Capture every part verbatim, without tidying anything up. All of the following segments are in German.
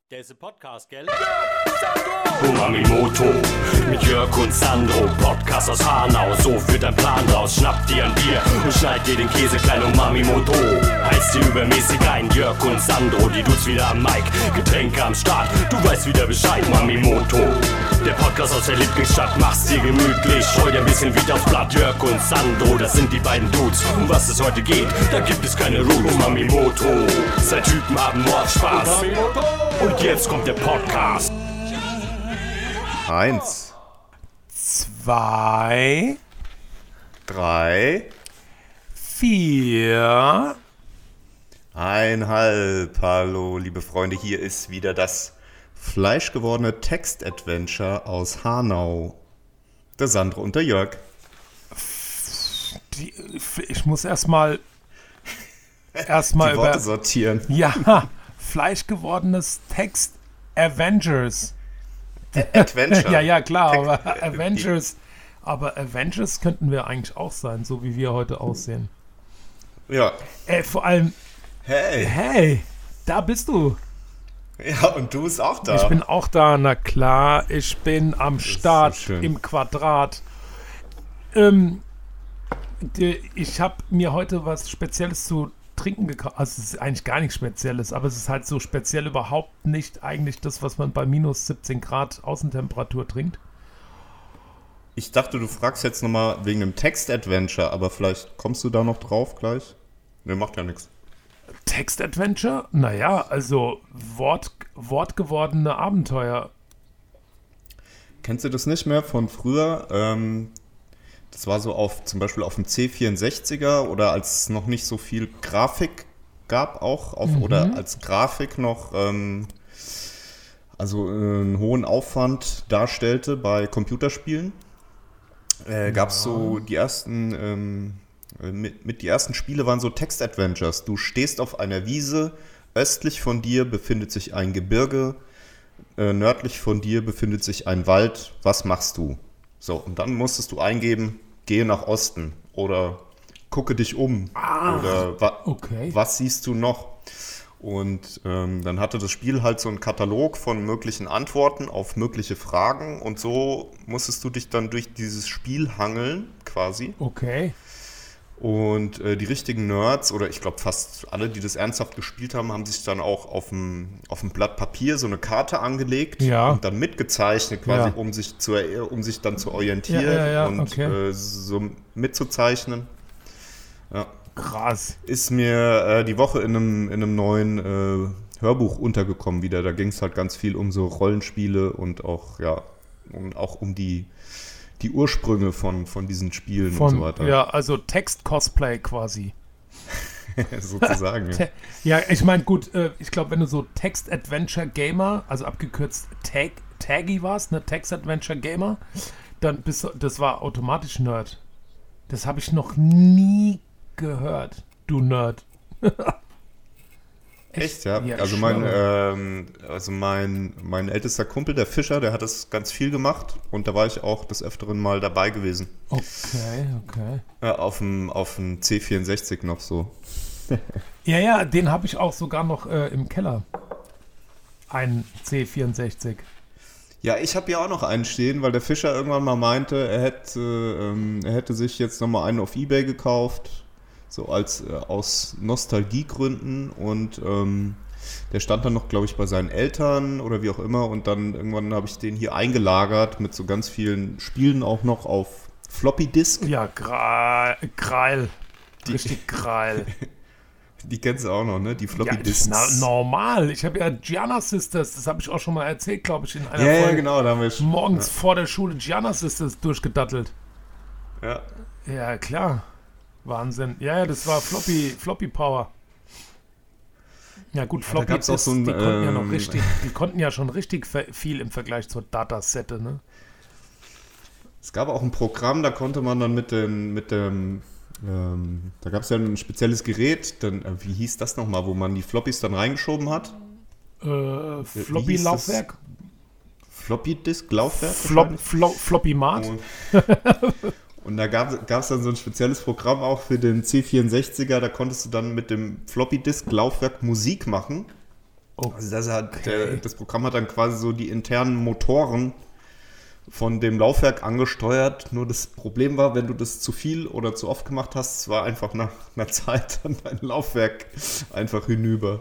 Der ist ein Podcast, gell? Umamimoto mit Jörg und Sandro, Podcast aus Hanau, so führt ein Plan raus. Schnapp dir ein Bier und schneid dir den Käse klein. Umamimoto heißt hier übermäßig ein. Jörg und Sandro, die Dudes wieder am Mic, Getränke am Start, du weißt wieder Bescheid. Umamimoto, der Podcast aus der Lieblingsstadt, mach's dir gemütlich, scheu dir ein bisschen wieder aufs Blatt. Jörg und Sandro, das sind die beiden Dudes, um was es heute geht, da gibt es keine Ruhe. Umamimoto, zwei Typen haben Mordspaß. Und jetzt kommt der Podcast. Eins. Zwei. Drei. Vier. Einhalb. Hallo, liebe Freunde, hier ist wieder das fleischgewordene Text-Adventure aus Hanau. Der Sandro und der Jörg. Die, ich muss erstmal erstmal Die Worte über sortieren. ja, fleischgewordenes Text Avengers. Adventure. Ja, ja, klar, Text- aber Avengers, aber Avengers könnten wir eigentlich auch sein, so wie wir heute aussehen. Ja. Ey, vor allem, Hey. hey, da bist du. Ja, und du bist auch da. Ich bin auch da, na klar. Ich bin am ist Start so schön. im Quadrat. Ähm, die, ich habe mir heute was Spezielles zu trinken gekauft. Also es ist eigentlich gar nichts Spezielles, aber es ist halt so speziell überhaupt nicht eigentlich das, was man bei minus siebzehn Grad Außentemperatur trinkt. Ich dachte, du fragst jetzt nochmal wegen dem Text-Adventure, aber vielleicht kommst du da noch drauf gleich? Ne, macht ja nichts. Text-Adventure? Naja, also Wort, wortgewordene Abenteuer. Kennst du das nicht mehr von früher? Ähm, das war so auf, zum Beispiel auf dem C vierundsechziger oder als es noch nicht so viel Grafik gab auch, auf, Mhm. oder als Grafik noch ähm, also äh, einen hohen Aufwand darstellte bei Computerspielen. Äh, gab es so die ersten, ähm, mit, mit die ersten Spiele waren so Text-Adventures. Du stehst auf einer Wiese, östlich von dir befindet sich ein Gebirge, äh, nördlich von dir befindet sich ein Wald, was machst du? So, und dann musstest du eingeben, gehe nach Osten oder gucke dich um oder wa- okay. was siehst du noch? Und ähm, dann hatte das Spiel halt so einen Katalog von möglichen Antworten auf mögliche Fragen und so musstest du dich dann durch dieses Spiel hangeln, quasi. Okay. Und äh, die richtigen Nerds, oder ich glaube fast alle, die das ernsthaft gespielt haben, haben sich dann auch auf dem, auf dem Blatt Papier so eine Karte angelegt Ja. und dann mitgezeichnet quasi, Ja. um sich zu er- um sich dann zu orientieren Ja, ja, ja, und okay. äh, so mitzuzeichnen. Ja. Krass. Ist mir äh, die Woche in einem, in einem neuen äh, Hörbuch untergekommen wieder. Da ging es halt ganz viel um so Rollenspiele und auch, ja, und auch um die die Ursprünge von, von diesen Spielen Von, und so weiter. ja, also Text-Cosplay quasi. Sozusagen, ja. Te- Ja, ich meine, gut, äh, ich glaube, wenn du so Text-Adventure-Gamer, also abgekürzt Tag, Taggy warst, ne, Text-Adventure-Gamer, dann bist du, das war automatisch Nerd. Das habe ich noch nie gehört, du Nerd. Echt, ja? Ja, also ich mein, schwöre. ähm, also mein, mein ältester Kumpel, der Fischer, der hat das ganz viel gemacht und da war ich auch des Öfteren mal dabei gewesen. Okay, okay. Ja, auf dem, auf dem C vierundsechzig noch so. Ja, ja, den habe ich auch sogar noch äh, im Keller. Ein C vierundsechzig. Ja, ich habe ja auch noch einen stehen, weil der Fischer irgendwann mal meinte, er hätte, ähm, er hätte sich jetzt nochmal einen auf eBay gekauft, so als äh, aus Nostalgiegründen und ähm, der stand dann noch, glaube ich, bei seinen Eltern oder wie auch immer und dann irgendwann habe ich den hier eingelagert mit so ganz vielen Spielen auch noch auf Floppy Disk. Ja, gra- Greil. Richtig Greil. Die kennst du auch noch, ne? Die Floppy Ja, Disks. na, normal. Ich habe ja Gianna Sisters, das habe ich auch schon mal erzählt, glaube ich, in einer ja, ja, Folge. genau, da haben wir schon. Morgens vor der Schule Gianna Sisters durchgedattelt. Ja. Ja, klar. Wahnsinn. Ja, ja, das war Floppy, Floppy Power. Ja gut, Floppy gab's auch Disks, so ein, die konnten ja noch ähm, richtig, die konnten ja schon richtig fe- viel im Vergleich zur Datasette, ne? Es gab auch ein Programm, da konnte man dann mit dem, mit dem, ähm, da gab es ja ein spezielles Gerät, dann, äh, wie hieß das nochmal, wo man die Floppys dann reingeschoben hat? Äh, hieß Floppy-Laufwerk? Floppy Disk, Laufwerk? Flop, wahrscheinlich? Flo, Floppy-Mart? Und, und da gab es dann so ein spezielles Programm auch für den C vierundsechziger, da konntest du dann mit dem Floppy Disk Laufwerk Musik machen. Oh, Also das, hat, der, das Programm hat dann quasi so die internen Motoren von dem Laufwerk angesteuert. Nur das Problem war, wenn du das zu viel oder zu oft gemacht hast, es war einfach nach einer Zeit dann dein Laufwerk einfach hinüber.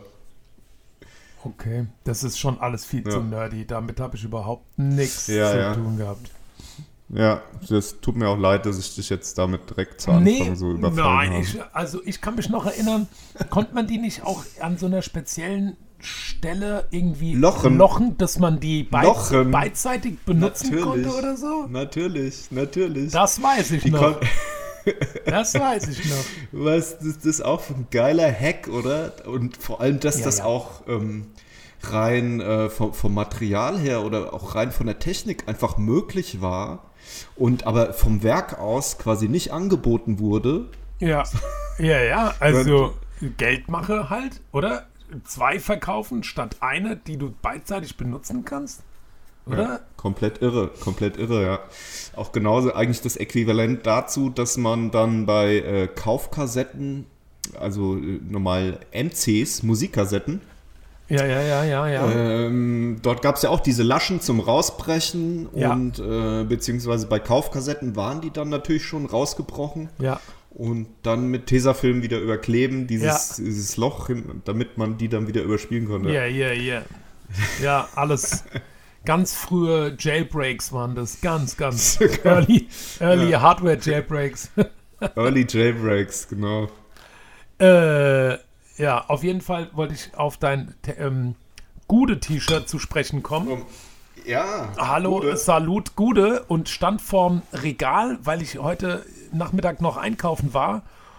okay. Das ist schon alles viel Ja. zu nerdy. Damit habe ich überhaupt nichts Ja, zu ja. tun gehabt. Ja, das tut mir auch leid, dass ich dich jetzt damit direkt zu Anfang Nee, so überfallen nein, habe. ich, also ich kann mich noch erinnern, konnte man die nicht auch an so einer speziellen Stelle irgendwie Lochen. lochen, dass man die beid, Lochen. beidseitig benutzen konnte oder so? Natürlich, natürlich. Das weiß ich Die noch. kon- Das weiß ich noch. Was, das, das ist auch ein geiler Hack, oder? Und vor allem, dass Ja, das ja. auch ähm, rein äh, vom, vom Material her oder auch rein von der Technik einfach möglich war und aber vom Werk aus quasi nicht angeboten wurde. Ja, ja, ja, also Geldmache halt, oder? Zwei verkaufen statt eine, die du beidseitig benutzen kannst, oder? Ja, komplett irre, komplett irre, ja. Auch genauso eigentlich das Äquivalent dazu, dass man dann bei äh, Kaufkassetten, also äh, normal M Cs, Musikkassetten, Ja, ja, ja, ja, ja. Ähm, dort gab es ja auch diese Laschen zum Rausbrechen Ja. und äh, beziehungsweise bei Kaufkassetten waren die dann natürlich schon rausgebrochen Ja, und dann mit Tesafilm wieder überkleben, dieses, Ja. dieses Loch, hin, damit man die dann wieder überspielen konnte. ja, ja, ja. Ja, alles. Ganz frühe Jailbreaks waren das. Ganz, ganz early, early Hardware-Jailbreaks. Early Jailbreaks, genau. äh, ja, auf jeden Fall wollte ich auf dein te- ähm, Gude-T-Shirt zu sprechen kommen. Ja. Hallo, Gude. Salut Gude und stand vorm Regal, weil ich heute Nachmittag noch einkaufen war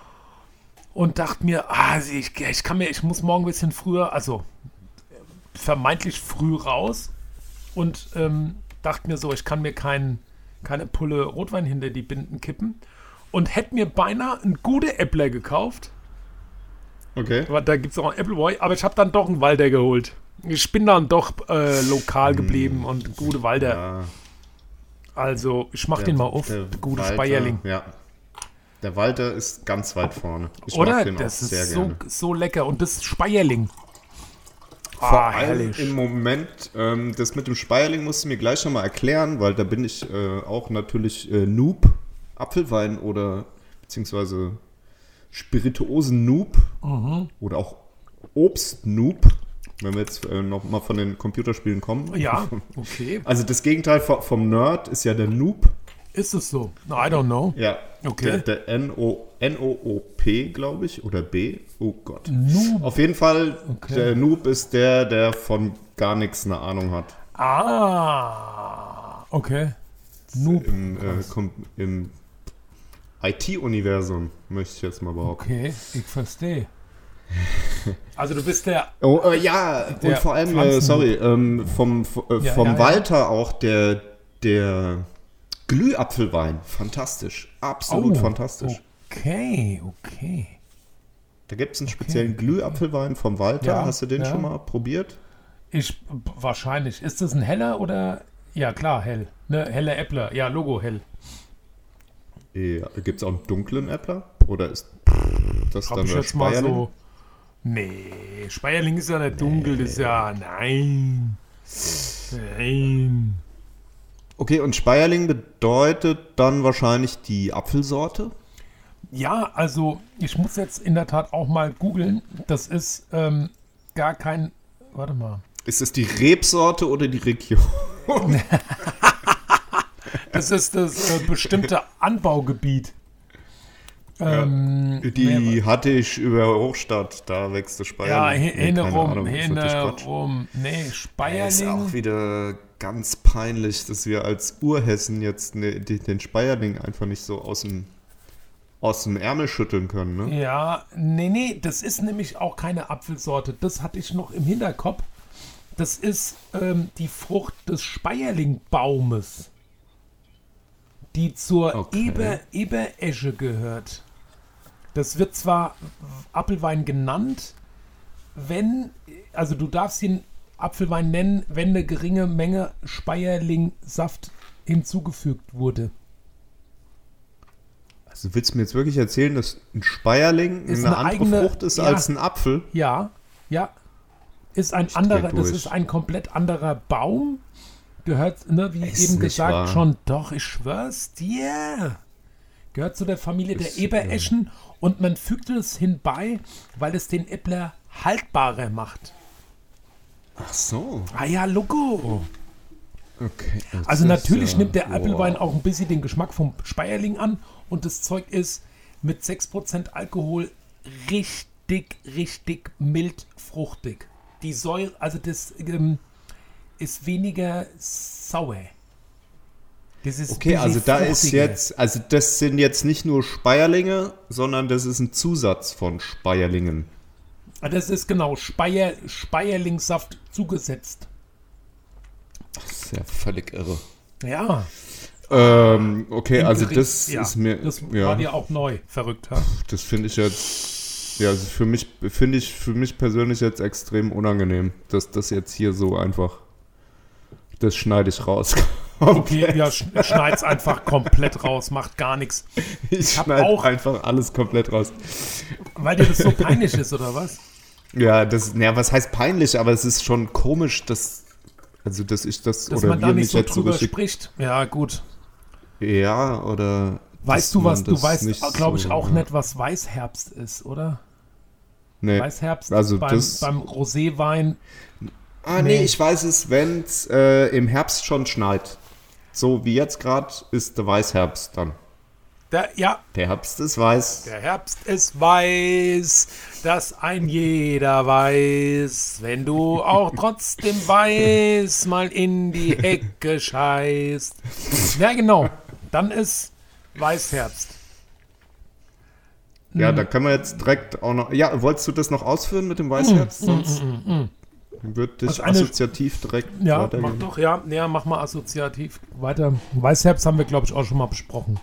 und dachte mir, ah, ich, ich kann mir, ich muss morgen ein bisschen früher, also äh, vermeintlich früh raus und ähm, dachte mir so, ich kann mir kein, keine Pulle Rotwein hinter die Binden kippen und hätte mir beinahe ein Gude Äppler gekauft. Okay. Aber da gibt es auch einen Appleboy, aber ich habe dann doch einen Walder geholt. Ich bin dann doch äh, lokal geblieben und gute Walder. Ja, Also, ich mach der- den mal auf. der Gute Walter, Speierling. Ja. Der Walter ist ganz weit vorne. Ich Oder? mag den Das auch sehr ist so, gerne. so lecker. Und das Speierling. Vor Ah, allem herrlich. im Moment, ähm, das mit dem Speierling musst du mir gleich nochmal erklären, weil da bin ich äh, auch natürlich äh, Noob, Apfelwein oder beziehungsweise Spirituosen-Noob Mhm. oder auch Obst-Noob, wenn wir jetzt äh, nochmal von den Computerspielen kommen. Ja, okay. Also das Gegenteil vom, vom Nerd ist ja der Noob. Ist es so? No, I don't know. Ja, Okay. der, der N O O P, glaube ich, oder B. Oh Gott. Noob. Auf jeden Fall, Okay. der Noob ist der, der von gar nichts eine Ahnung hat. Ah, okay. Noob. Im, äh, kom- im I T-Universum, möchte ich jetzt mal behaupten. Okay, ich verstehe. Also du bist der... Oh, äh, ja, Der und vor allem, äh, Pflanzen- sorry, ähm, vom, f- äh, Ja, vom ja, ja. Walter auch der, der Glühapfelwein. Fantastisch. Absolut Oh, fantastisch. Okay, okay. Da gibt es einen speziellen Glühapfelwein vom Walter. Ja, Hast du den ja. schon mal probiert? Ich, wahrscheinlich. Ist das ein heller oder... Ja, klar, hell. Ne, heller Äppler. Ja, Logo hell. Ja. Gibt es auch einen dunklen Äppler? Oder ist das Hab dann ich der jetzt mal Speierling? so... Nee, Speierling ist ja nicht dunkel, das ist ja... Nein. Nein. Okay, und Speierling bedeutet dann wahrscheinlich die Apfelsorte? Ja, also ich muss jetzt in der Tat auch mal googeln. Das ist ähm, gar kein... Warte mal. Ist es die Rebsorte oder die Region? Das ist das äh, bestimmte Anbaugebiet. Ähm, Die nee, hatte ich über Hochstadt, da wächst das ja, Speierling. hin- Nee, keine hinrum, Ahnung, ist natürlich Quatsch. hinrum. Nee, Ist Speierling. auch wieder ganz peinlich, dass wir als Urhessen jetzt ne, die, den Speierling einfach nicht so aus dem, aus dem Ärmel schütteln können. Ne? Ja, nee, nee, das ist nämlich auch keine Apfelsorte. Das hatte ich noch im Hinterkopf. Das ist ähm, die Frucht des Speierlingbaumes, die zur Okay. Eber, Eberesche gehört. Das wird zwar Apfelwein genannt, wenn, also du darfst ihn Apfelwein nennen, wenn eine geringe Menge Speierlingsaft hinzugefügt wurde. Also willst du mir jetzt wirklich erzählen, dass ein Speierling Ist eine, eine andere eigene- Frucht ist ja. als ein Apfel? Ja, ja, ist ein anderer, das ist ein komplett anderer Baum. Gehört, ne, wie Ist eben nicht gesagt, wahr. schon, doch, ich schwör's dir. Gehört zu der Familie der Ist, Ebereschen und man fügt es hinbei, weil es den Äppler haltbarer macht. Ach so. Ah ja, Logo. Okay. das Also ist natürlich ja- nimmt der boah. Apfelwein auch ein bisschen den Geschmack vom Speierling an und das Zeug ist mit sechs Prozent Alkohol richtig, richtig mild fruchtig. Die Säure, also das ähm, ist weniger sauer. Das ist Okay, ein also bisschen da ist fruchtiger. jetzt, also das sind jetzt nicht nur Speierlinge, sondern das ist ein Zusatz von Speierlingen. Das ist genau Speier, Speierlingssaft zugesetzt. Das ist ja völlig irre. Ja. Ähm, okay, im also Gericht. das Ja, ist mir, Das ja, war dir auch neu, verrückt. Ja? das finde ich jetzt, ja, also für mich, finde ich für mich persönlich jetzt extrem unangenehm, dass das jetzt hier so einfach, das schneide ich raus. Okay, ja, sch- schneid's einfach komplett raus, macht gar nichts. Ich hab schneide auch- einfach alles komplett raus. Weil dir das so peinlich ist, oder was? Ja, das, ja, was heißt peinlich, aber es ist schon komisch, dass, also dass ich das, Dass oder man wir da nicht nicht so jetzt so drüber richtig, spricht. Ja, gut. ja, oder. Weißt dass du was? man Du das weißt, nicht glaube ich, so- auch nicht, was Weißherbst ist, oder? Nee. Weißherbst Also beim, das- beim Roséwein. Ah, nee, Nee. ich weiß es, wenn es äh, im Herbst schon schneit. So wie jetzt gerade ist der Weißherbst dann. Der, ja, Der Herbst ist weiß. der Herbst ist weiß, dass ein jeder weiß, wenn du auch trotzdem weiß, mal in die Hecke scheißt. Ja, genau. Dann ist Weißherbst. Ja, da können wir jetzt direkt auch noch. Ja, wolltest du das noch ausführen mit dem Weißherbst? Sonst würde ich Also eine- assoziativ direkt Ja, mach weitergehen. doch, ja, ja, mach mal assoziativ weiter. Weißherbst haben wir, glaube ich, auch schon mal besprochen.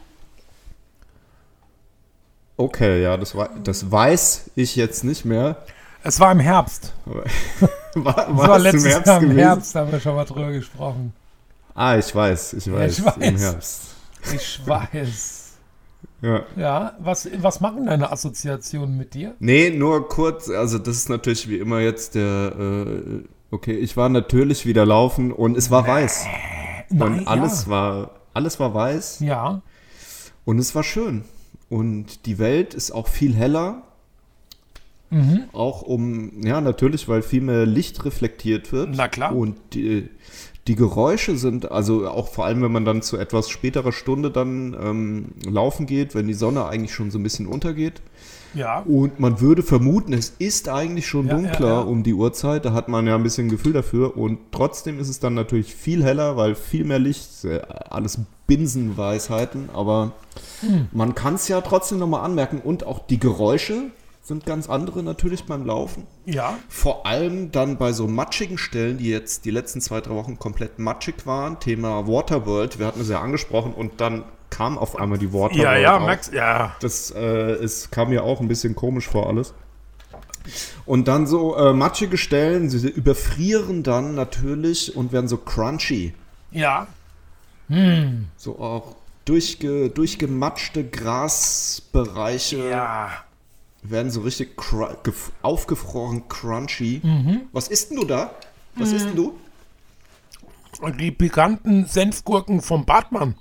Okay, ja, das, wei- das weiß ich jetzt nicht mehr. Es war im Herbst. Aber war, Es war war es letztes im Herbst Jahr im gewesen? Herbst, haben wir schon mal drüber gesprochen. Ah, ich weiß, ich weiß. ich weiß. Im Herbst. Ich weiß. Ja. Ja, was, was machen deine Assoziationen mit dir? Nee, nur kurz, also das ist natürlich wie immer jetzt der, äh, okay, ich war natürlich wieder laufen und es war weiß. Und alles war, alles war weiß Ja. und es war schön. Und die Welt ist auch viel heller. Mhm. Auch um, ja, natürlich, weil viel mehr Licht reflektiert wird. Na klar. Und die, die Geräusche sind, also auch vor allem, wenn man dann zu etwas späterer Stunde dann ähm, laufen geht, wenn die Sonne eigentlich schon so ein bisschen untergeht. Ja. Und man würde vermuten, es ist eigentlich schon Ja, dunkler ja, ja. um die Uhrzeit. Da hat man ja ein bisschen Gefühl dafür. Und trotzdem ist es dann natürlich viel heller, weil viel mehr Licht, äh, alles Binsenweisheiten. Aber Hm. man kann es ja trotzdem nochmal anmerken. Und auch die Geräusche sind ganz andere natürlich beim Laufen. Ja. Vor allem dann bei so matschigen Stellen, die jetzt die letzten zwei, drei Wochen komplett matschig waren. Thema Waterworld, wir hatten es ja angesprochen. Und dann kam auf einmal die Waterworld Ja, ja, auf. Max, ja. Das äh, es kam mir auch ein bisschen komisch vor alles. Und dann so äh, matschige Stellen, sie überfrieren dann natürlich und werden so crunchy. Ja. So auch durchge, durchgematschte Grasbereiche Ja. werden so richtig cru- gef- aufgefroren crunchy. Mhm. Was isst denn du da? Was isst denn du? Und die pikanten Senfgurken vom Bartmann.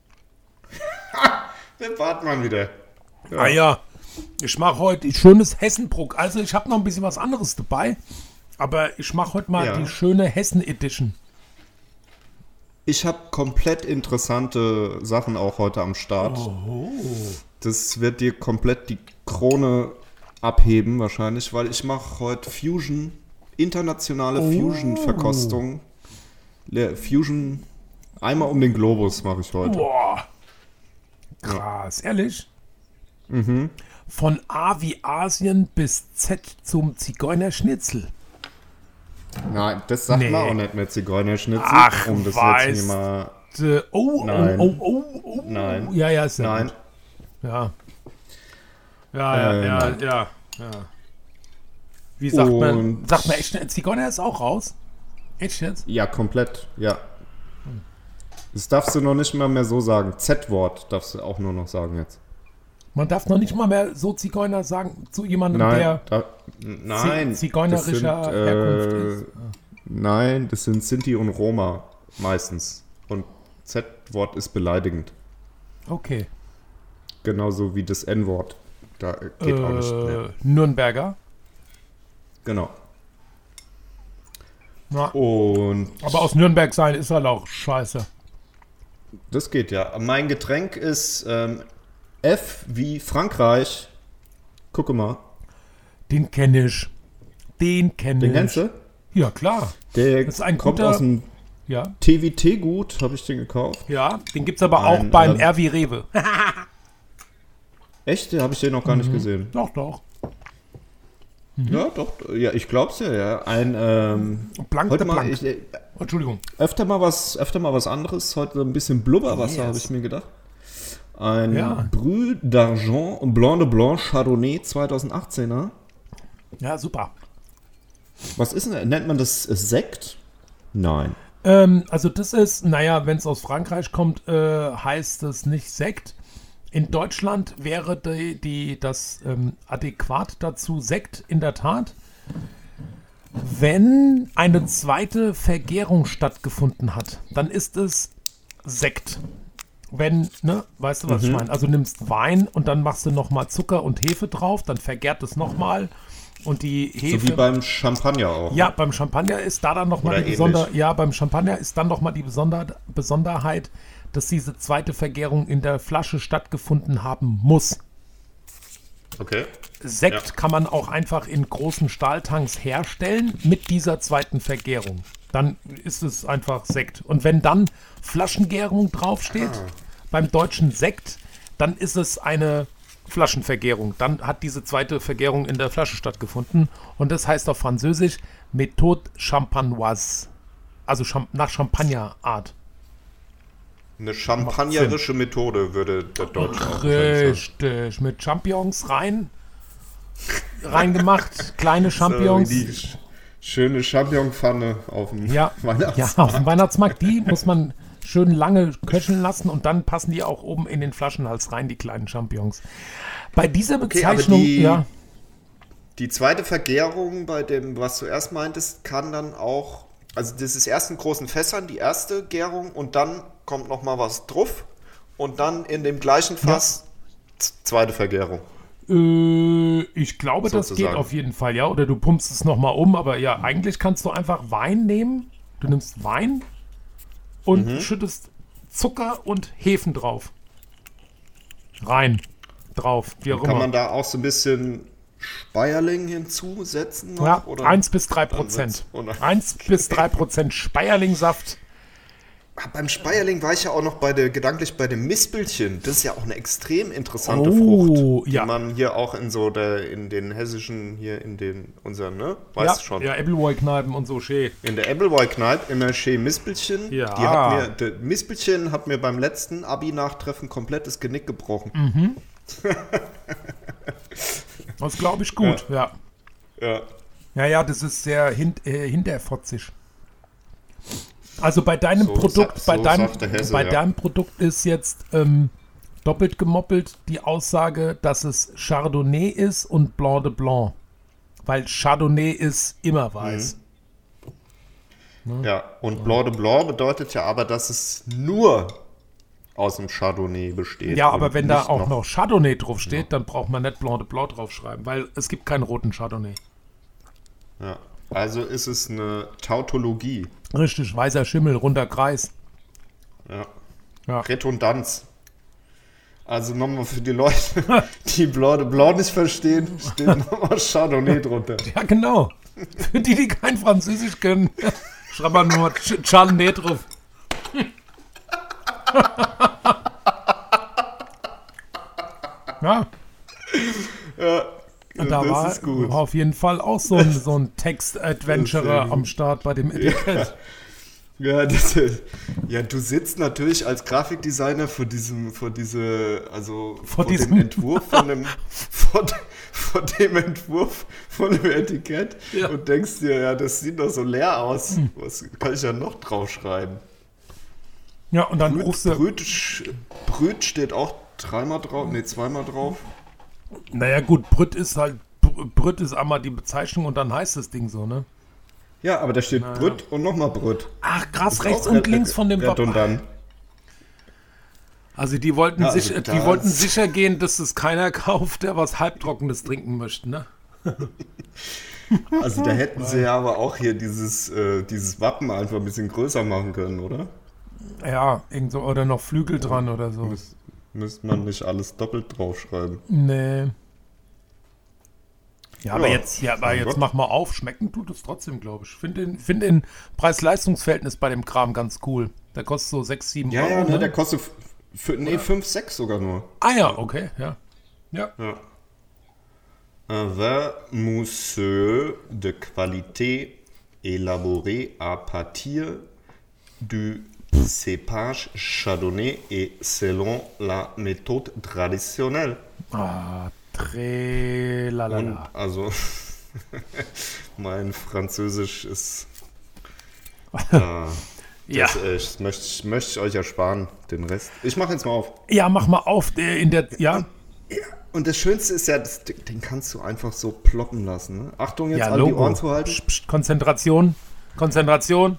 Der Bartmann wieder. Ah ja. Ich mache heute schönes Hessenbruck. Also ich habe noch ein bisschen was anderes dabei. Aber ich mache heute mal Ja. die schöne Hessen-Edition. Ich habe komplett interessante Sachen auch heute am Start. Das wird dir komplett die Krone abheben wahrscheinlich, weil ich mache heute Fusion, internationale Fusion-Verkostung. Le- Fusion, einmal um den Globus mache ich heute. Boah. Krass, ehrlich? Mhm. Von A wie Asien bis Z zum Zigeunerschnitzel. Nein, das sagt Nee. man auch nicht mehr Zigeunerschnitzel. Ach, um das weißt jetzt hier mal. Äh, Oh, Nein. oh, oh, oh, oh. Nein. Ja, ja, ist ja Nein. gut. Ja. Ja, ja, Äh, ja, nein. ja, ja. Wie sagt man? Und- Sagt man echt, Zigeuner ist auch raus? Echt jetzt? Ja, komplett, ja. Das darfst du noch nicht mal mehr so sagen. Z-Wort darfst du auch nur noch sagen jetzt. Man darf noch nicht mal mehr so Zigeuner sagen zu jemandem, Nein, der da, nein, zigeunerischer das sind, Herkunft äh, ist. Nein, das sind Sinti und Roma meistens. Und Z-Wort ist beleidigend. Okay. Genauso wie das N-Wort. Da geht äh, auch nicht mehr. Nürnberger. Genau. Na, Und aber aus Nürnberg sein ist halt auch scheiße. das geht ja. Mein Getränk ist ähm, F wie Frankreich. Gucke mal. Den kenne ich. Den kenne ich. Den kennst du? Ja, klar. Der Das ist ein kommt guter- aus dem Ja, T V T-Gut, habe ich den gekauft. ja. Den gibt es aber Ein, auch beim ähm, R wie Rewe. Echt? Den habe ich den noch gar nicht gesehen. Doch, doch. Ja, doch. Ja, ich glaub's ja, ja. Ein, ähm, Blank heute de mal, Blanc. ich, äh, Entschuldigung. öfter mal was, öfter mal was anderes. Heute so ein bisschen Blubberwasser, Yes. habe ich mir gedacht. Ein Ja. Brut d'Argent Blanc de Blanc Chardonnay zweitausendachtzehner. Ja, super. Was ist denn, nennt man das Sekt? Nein. Ähm, also das ist, naja, wenn es aus Frankreich kommt, äh, heißt es nicht Sekt. In Deutschland wäre die, die, das ähm, adäquat dazu Sekt in der Tat, wenn eine zweite Vergärung stattgefunden hat, dann ist es Sekt. Wenn, ne, weißt du, was ich meine? Also nimmst Wein und dann machst du nochmal Zucker und Hefe drauf, dann vergärt es nochmal und die Hefe... So wie beim Champagner auch. Ja, beim Champagner ist da dann nochmal Oder die ähnlich. Besonder ja, beim Champagner ist dann nochmal die Besonder Besonderheit, dass diese zweite Vergärung in der Flasche stattgefunden haben muss. Okay. Sekt Ja. kann man auch einfach in großen Stahltanks herstellen mit dieser zweiten Vergärung. Dann ist es einfach Sekt. Und wenn dann Flaschengärung draufsteht, beim deutschen Sekt, dann ist es eine Flaschenvergärung. Dann hat diese zweite Vergärung in der Flasche stattgefunden. Und das heißt auf Französisch Méthode Champanoise. Also Cham- nach Champagnerart. Eine champagnerische Methode, würde der Deutsche auch wahrscheinlich Richtig. Mit Champignons rein. Reingemacht. Kleine sagen. Champignons. So wie die sch- schöne Champignonpfanne auf dem Ja, Weihnachtsmarkt. ja, auf dem Weihnachtsmarkt, die muss man schön lange köcheln lassen und dann passen die auch oben in den Flaschenhals rein, die kleinen Champignons. Bei dieser Okay, aber Bezeichnung, die- ja, Die zweite Vergärung bei dem, was du erst meintest, kann dann auch, also das ist erst in großen Fässern, die erste Gärung und dann kommt noch mal was drauf und dann in dem gleichen Fass z- zweite Vergärung. äh, ich glaube, das geht Sozusagen. auf jeden Fall, ja, oder du pumpst es nochmal um, aber ja, eigentlich kannst du einfach Wein nehmen, du nimmst Wein und Mhm. schüttest Zucker und Hefen drauf. Rein, drauf, wie auch Kann immer. man da auch so ein bisschen Speierling hinzusetzen? Noch, Ja, oder? eins bis drei Dann Prozent. wird's- oder- eins bis drei Prozent Speierlingsaft. Ah, Beim Speierling war ich ja auch noch bei der, gedanklich bei dem Mispelchen. Das ist ja auch eine extrem interessante Oh, Frucht, die ja. man hier auch in so der, in den hessischen, hier in den, unseren, ne? Weißt Ja, du schon. ja, Appleboy-Kneipen und so schön. In der Appleboy-Kneipe immer schön Mispelchen. Ja. Die hat mir, der Mispelchen hat mir beim letzten Abi-Nachtreffen komplett das Genick gebrochen. Mhm. Das glaube ich gut, ja. Ja. Ja, ja, das ist sehr hint, äh, hinterfotzig. Also bei deinem So Produkt, sa- bei, so deinem, sagt der Hesse, bei ja. deinem Produkt ist jetzt ähm, doppelt gemoppelt die Aussage, dass es Chardonnay ist und Blanc de Blanc. Weil Chardonnay ist immer weiß. Ja, und Blanc de Blanc bedeutet ja aber, dass es nur aus dem Chardonnay besteht. Ja, aber und wenn da nicht auch noch Chardonnay draufsteht, dann braucht man nicht Blanc de Blanc draufschreiben, weil es gibt keinen roten Chardonnay. Ja. Also ist es eine Tautologie. Richtig, weißer Schimmel, runder Kreis. Ja. Ja. Redundanz. Also nochmal für die Leute, die Blanc de Blanc nicht verstehen, steht nochmal Chardonnay drunter. Ja, genau. Für die, die kein Französisch können, schreibt man nur Ch- Chardonnay drauf. Ja, Ja, und da das war, ist gut. war auf jeden Fall auch so ein, so ein Text-Adventurer gut. am Start bei dem Etikett. Ja, das, ist- ja, du sitzt natürlich als Grafikdesigner vor diesem, vor diese, also vor, diesem- dem Entwurf von dem, vor, de- vor dem Entwurf von dem Etikett Ja. und denkst dir, ja, das sieht doch so leer aus. Hm. Was kann ich ja noch draufschreiben? Ja, und dann Brüt, rufst du, Brüt, Brüt steht auch dreimal drauf, nee, zweimal drauf. Naja gut, Brüt ist halt, Brüt ist einmal die Bezeichnung und dann heißt das Ding so, ne? Ja, aber da steht naja. Brüt und nochmal Brüt. Ach krass, Ist rechts auch und red- links von dem redundant. Also die wollten, Ja, also sich, da die wollten ist- sicher gehen, dass es keiner kauft, der was Halbtrockenes trinken möchte, ne? Also da hätten sie ja aber auch hier dieses, äh, dieses Wappen einfach ein bisschen größer machen können, oder? Ja, irgend so, oder noch Flügel dran oder so. Müs müsste man nicht alles doppelt draufschreiben. Nee. Ja, aber Ja, jetzt, ja, aber mein jetzt Gott. mach mal auf. Schmecken tut es trotzdem, glaube ich. Finde den, find den Preis-Leistungs-Verhältnis bei dem Kram ganz cool. Der kostet so sechs, sieben Ja, Euro. ja, ne, ne? der kostet f- für, nee, fünf, sechs sogar nur. Ah ja, okay, ja. Ja. Ja. Un vin mousseux de qualité élaboré à partir du cépage chardonnay et selon la méthode traditionnelle. Ah, Und Trelalala. also, mein Französisch ist. Äh, Ja. das, äh, das möchte, ich- möchte ich euch ersparen, den Rest. Ich mache jetzt mal auf. Ja, mach mal auf. Der in der, ja, Und das Schönste ist ja, das, den kannst du einfach so ploppen lassen. Ne? Achtung, jetzt ja, alle die Logo. Ohren zu halten. Psst, psst, Konzentration. Konzentration.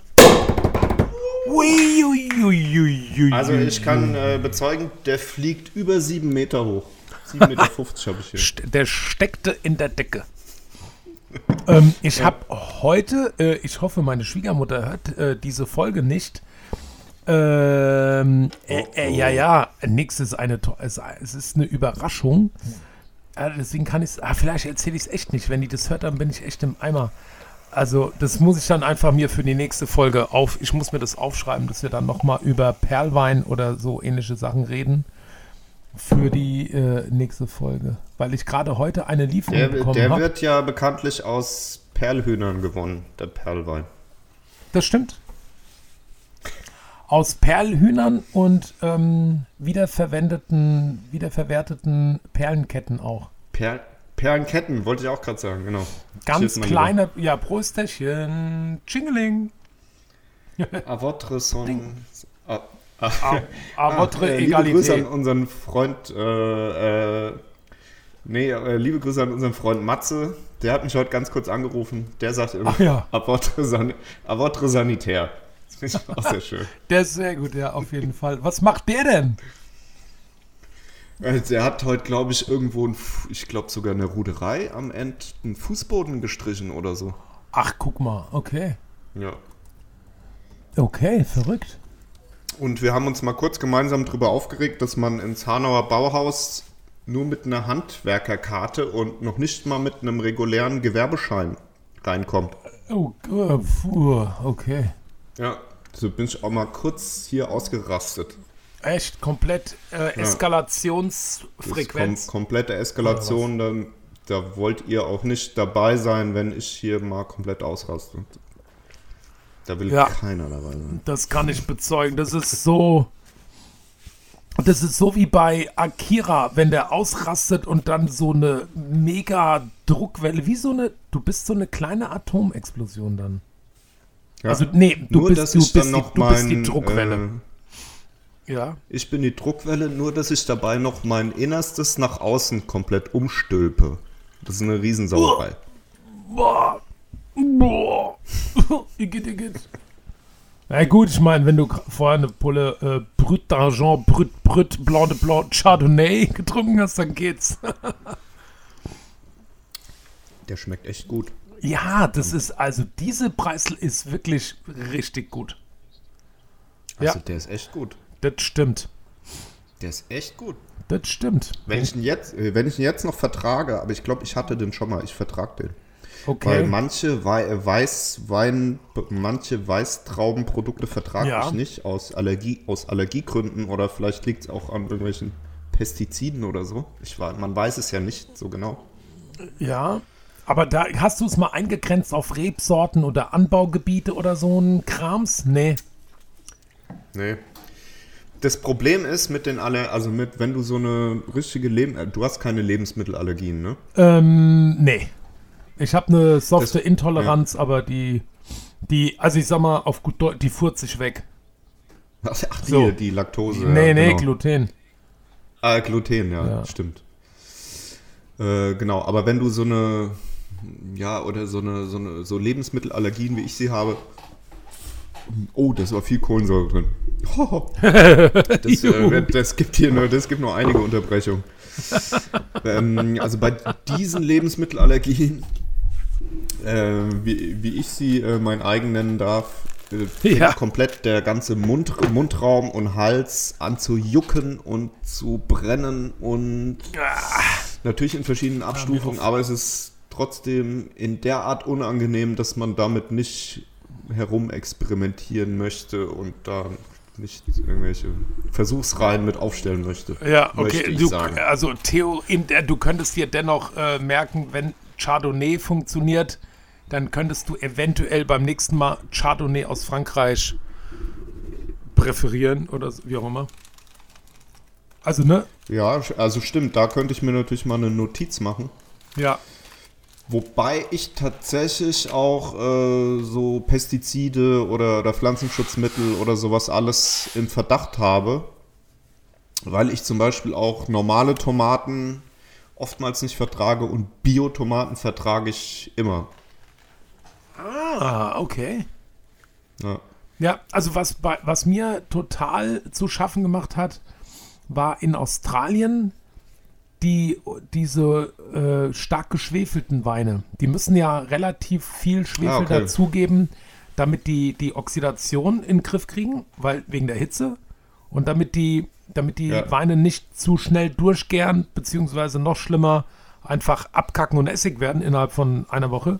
Ui, ui, ui, ui, ui, Also ui. ich kann äh, bezeugen, der fliegt über sieben Meter hoch. sieben Meter fünfzig habe ich hier. St- Der steckte in der Decke. ähm, ich habe heute, äh, ich hoffe, meine Schwiegermutter hört äh, diese Folge nicht. Ähm, äh, äh, ja, ja, nix ist eine, to- es, es ist eine Überraschung. Äh, deswegen kann ich es, ah, vielleicht erzähle ich es echt nicht. Wenn die das hört, dann bin ich echt im Eimer. Also, das muss ich dann einfach mir für die nächste Folge auf, ich muss mir das aufschreiben, dass wir dann nochmal über Perlwein oder so ähnliche Sachen reden. Für die äh, nächste Folge. Weil ich gerade heute eine Lieferung Der, bekommen der habe. wird ja bekanntlich aus Perlhühnern gewonnen, der Perlwein. Das stimmt. Aus Perlhühnern und ähm, wiederverwendeten, wiederverwerteten Perlenketten auch. Perl, Perlenketten, wollte ich auch gerade sagen, genau. Ganz Cheers, mein kleine, ja, Prösterchen. Tschingeling. Lieber. A votre son. A, a, A, a votre äh, liebe Grüße an Egalité. unseren Freund, äh, äh, nee, äh, liebe Grüße an unseren Freund Matze. Der hat mich heute ganz kurz angerufen. Der sagt immer, Ach ja. a votre, san, a votre sanitär. Das finde ich auch sehr schön. Der ist sehr gut, ja, auf jeden Fall. Was macht der denn? Also der hat heute, glaube ich, irgendwo, ein, Fu- ich glaube sogar in der Ruderei am Ende einen Fußboden gestrichen oder so. Ach, guck mal, okay. Ja. Okay, verrückt. Und wir haben uns mal kurz gemeinsam darüber aufgeregt, dass man ins Hanauer Bauhaus nur mit einer Handwerkerkarte und noch nicht mal mit einem regulären Gewerbeschein reinkommt. Oh, äh, puh, okay. Ja, so bin ich auch mal kurz hier ausgerastet. Echt, komplett äh, Das Eskalationsfrequenz. kom komplette Eskalation, dann, da wollt ihr auch nicht dabei sein, wenn ich hier mal komplett ausraste. Da will Ja. keiner dabei sein. Das kann ich bezeugen. Das ist so. Das ist so wie bei Akira, wenn der ausrastet und dann so eine mega Druckwelle, wie so eine. Du bist so eine kleine Atomexplosion dann. Ja. Also, nee, du Nur, bist, dass du ich bist, dann die, noch du bist die mein, Druckwelle. Äh, Ja. Ich bin die Druckwelle, nur dass ich dabei noch mein Innerstes nach außen komplett umstülpe. Das ist eine Riesensauerei. Boah. Boah. Igitt, igitt. Na gut, ich meine, wenn du gra- vorher eine Pulle äh, Brut d'Argent, Brut, Brut, Blanc de Blanc, Chardonnay getrunken hast, dann geht's. Der schmeckt echt gut. Ja, das ist, also diese Preisl ist wirklich richtig gut. Also Ja. der ist echt gut. Das stimmt. Der ist echt gut. Das stimmt. Wenn ich ihn jetzt, äh, wenn ich ihn jetzt noch vertrage, aber ich glaube, ich hatte den schon mal, ich vertrage den. Weil Okay. manche Wei äh, Weißwein, manche Weißtraubenprodukte vertrage Ja. ich nicht aus Allergie, aus Allergiegründen oder vielleicht liegt es auch an irgendwelchen Pestiziden oder so. Ich war, man weiß es ja nicht so genau. Ja. Aber da hast du es mal eingegrenzt auf Rebsorten oder Anbaugebiete oder so ein Krams? Nee. Nee. Das Problem ist mit den alle, also mit, wenn du so eine richtige Leben, äh, du hast keine Lebensmittelallergien, ne? Ähm, nee. Ich habe eine softe Das- Intoleranz, aber die, die, also ich sag mal, auf gut Deutsch, die furzt sich weg. Ach, die, So. die Laktose. nee, ja, nee, genau. Gluten. Ah, Gluten, ja, Ja. stimmt. Äh, genau, aber wenn du so eine, ja, oder so eine, so eine, so Lebensmittelallergien, wie ich sie habe, oh, da ist aber viel Kohlensäure drin. Das, äh, das gibt hier nur, das gibt noch einige Unterbrechungen. ähm, also bei diesen Lebensmittelallergien, äh, wie, wie ich sie äh, mein eigen nennen darf, äh, fängt Ja. komplett der ganze Mund, Mundraum und Hals an zu jucken und zu brennen und natürlich in verschiedenen Abstufungen, aber es ist trotzdem in der Art unangenehm, dass man damit nicht herumexperimentieren möchte und da nicht irgendwelche Versuchsreihen mit aufstellen möchte. Ja, möchte okay. ich Du, sagen. also Theo, in der, du könntest dir dennoch äh, merken, wenn Chardonnay funktioniert, dann könntest du eventuell beim nächsten Mal Chardonnay aus Frankreich präferieren oder so, wie auch immer. Also, ne? Ja, also stimmt, da könnte ich mir natürlich mal eine Notiz machen. Ja. Wobei ich tatsächlich auch äh, so Pestizide oder, oder Pflanzenschutzmittel oder sowas alles im Verdacht habe, weil ich zum Beispiel auch normale Tomaten oftmals nicht vertrage und Biotomaten vertrage ich immer. Ah, okay. Ja. Ja, also was, bei, was mir total zu schaffen gemacht hat, war in Australien die, diese äh, stark geschwefelten Weine. Die müssen ja relativ viel Schwefel Ah, okay. dazugeben, damit die die Oxidation in den Griff kriegen, weil wegen der Hitze und damit die, damit die Ja. Weine nicht zu schnell durchgären, beziehungsweise noch schlimmer einfach abkacken und Essig werden innerhalb von einer Woche.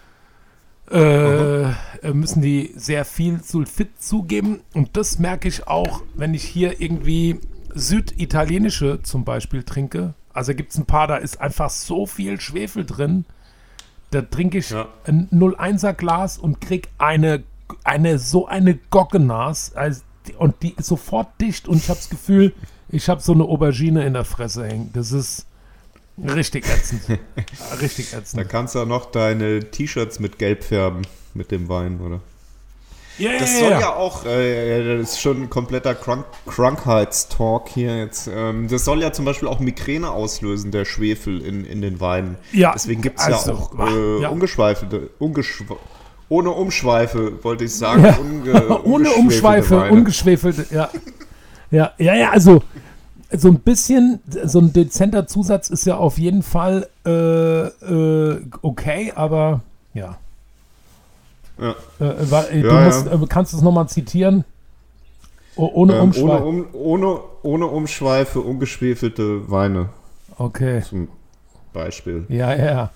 Äh, müssen die sehr viel Sulfit zugeben und das merke ich auch, wenn ich hier irgendwie süditalienische zum Beispiel trinke. Also gibt es ein paar, da ist einfach so viel Schwefel drin, da trinke ich Ja. ein null Komma eins er Glas und krieg eine, eine so eine Gockenas also, und die ist sofort dicht und ich habe das Gefühl, ich habe so eine Aubergine in der Fresse hängen. Das ist richtig ätzend. Richtig Da ätzend. kannst du ja noch deine T-Shirts mit Gelb färben, mit dem Wein, oder? Ja, ja, Das ja, soll ja. ja auch, äh, das ist schon ein kompletter Krank Krankheitstalk hier jetzt. Ähm, das soll ja zum Beispiel auch Migräne auslösen, der Schwefel in, in den Weinen. Ja, Deswegen gibt es also, ja auch äh, ja. ungeschweifte, ungeschw ohne Umschweife, wollte ich sagen. Ja. Unge Ohne ungeschwefelte Umschweife, Weine. ungeschwefelte, ja. Ja, ja, ja, also so ein bisschen, so ein dezenter Zusatz ist ja auf jeden Fall äh, äh, okay, aber ja. Ja. Äh, war, äh, du Ja, musst, ja. äh, kannst es nochmal zitieren? Oh, ohne Ähm, Umschweife. ohne, um, ohne, ohne Umschweife, ungeschwefelte Weine Okay. zum Beispiel. Ja, ja,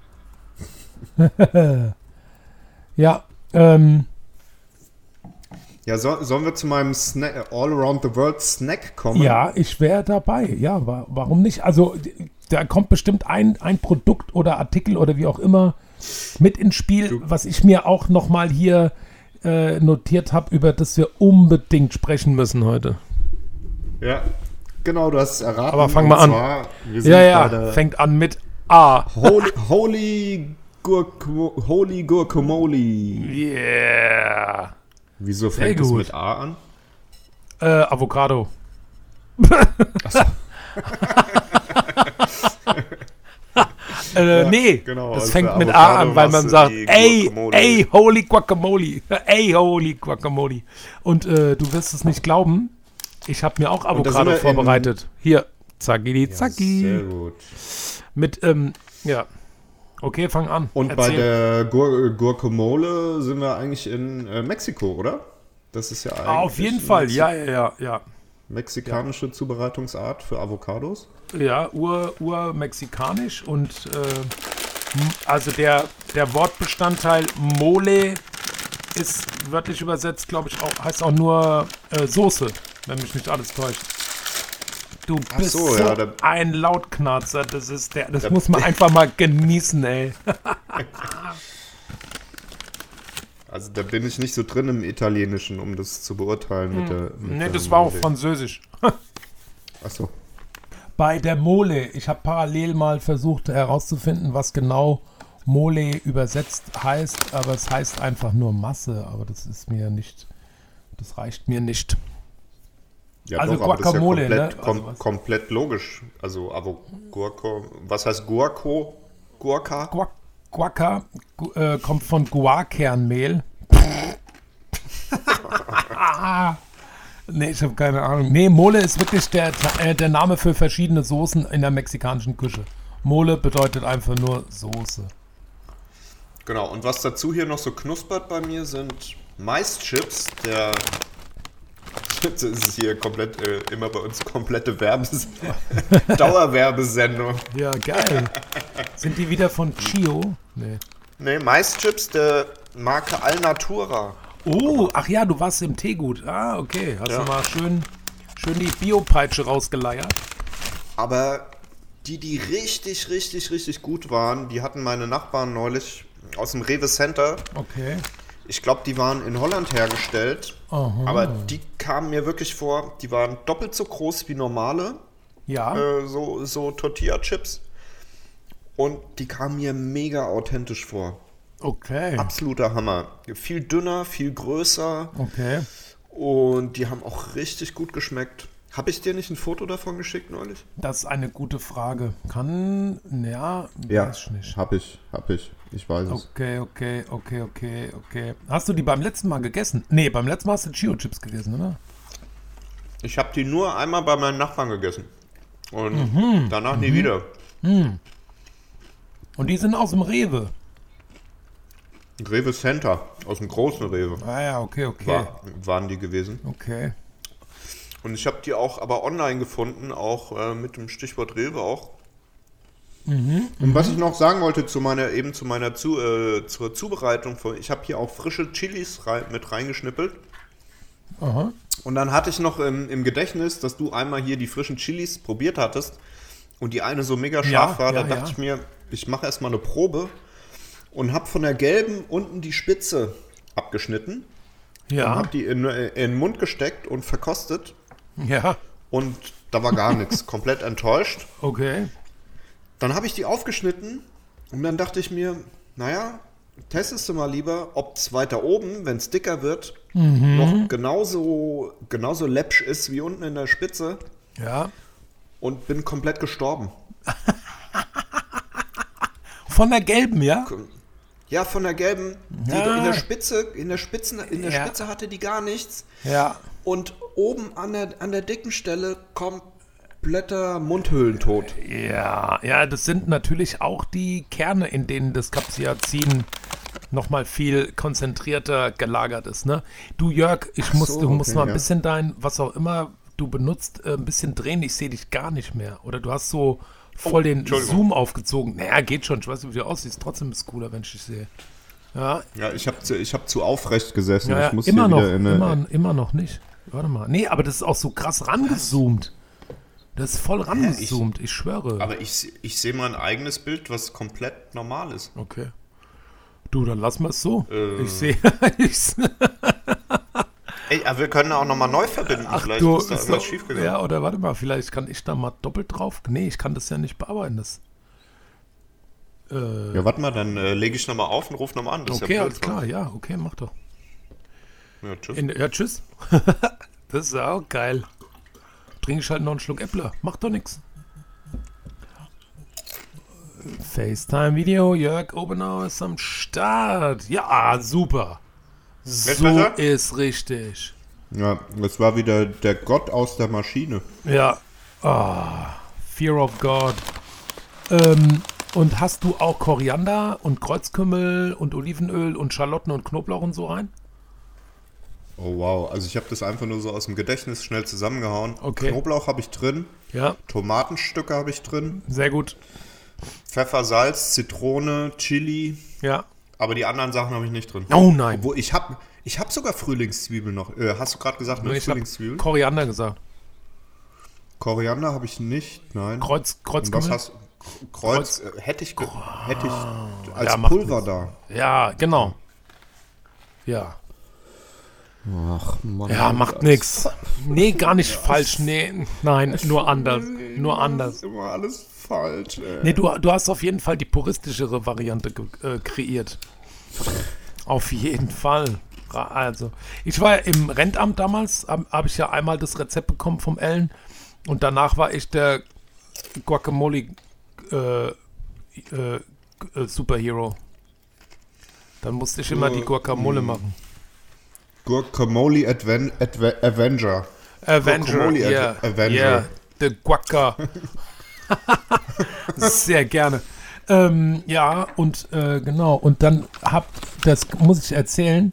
ja. Ja, ähm, Ja, so, sollen wir zu meinem Snack, All Around the World Snack kommen? ja, ich wäre dabei. Ja, wa warum nicht? Also, d- da kommt bestimmt ein, ein Produkt oder Artikel oder wie auch immer mit ins Spiel, Du- was ich mir auch nochmal hier äh, notiert habe, über das wir unbedingt sprechen müssen heute. Ja, genau, du hast es erraten. Aber fang Und mal an. zwar, wir sind Ja, bei ja, der fängt an mit A. Holy, Holy, Gurk Holy Guacamole. Yeah. Wieso Sehr fängt es gut. mit A an? Äh, Avocado. äh, nee, genau, das aus fängt der mit A an, weil man Avocado-Masse sagt, die ey, Guacamole. ey, holy Guacamole, ey, holy Guacamole. Und äh, du wirst es nicht glauben, ich habe mir auch da sind Avocado wir in- vorbereitet. Hier, zacki, Ja, zacki. sehr gut. Mit, ähm, ja. Okay, fang an. Und bei Erzähl. der Gur Guacamole sind wir eigentlich in äh, Mexiko, oder? Das ist ja eigentlich Ah, auf jeden eine Fall, Mexi- ja, ja, ja, ja. mexikanische Zubereitungsart für Avocados. Ja, ur, ur-mexikanisch und äh, m- also der, der Wortbestandteil Mole ist wörtlich übersetzt, glaube ich, auch, heißt auch nur äh, Soße, wenn mich nicht alles täuscht. Du Ach bist so, so, ja, der- ein Lautknarzer, das ist der, das Der- muss man einfach mal genießen, ey. Also da bin ich nicht so drin im Italienischen, um das zu beurteilen mit der. Mit Ne, der das war auch Mole. französisch. Achso. Bei der Mole, ich habe parallel mal versucht herauszufinden, was genau Mole übersetzt heißt, aber es heißt einfach nur Masse, aber das ist mir nicht, das reicht mir nicht. Ja, Also doch, aber das ist ja Guacamole, komplett, ne? kom Also was? komplett logisch. Also, aber Gurko, was heißt Guaco? Gurka? Guac Guaca gu äh, kommt von Guarkernmehl. Nee, ich habe keine Ahnung. Nee, Mole ist wirklich der, äh, der Name für verschiedene Soßen in der mexikanischen Küche. Mole bedeutet einfach nur Soße. Genau, und was dazu hier noch so knuspert bei mir sind Maischips. Der das ist hier komplett, äh, immer bei uns komplette Werbes Dauerwerbesendung. Ja, geil. Sind die wieder von Chio? Nee. Ne, Maischips der Marke Alnatura. Oh, ach ja, du warst im Teegut. Ah, okay. Hast Ja. du mal schön, schön die Bio-Peitsche rausgeleiert? Aber die, die richtig, richtig, richtig gut waren, die hatten meine Nachbarn neulich aus dem Rewe Center. Okay. Ich glaube, die waren in Holland hergestellt. Aha. Aber die kamen mir wirklich vor, die waren doppelt so groß wie normale, Ja. äh, so, so Tortilla-Chips. Und die kamen mir mega authentisch vor. Okay. Absoluter Hammer. Viel dünner, viel größer. Okay. Und die haben auch richtig gut geschmeckt. Habe ich dir nicht ein Foto davon geschickt neulich? Das ist eine gute Frage. Kann, ja, weiß ich nicht. hab ich, hab ich. Ich weiß Okay, okay, okay, okay, okay. Hast du die beim letzten Mal gegessen? Nee, beim letzten Mal hast du Chio-Chips gegessen, oder? Ich habe die nur einmal bei meinen Nachbarn gegessen. Und danach nie wieder. Und die sind aus dem Rewe. Rewe Center, aus dem großen Rewe, Ah ja, okay, okay. war, waren die gewesen. Okay. Und ich habe die auch aber online gefunden, auch äh, mit dem Stichwort Rewe auch. Und was ich noch sagen wollte zu meiner eben zu meiner zu, äh, zur Zubereitung von, ich habe hier auch frische Chilis rein, mit reingeschnippelt. Aha. Und dann hatte ich noch im, im Gedächtnis, dass du einmal hier die frischen Chilis probiert hattest und die eine so mega scharf Ja, war. Da ja, dachte ja. ich mir, ich mache erstmal eine Probe und habe von der gelben unten die Spitze abgeschnitten. Und Ja. habe die in, in den Mund gesteckt und verkostet. Ja. Und da war gar nichts. Komplett enttäuscht. Okay. Dann habe ich die aufgeschnitten und dann dachte ich mir, naja, testest du mal lieber, ob es weiter oben, wenn es dicker wird, noch genauso, genauso läppsch ist wie unten in der Spitze Ja. und bin komplett gestorben. Von der gelben, ja? Ja, von der gelben, die Ja. in der Spitze, in der Spitzen, in der Ja. Spitze hatte die gar nichts. Ja. Und oben an der, an der dicken Stelle kompletter Mundhöhlentod. Ja, ja, das sind natürlich auch die Kerne, in denen das Capsaicin nochmal viel konzentrierter gelagert ist, ne? Du Jörg, ich muss, so, du musst okay, mal ein ja. bisschen dein, was auch immer du benutzt, äh, ein bisschen drehen, ich sehe dich gar nicht mehr. Oder du hast so voll den Entschuldigung. Zoom aufgezogen. Naja, geht schon, ich weiß nicht, wie du aussiehst, trotzdem ist es cooler, wenn ich dich sehe. Ja, Ja, ich habe zu, ich hab zu aufrecht gesessen. ja, ja ich muss immer hier noch, wieder in eine, immer, immer noch nicht. Warte mal. Nee, aber das ist auch so krass rangezoomt. Das ist voll rangezoomt, ich schwöre. Aber ich, ich sehe mein eigenes Bild, was komplett normal ist. Okay. Du, dann lass mal es so. Äh. Ich sehe. ich, Ey, aber wir können auch nochmal neu verbinden. ach Vielleicht du, ist da so, irgendwas schiefgegangen. ja, oder warte mal, vielleicht kann ich da mal doppelt drauf. Nee, ich kann das ja nicht bearbeiten. Das, äh, Ja, warte mal, dann äh, lege ich nochmal auf und rufe nochmal an. Das ist okay, ja blöd, alles klar, ja, okay, mach doch. Ja, tschüss. In, ja, tschüss. Das ist ja auch geil. Trinke ich halt noch einen Schluck Äppler. Macht doch nichts. FaceTime-Video, Jörg Obenauer ist am Start. Ja, super. So besser? ist richtig. Ja, das war wieder der Gott aus der Maschine. Ja. Ah, Fear of God. Ähm, und hast du auch Koriander und Kreuzkümmel und Olivenöl und Schalotten und Knoblauch und so rein? Oh wow, also ich habe das einfach nur so aus dem Gedächtnis schnell zusammengehauen. Okay. Knoblauch habe ich drin, Ja, Tomatenstücke habe ich drin, sehr gut. Pfeffer, Salz, Zitrone, Chili, Ja. aber die anderen Sachen habe ich nicht drin. Oh nein. Obwohl, ich habe ich hab sogar Frühlingszwiebeln noch. Äh, hast du gerade gesagt, ne? Ich habe Frühlingszwiebeln? Koriander gesagt. Koriander habe ich nicht, nein. Kreuz, Und was Kreuzkümmel? hast Kreuz, äh, hätte ich, ge- hätte ich als Ja, macht Pulver nichts. da. Ja, genau. Ja. Ach, Mann. Ja, macht nix. Nee, gar nicht falsch. Nee, nein, nur anders. Nur anders. Das ist immer alles falsch, ey. Nee, du, du hast auf jeden Fall die puristischere Variante ge äh, kreiert. Auf jeden Fall. Also, ich war ja im Rentamt damals, habe hab ich ja einmal das Rezept bekommen vom Ellen und danach war ich der Guacamole äh, äh, äh, Superhero. Dann musste ich immer die Guacamole machen. Guacamole Adven Adve Avenger. Avenger, Guacamole ja. yeah, Avenger. Yeah, the Guaca. Sehr gerne. Ähm, ja, und äh, genau, und dann hab, das muss ich erzählen,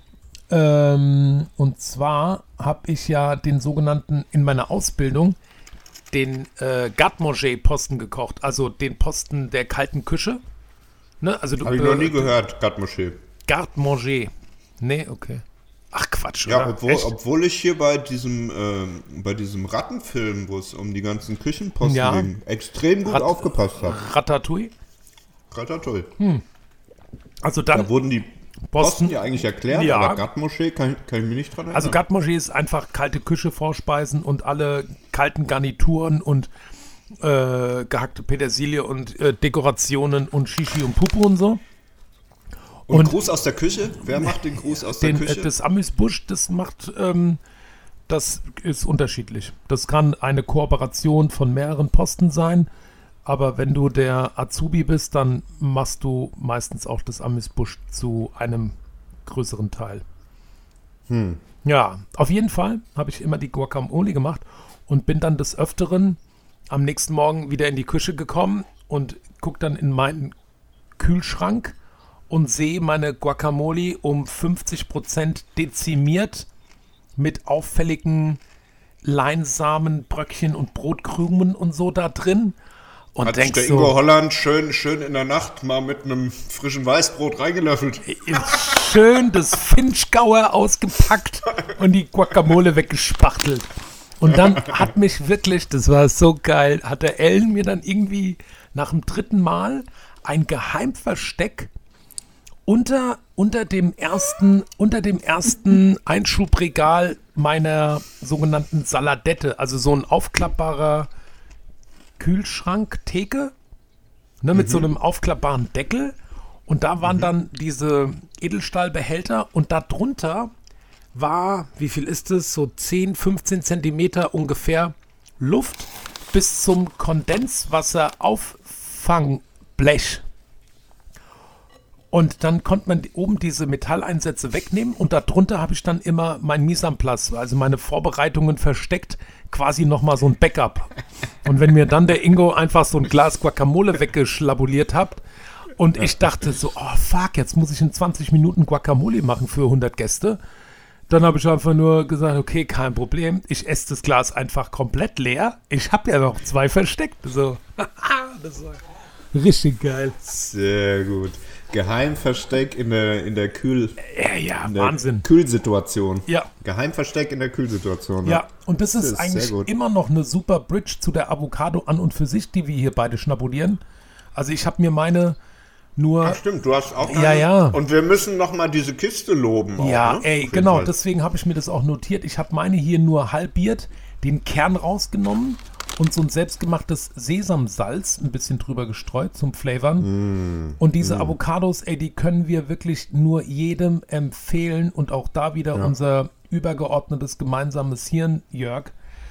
ähm, und zwar habe ich ja den sogenannten, in meiner Ausbildung, den äh, Garde-Manger-Posten gekocht, also den Posten der kalten Küche. Ne? Also du, Habe ich äh, noch nie gehört, Garde-Manger. Garde-Manger. Nee, okay. Ach Quatsch, Ja, oder? obwohl, Echt? obwohl ich hier bei diesem, ähm, bei diesem Rattenfilm, wo es um die ganzen Küchenposten Ja. ging, extrem gut Rat- aufgepasst habe. Ratatouille. Ratatouille. Also dann Da wurden die Posten. Posten ja eigentlich erklärt, Ja. aber Garde-Manger kann, kann ich mich nicht dran erinnern. Also Garde-Manger ist einfach kalte Küche vorspeisen und alle kalten Garnituren und äh, gehackte Petersilie und äh, Dekorationen und Shishi und Pupu und so. und, und- Gruß aus der Küche? Wer macht den Gruß aus Den, der äh, Küche? das Amüsbusch, das macht, ähm, das ist unterschiedlich. Das kann eine Kooperation von mehreren Posten sein, aber wenn du der Azubi bist, dann machst du meistens auch das Amüsbusch zu einem größeren Teil. Hm. Ja, auf jeden Fall habe ich immer die Guacamole gemacht und bin dann des Öfteren am nächsten Morgen wieder in die Küche gekommen und gucke dann in meinen Kühlschrank und sehe meine Guacamole um fünfzig Prozent dezimiert mit auffälligen Leinsamen, Bröckchen und Brotkrumen und so da drin. Und Hat sich denkst der Ingo so, Holland schön, schön in der Nacht mal mit einem frischen Weißbrot reingelöffelt. schön das Finchgauer ausgepackt und die Guacamole weggespachtelt. Und dann hat mich wirklich, das war so geil, hat der Ellen mir dann irgendwie nach dem dritten Mal ein Geheimversteck unter, unter dem ersten, unter dem ersten Einschubregal meiner sogenannten Saladette, also so ein aufklappbarer Kühlschrank, Theke, ne, mit so einem aufklappbaren Deckel. Und da waren dann diese Edelstahlbehälter und darunter war, wie viel ist es, so zehn, fünfzehn Zentimeter ungefähr Luft bis zum Kondenswasser-Auffangblech. Und dann konnte man oben diese Metalleinsätze wegnehmen und darunter habe ich dann immer mein Mise en place, also meine Vorbereitungen versteckt, quasi nochmal so ein Backup. Und wenn mir dann der Ingo einfach so ein Glas Guacamole weggeschlabuliert hat und ich dachte so, oh fuck, jetzt muss ich in zwanzig Minuten Guacamole machen für hundert Gäste, dann habe ich einfach nur gesagt, okay, kein Problem, ich esse das Glas einfach komplett leer. Ich habe ja noch zwei versteckt. So, das war richtig geil. Sehr gut. Geheimversteck in der, in der Kühl... Ja, ja, in der Wahnsinn. Kühlsituation. Ja. Geheimversteck in der Kühlsituation. Ja, und das ist, Das ist sehr eigentlich gut. immer noch eine super Bridge zu der Avocado an und für sich, die wir hier beide schnabulieren. Also ich habe mir meine nur... Ach stimmt, du hast auch Ja, eine- ja. Und wir müssen noch mal diese Kiste loben. Auch, Ja, ne? Auf ey, jeden genau, Fall. deswegen habe ich mir das auch notiert. Ich habe meine hier nur halbiert, den Kern rausgenommen und so ein selbstgemachtes Sesamsalz ein bisschen drüber gestreut zum Flavern. Und diese Avocados, ey, die können wir wirklich nur jedem empfehlen und auch da wieder Ja. unser übergeordnetes gemeinsames Hirn, Jörg.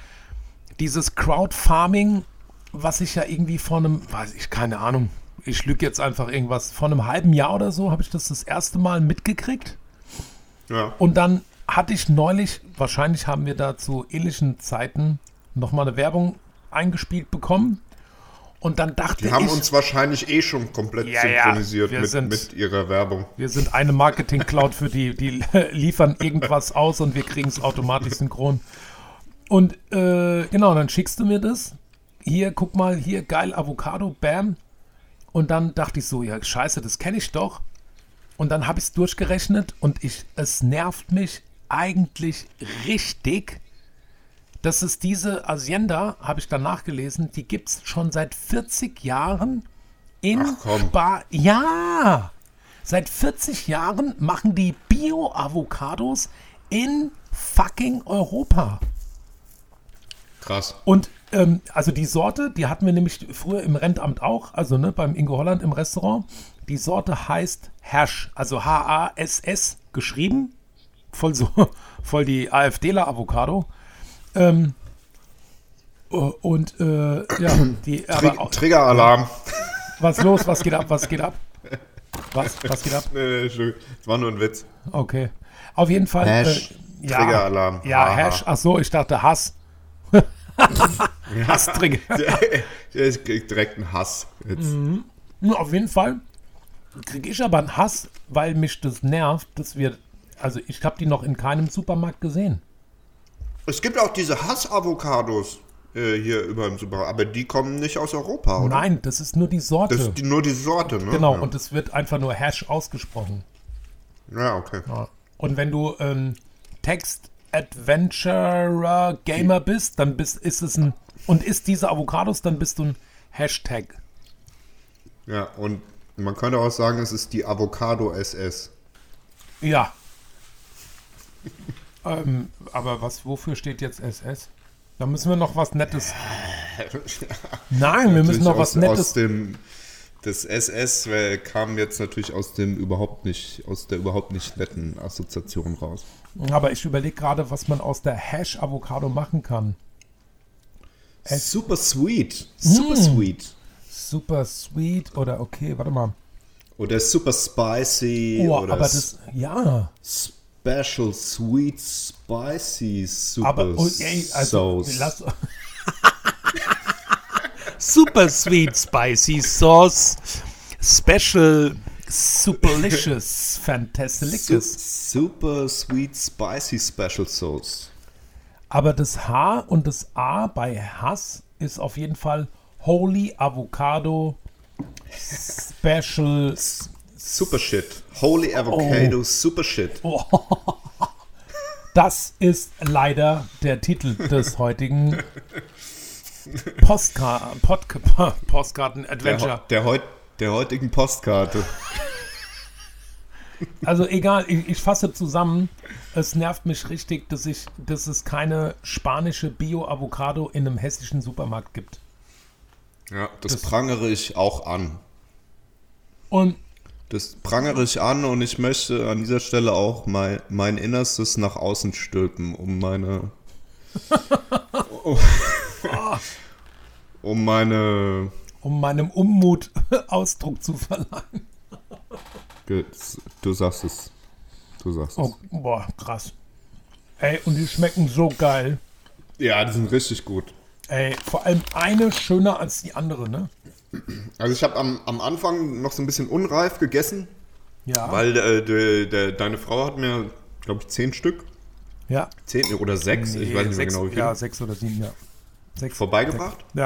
Dieses Crowdfarming, was ich ja irgendwie vor einem, weiß ich, keine Ahnung, ich lüge jetzt einfach irgendwas, vor einem halben Jahr oder so habe ich das das erste Mal mitgekriegt. Ja. Und dann hatte ich neulich, wahrscheinlich haben wir da zu ähnlichen Zeiten nochmal eine Werbung eingespielt bekommen. Und dann dachte Die haben ich, uns wahrscheinlich eh schon komplett Ja, ja, synchronisiert wir mit, sind- mit ihrer Werbung. wir sind eine Marketing-Cloud für die, die liefern irgendwas aus und wir kriegen es automatisch synchron. Und äh, genau, dann schickst du mir das. Hier, guck mal, hier, geil, Avocado, bam. Und dann dachte ich so, ja, scheiße, das kenne ich doch. Und dann habe ich es durchgerechnet und ich, es nervt mich eigentlich richtig, dass es diese Hacienda, habe ich dann nachgelesen, die gibt es schon seit vierzig Jahren in Ach, komm. Spa. Ja! Seit vierzig Jahren machen die Bio-Avocados in fucking Europa. Krass. Und ähm, also die Sorte, die hatten wir nämlich früher im Rentamt auch, also ne, beim Ingo Holland im Restaurant. Die Sorte heißt Hash, also H A S S geschrieben. voll so, voll die AfDler-Avocado. Ähm, und äh, ja, die Trig- aber, Triggeralarm. was los? Was geht ab? Was geht ab? Was? Was geht ab? Nee, nee, Entschuldigung. Das war nur ein Witz. Okay. Auf jeden Fall. Hash. Äh, ja, Triggeralarm. Ja, Aha. Hash. Ach so, ich dachte Hass. Hasstrigger. Ich krieg direkt einen Hass jetzt. Mhm. Auf jeden Fall kriege ich aber einen Hass, weil mich das nervt, dass wir, also ich habe die noch in keinem Supermarkt gesehen. Es gibt auch diese Hass-Avocados äh, hier über im Supermarkt, aber die kommen nicht aus Europa, oder? Nein, das ist nur die Sorte. Das ist die, nur die Sorte, ne? Genau, ja. und es wird einfach nur Hash ausgesprochen. Ja, okay. Ja. Und wenn du ähm, Text-Adventurer Gamer bist, dann bist, ist es ein, und isst diese Avocados, dann bist du ein Hashtag. Ja, und man könnte auch sagen, es ist die Avocado-S S. Ja. ähm, aber was, wofür steht jetzt S S? Da müssen wir noch was Nettes. Nein, wir müssen noch was aus, Nettes. Aus dem, das S S äh, kam jetzt natürlich aus dem überhaupt nicht, aus der überhaupt nicht netten Assoziation raus. Aber ich überlege gerade, was man aus der Hash-Avocado machen kann. Super sweet. Super Mm. sweet. Super sweet oder okay, warte mal. Oder super spicy. Oh, oder aber das, ja. Special sweet spicy super Aber, oh, ey, also, sauce. lass, Super sweet spicy sauce. Special superlicious Su- fantasticus. super sweet spicy special sauce. Aber das H und das A bei Hass ist auf jeden Fall Holy Avocado Special. Super shit. Holy avocado Oh. super shit. Das ist leider der Titel des heutigen Postka Podca Postkarten Der, Adventure. heu- der, heut, der heutigen Postkarte. Also egal, ich, ich fasse zusammen. Es nervt mich richtig, dass, ich, dass es keine spanische Bio-Avocado in einem hessischen Supermarkt gibt. Ja, das, Das- prangere ich auch an. Und Das prangere ich an und ich möchte an dieser Stelle auch mein, mein Innerstes nach außen stülpen, um meine. um, um meine. um meinem Unmut Ausdruck zu verleihen. Ge- Du sagst es. Du sagst es. Oh, boah, krass. Ey, und die schmecken so geil. Ja, die sind richtig gut. Ey, vor allem eine schöner als die andere, ne? Also ich habe am, am Anfang noch so ein bisschen unreif gegessen, Ja. weil äh, de, de, deine Frau hat mir, glaube ich, zehn Stück, ja. zehn oder sechs, ich Nee, weiß nicht mehr sechs, genau wie viele, Ja, sechs oder sieben, ja. Sechs. vorbeigebracht. Ja.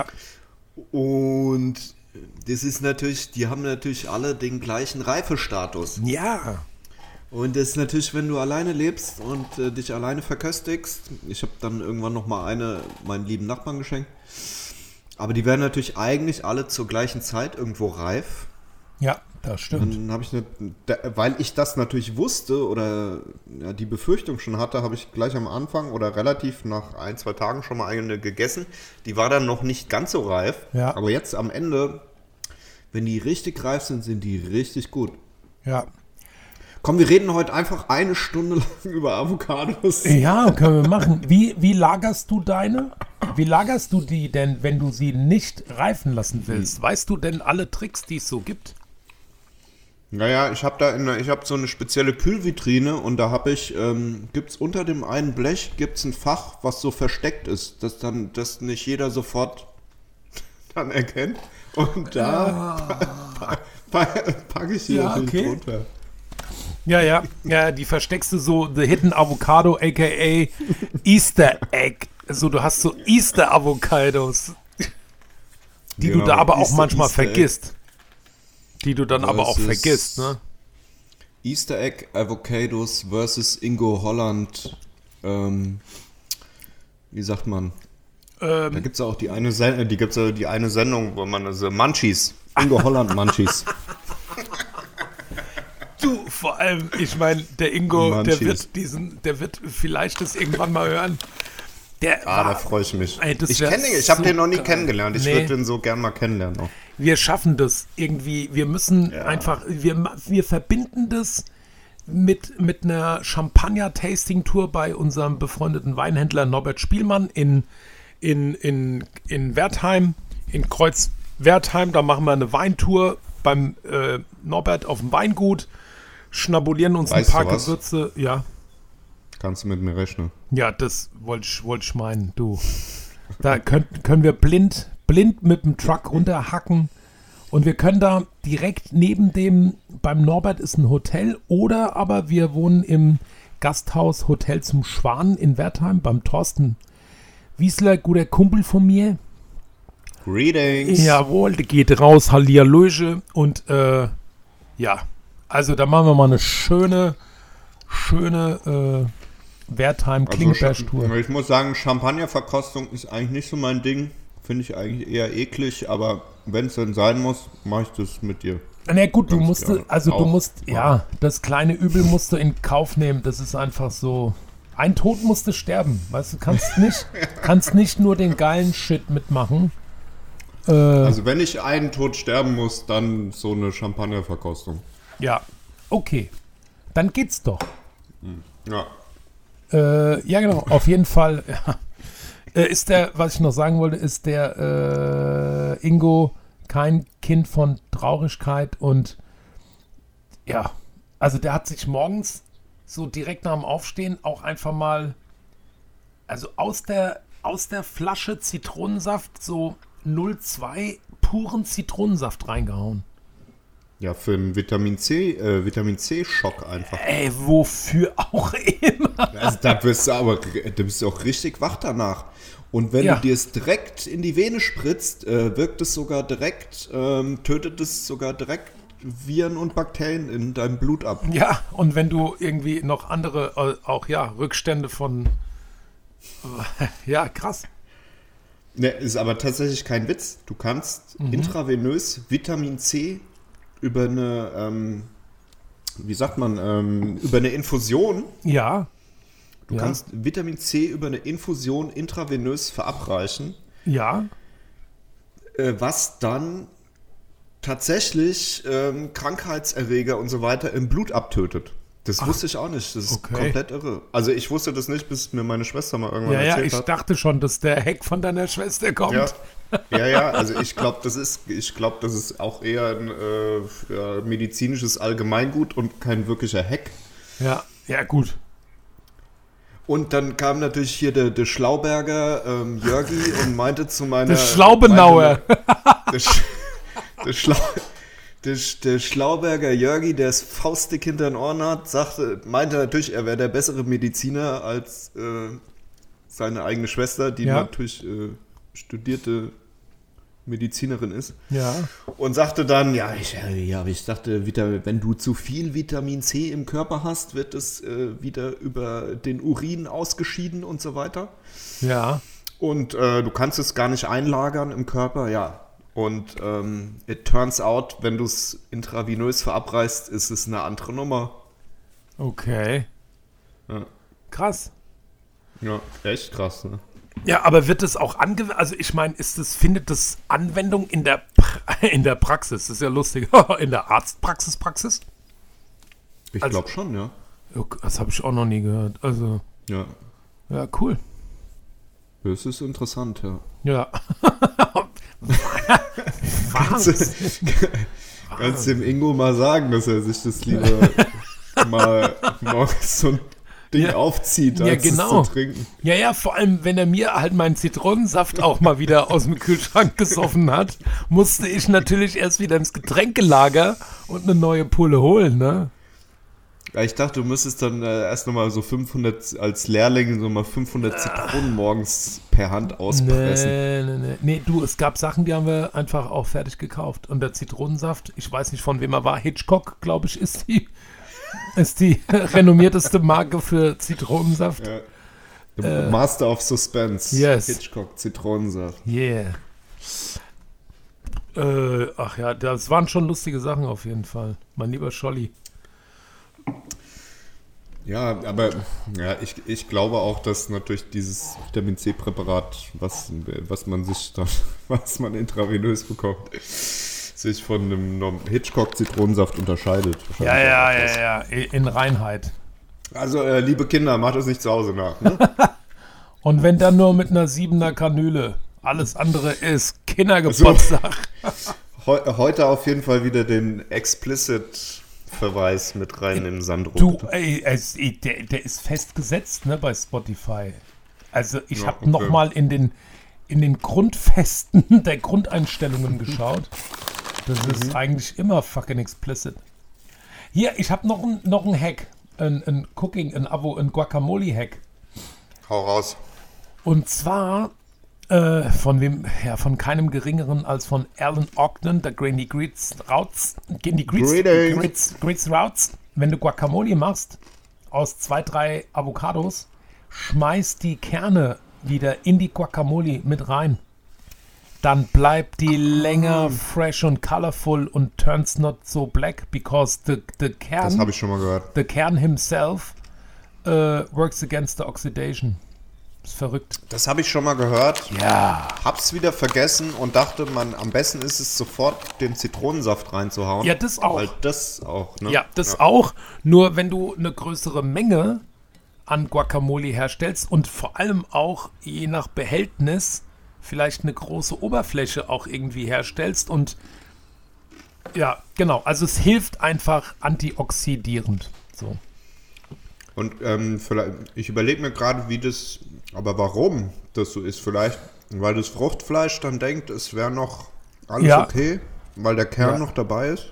Und das ist natürlich, die haben natürlich alle den gleichen Reifestatus. Ja. Und das ist natürlich, wenn du alleine lebst und äh, dich alleine verköstigst. Ich habe dann irgendwann noch mal eine meinen lieben Nachbarn geschenkt. Aber die werden natürlich eigentlich alle zur gleichen Zeit irgendwo reif. Ja, das stimmt. Dann habe ich, eine, da- weil ich das natürlich wusste oder ja, die Befürchtung schon hatte, habe ich gleich am Anfang oder relativ nach ein, zwei Tagen schon mal eine gegessen. Die war dann noch nicht ganz so reif. Ja. Aber jetzt am Ende, wenn die richtig reif sind, sind die richtig gut. Ja. Komm, wir reden heute einfach eine Stunde lang über Avocados. Ja, können wir machen. Wie, wie lagerst du deine? Wie lagerst du die denn, wenn du sie nicht reifen lassen willst? Weißt du denn alle Tricks, die es so gibt? Naja, ich habe da in, der- ich habe so eine spezielle Kühlvitrine und da habe ich, ähm, gibt es unter dem einen Blech gibt's ein Fach, was so versteckt ist, dass dann, dass nicht jeder sofort dann erkennt. Und da pa pa pa packe ich hier Ja, natürlich okay. drunter. Ja, ja. Ja, die versteckst du so, The Hidden Avocado, aka Easter Egg. Also du hast so Easter Avocados, die Genau, du da aber auch Easter- manchmal Easter Egg. vergisst. Die du dann aber auch Versus- vergisst, ne? Easter Egg Avocados versus Ingo Holland. Ähm, wie sagt man? Da Ähm, gibt es auch die eine, Sen die, gibt's ja die eine Sendung, wo man also Munchies. Ingo Holland Munchies. du, vor allem, ich meine, der Ingo, der Munchies. wird diesen, der wird vielleicht das irgendwann mal hören. Der Ah, da war, freue ich mich. Ey, das ich wär kenne den, ich habe so den noch nie geil. kennengelernt. Ich Nee. würde den so gern mal kennenlernen. Auch. wir schaffen das irgendwie. Wir müssen Ja. einfach, wir, ma- wir verbinden das mit, mit einer Champagner-Tasting-Tour bei unserem befreundeten Weinhändler Norbert Spielmann in, in, in, in Wertheim, in Kreuz-Wertheim. Da machen wir eine Weintour beim äh, Norbert auf dem Weingut, schnabulieren uns Weißt ein paar du was? Gewürze. Ja, Kannst du mit mir rechnen? ja, das wollte ich, wollt ich meinen, du. Da können, können wir blind, blind mit dem Truck runterhacken. Und wir können da direkt neben dem, beim Norbert ist ein Hotel, oder aber wir wohnen im Gasthaus Hotel zum Schwan in Wertheim beim Thorsten Wiesler, guter Kumpel von mir. Greetings. Jawohl, der geht raus, Hallihallöche. Und äh, ja, also da machen wir mal eine schöne, schöne äh, Wertheim-Klingelberg-Tour. Also, ich muss sagen, Champagnerverkostung ist eigentlich nicht so mein Ding. Finde ich eigentlich eher eklig, aber wenn es dann sein muss, mache ich das mit dir. Na gut, du Ganz musst, gerne. also du Auch. musst, ja, das kleine Übel musst du in Kauf nehmen. Das ist einfach so. Ein Tod musst du sterben. Weißt du, kannst nicht, kannst nicht nur den geilen Shit mitmachen. Äh, Also wenn ich einen Tod sterben muss, dann so eine Champagnerverkostung. ja, okay. Dann geht's doch. Ja. Äh, ja, genau, auf jeden Fall. Ja. Äh, ist der, was ich noch sagen wollte, ist der äh, Ingo kein Kind von Traurigkeit und ja, also der hat sich morgens so direkt nach dem Aufstehen auch einfach mal, also aus der, aus der Flasche Zitronensaft so null Komma zwei puren Zitronensaft reingehauen. Ja, für einen Vitamin C, äh, Vitamin C-Schock einfach. Ey, wofür auch immer. Also da bist du aber, da bist du auch richtig wach danach. Und wenn Ja. du dir es direkt in die Vene spritzt, äh, wirkt es sogar direkt, ähm, tötet es sogar direkt Viren und Bakterien in deinem Blut ab. Ja, und wenn du irgendwie noch andere, äh, auch ja, Rückstände von, äh, ja, krass. Ne, ist aber tatsächlich kein Witz. Du kannst Mhm. intravenös Vitamin C über eine, ähm, wie sagt man, ähm, über eine Infusion, Ja, du ja. kannst Vitamin C über eine Infusion intravenös verabreichen, ja, äh, was dann tatsächlich ähm, Krankheitserreger und so weiter im Blut abtötet. Das wusste ich auch nicht. Das ist okay. komplett irre. Also ich wusste das nicht, bis mir meine Schwester mal irgendwann ja, ja, erzählt ich hat. dachte schon, dass der Heck von deiner Schwester kommt. Ja, ja, ja, also ich glaube, das ist, ich glaube, das ist auch eher ein äh, ja, medizinisches Allgemeingut und kein wirklicher Hack. Ja, ja, gut. Und dann kam natürlich hier der, der Schlauberger ähm, Jörgi und meinte zu meiner... Der Schlaubenauer. meinte, der, Sch- der, Schlau, der, der Schlauberger Jörgi, der es faustdick hinter den Ohren hat, sagte, meinte natürlich, er wäre der bessere Mediziner als äh, seine eigene Schwester, die Ja. natürlich äh, studierte Medizinerin ist. Ja, Und sagte dann, ja, ich, ja, ich dachte, Vita- wenn du zu viel Vitamin C im Körper hast, wird es äh, wieder über den Urin ausgeschieden und so weiter. ja, Und äh, du kannst es gar nicht einlagern im Körper, ja. Und ähm, it turns out, wenn du es intravenös verabreichst, ist es eine andere Nummer. okay. Ja, Krass. ja echt krass, ne? Ja, aber wird es auch angewendet? Also ich meine, ist das, findet das Anwendung in der, pra- in der Praxis? Das ist ja lustig. In der Arztpraxis, Praxis? Ich Also- glaube schon, ja. Okay, das habe ich auch noch nie gehört. Also, Ja, ja, cool. das ist interessant, ja. Ja. Kannst Wahnsinn. du, kannst dem Ingo mal sagen, dass er sich das lieber mal morgens so ein Ding Ja. aufzieht, Ja, als genau. es zu trinken. Ja, ja, vor allem, wenn er mir halt meinen Zitronensaft auch mal wieder aus dem Kühlschrank gesoffen hat, musste ich natürlich erst wieder ins Getränkelager und eine neue Pulle holen, ne? Ja, ich dachte, du müsstest dann äh, erst nochmal so fünfhundert, als Lehrling so mal fünfhundert Zitronen morgens per Hand auspressen. Nee, nee, nee. Nee, du, es gab Sachen, die haben wir einfach auch fertig gekauft. Und der Zitronensaft, ich weiß nicht, von wem er war, Hitchcock, glaube ich, ist die, ist die renommierteste Marke für Zitronensaft. Ja. The Master of Suspense. Yes. Hitchcock, Zitronensaft. Yeah. Äh, ach ja, das waren schon lustige Sachen auf jeden Fall. Mein lieber Scholli. Ja, aber ja, ich, ich glaube auch, dass natürlich dieses Vitamin C-Präparat, was, was man sich dann, was man intravenös bekommt, sich von einem Hitchcock-Zitronensaft unterscheidet. Ja, ja, ja, ja, in Reinheit. Also, äh, liebe Kinder, macht es nicht zu Hause nach, ne? Und wenn dann nur mit einer siebener Kanüle. Alles andere ist Kindergeburtstag. Heu- heute auf jeden Fall wieder den Explicit-Verweis mit rein im Sandro. Du, ey, es, der, der ist festgesetzt, ne, bei Spotify. Also ich Ja, habe okay. nochmal in den, in den Grundfesten der Grundeinstellungen geschaut. Das ist Mhm. eigentlich immer fucking explicit. Hier, ich habe noch einen noch ein Hack. Ein, ein Cooking, ein Avo, ein Guacamole-Hack. Hau raus. Und zwar äh, von wem, ja, von keinem geringeren als von Alan Ogden, der Granny Greets Rauts. Granny Greets, Greetings. Greets, Greets Rauts. Wenn du Guacamole machst, aus zwei, drei Avocados, schmeiß die Kerne wieder in die Guacamole mit rein. Dann bleibt die länger fresh und colorful und turns not so black, because the, the Kern, Das habe ich schon mal gehört. the Kern himself uh, works against the oxidation. Ist verrückt. Das habe ich schon mal gehört. Ja. Hab's wieder vergessen und dachte, man, am besten ist es sofort den Zitronensaft reinzuhauen. Ja, das auch. Weil das auch, ne? Ja, das auch. Nur wenn du eine größere Menge an Guacamole herstellst und vor allem auch je nach Behältnis vielleicht eine große Oberfläche auch irgendwie herstellst und ja, genau. Also es hilft einfach antioxidierend. So. Und ähm, vielleicht, ich überlege mir gerade, wie das, aber warum das so ist. Vielleicht, weil das Fruchtfleisch dann denkt, es wäre noch alles Ja. okay, weil der Kern Ja. noch dabei ist.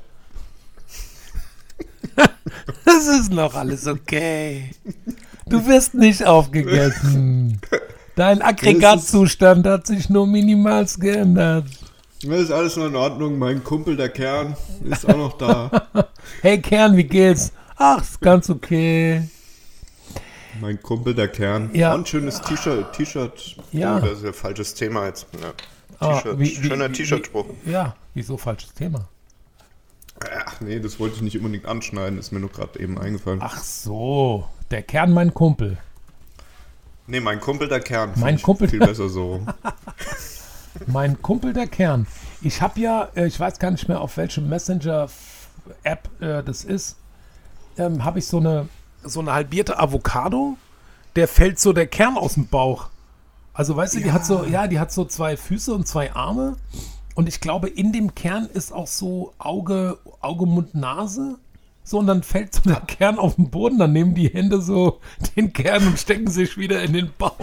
Das ist noch alles okay. Du wirst nicht aufgegessen. Dein Aggregatzustand hat sich nur minimals geändert. Das ist alles noch in Ordnung. Mein Kumpel, der Kern, ist auch noch da. Hey Kern, wie geht's? Ach, ist ganz okay. Mein Kumpel, der Kern. Ja. Und ein schönes T-Shirt. T-Shirt. Ja. Oh, das ist ein falsches Thema jetzt. Ja. Ah, T-Shirt. wie- wie- Schöner wie- T-Shirt-Spruch. wie- Ja, wieso falsches Thema? Ach nee, das wollte ich nicht unbedingt anschneiden. Ist mir nur gerade eben eingefallen. Ach so, der Kern, mein Kumpel. Nee, mein Kumpel, der Kern. Mein Find ich Kumpel- Viel besser so rum. Mein Kumpel, der Kern. Ich habe ja, äh, ich weiß gar nicht mehr, auf welchem Messenger-App äh, das ist, ähm, habe ich so eine, so eine halbierte Avocado, der fällt so der Kern aus dem Bauch. Also weißt du, die hat so, ja, die hat so zwei Füße und zwei Arme. Und ich glaube, in dem Kern ist auch so Auge, Auge, Mund, Nase. So, und dann fällt so der Kern auf den Boden, dann nehmen die Hände so den Kern und stecken sich wieder in den Bauch.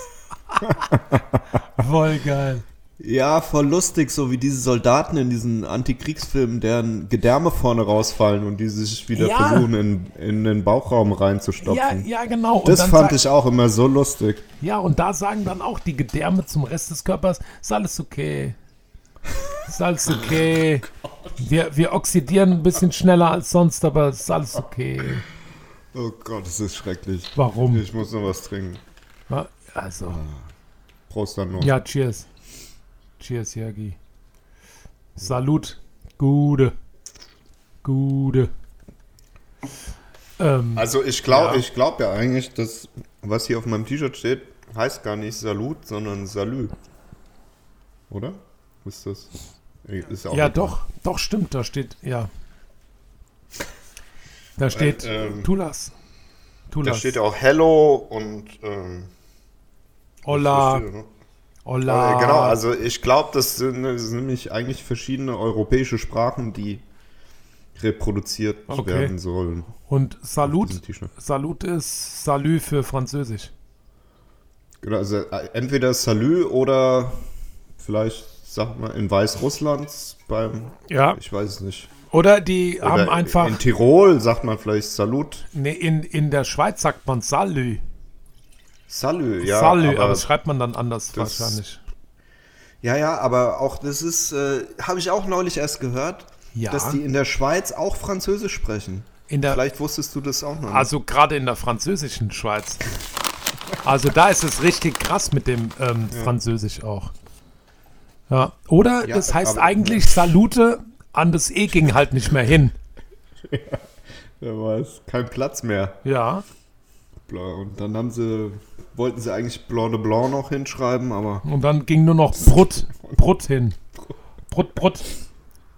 Voll geil. Ja, voll lustig, so wie diese Soldaten in diesen Antikriegsfilmen, deren Gedärme vorne rausfallen und die sich wieder Ja. versuchen, in, in den Bauchraum reinzustopfen. Ja, ja, genau. Und Das dann fand sag- ich auch immer so lustig. Ja, und da sagen dann auch die Gedärme zum Rest des Körpers, ist alles okay. Ist alles okay. Wir, wir oxidieren ein bisschen schneller als sonst, aber ist alles okay. Oh Gott, das ist schrecklich. Warum? Ich muss noch was trinken. Ja, also, Prost dann noch. ja, cheers. Cheers, Jörgi. Salut. Gude. Gude. Ähm, Also ich glaube Ja. ich glaub ja eigentlich, dass was hier auf meinem T-Shirt steht, heißt gar nicht Salut, sondern Salü. Oder? Ist das? Ist auch ja, egal. doch, doch, stimmt, da steht, ja. Da steht, ähm, Tulas. Da Tulas. steht ja auch Hello und ähm, Hola. was steht da noch? Hola. Äh, genau, also ich glaube, das sind, das sind nämlich eigentlich verschiedene europäische Sprachen, die reproduziert Okay. werden sollen. Und Salut, Diesem T-Shirt. Salut ist Salü für Französisch. Genau, also äh, entweder Salü oder vielleicht, sag mal, in Weißrusslands beim, Ja. ich weiß es nicht. Oder die Oder haben einfach, in Tirol sagt man vielleicht Salut. nee, in, in der Schweiz sagt man Salü. Salü, ja. Salü, aber, aber, das schreibt man dann anders das- wahrscheinlich. ja, ja, aber auch das ist, äh, habe ich auch neulich erst gehört, Ja. dass die in der Schweiz auch Französisch sprechen. In der, Vielleicht wusstest du das auch noch nicht. also gerade in der französischen Schweiz. Also da ist es richtig krass mit dem ähm, Französisch auch. Ja. Oder Ja, es heißt aber- eigentlich Salute, an das E ging halt nicht mehr hin. Da war es kein Platz mehr. Ja. Bla- Und dann haben sie, wollten sie eigentlich Blanc de Blanc noch hinschreiben, aber Und dann ging nur noch Brut, Brut hin. Brut, Brut.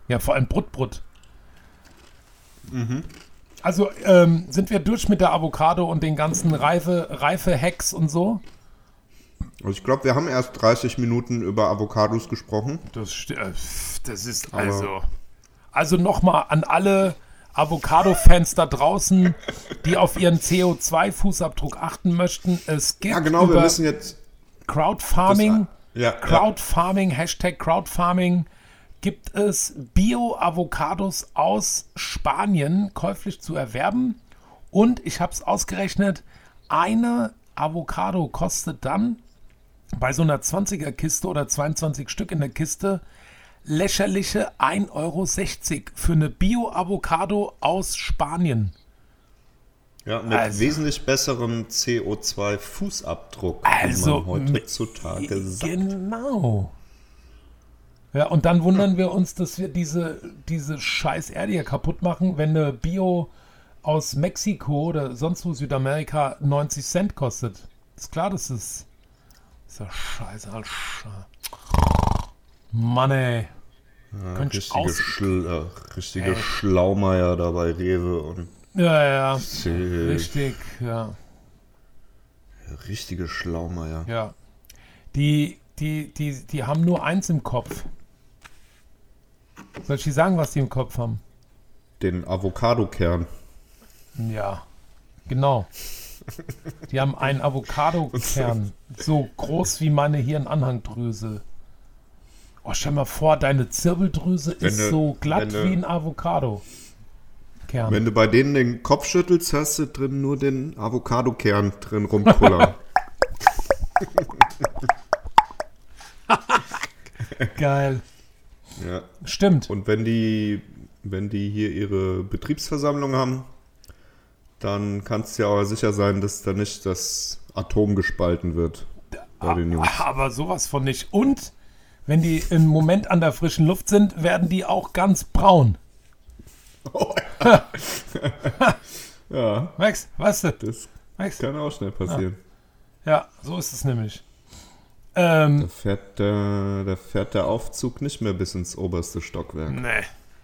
Ja, vor allem Brut-Brut. Mhm. Also ähm, sind wir durch mit der Avocado und den ganzen Reife, Reife-Hacks und so? Also ich glaube, wir haben erst dreißig Minuten über Avocados gesprochen. Das, das ist Aber also... Also nochmal an alle Avocado-Fans da draußen, die auf ihren C O zwei Fußabdruck achten möchten. Es gibt ja, genau, über wir müssen jetzt Crowdfarming, das, ja, Crowdfarming, ja. Hashtag Crowdfarming, gibt es Bio-Avocados aus Spanien käuflich zu erwerben. Und ich habe es ausgerechnet, eine Avocado kostet dann bei so einer zwanziger-Kiste oder zweiundzwanzig Stück in der Kiste lächerliche ein Euro sechzig für eine Bio-Avocado aus Spanien. Ja, mit also, wesentlich besserem C O zwei Fußabdruck, also, wie man heutzutage sagt. Genau. Ja, und dann wundern wir uns, dass wir diese, diese scheiß Erde hier kaputt machen, wenn eine Bio aus Mexiko oder sonst wo Südamerika neunzig Cent kostet. Ist klar, das ist... ist ja scheiße, Alter. Mann, ey. Ja, richtige Schl äh, richtige Schlaumeier da bei Rewe und ja, ja, richtig, ja. Richtige Schlaumeier. Ja. Die, die, die, die haben nur eins im Kopf. Soll ich dir sagen, was die im Kopf haben? Den Avocado-Kern. Ja, genau. Die haben einen Avocado-Kern, so groß wie meine Hirnanhangdrüse. Oh, stell mal vor, deine Zirbeldrüse wenn ist du, so glatt du, wie ein Avocado-Kern. Wenn du bei denen den Kopf schüttelst, hast du drin nur den Avocado-Kern drin rumkullern. Geil. Ja. Stimmt. Und wenn die, wenn die hier ihre Betriebsversammlung haben, dann kannst du ja auch sicher sein, dass da nicht das Atom gespalten wird bei den Jungs. Aber sowas von nicht. Und wenn die im Moment an der frischen Luft sind, werden die auch ganz braun. Oh, ja. Ja. Max, weißt du? Das Max? Kann auch schnell passieren. Ja, ja, so ist es nämlich. Ähm, da, fährt der, da fährt der Aufzug nicht mehr bis ins oberste Stockwerk. Nee.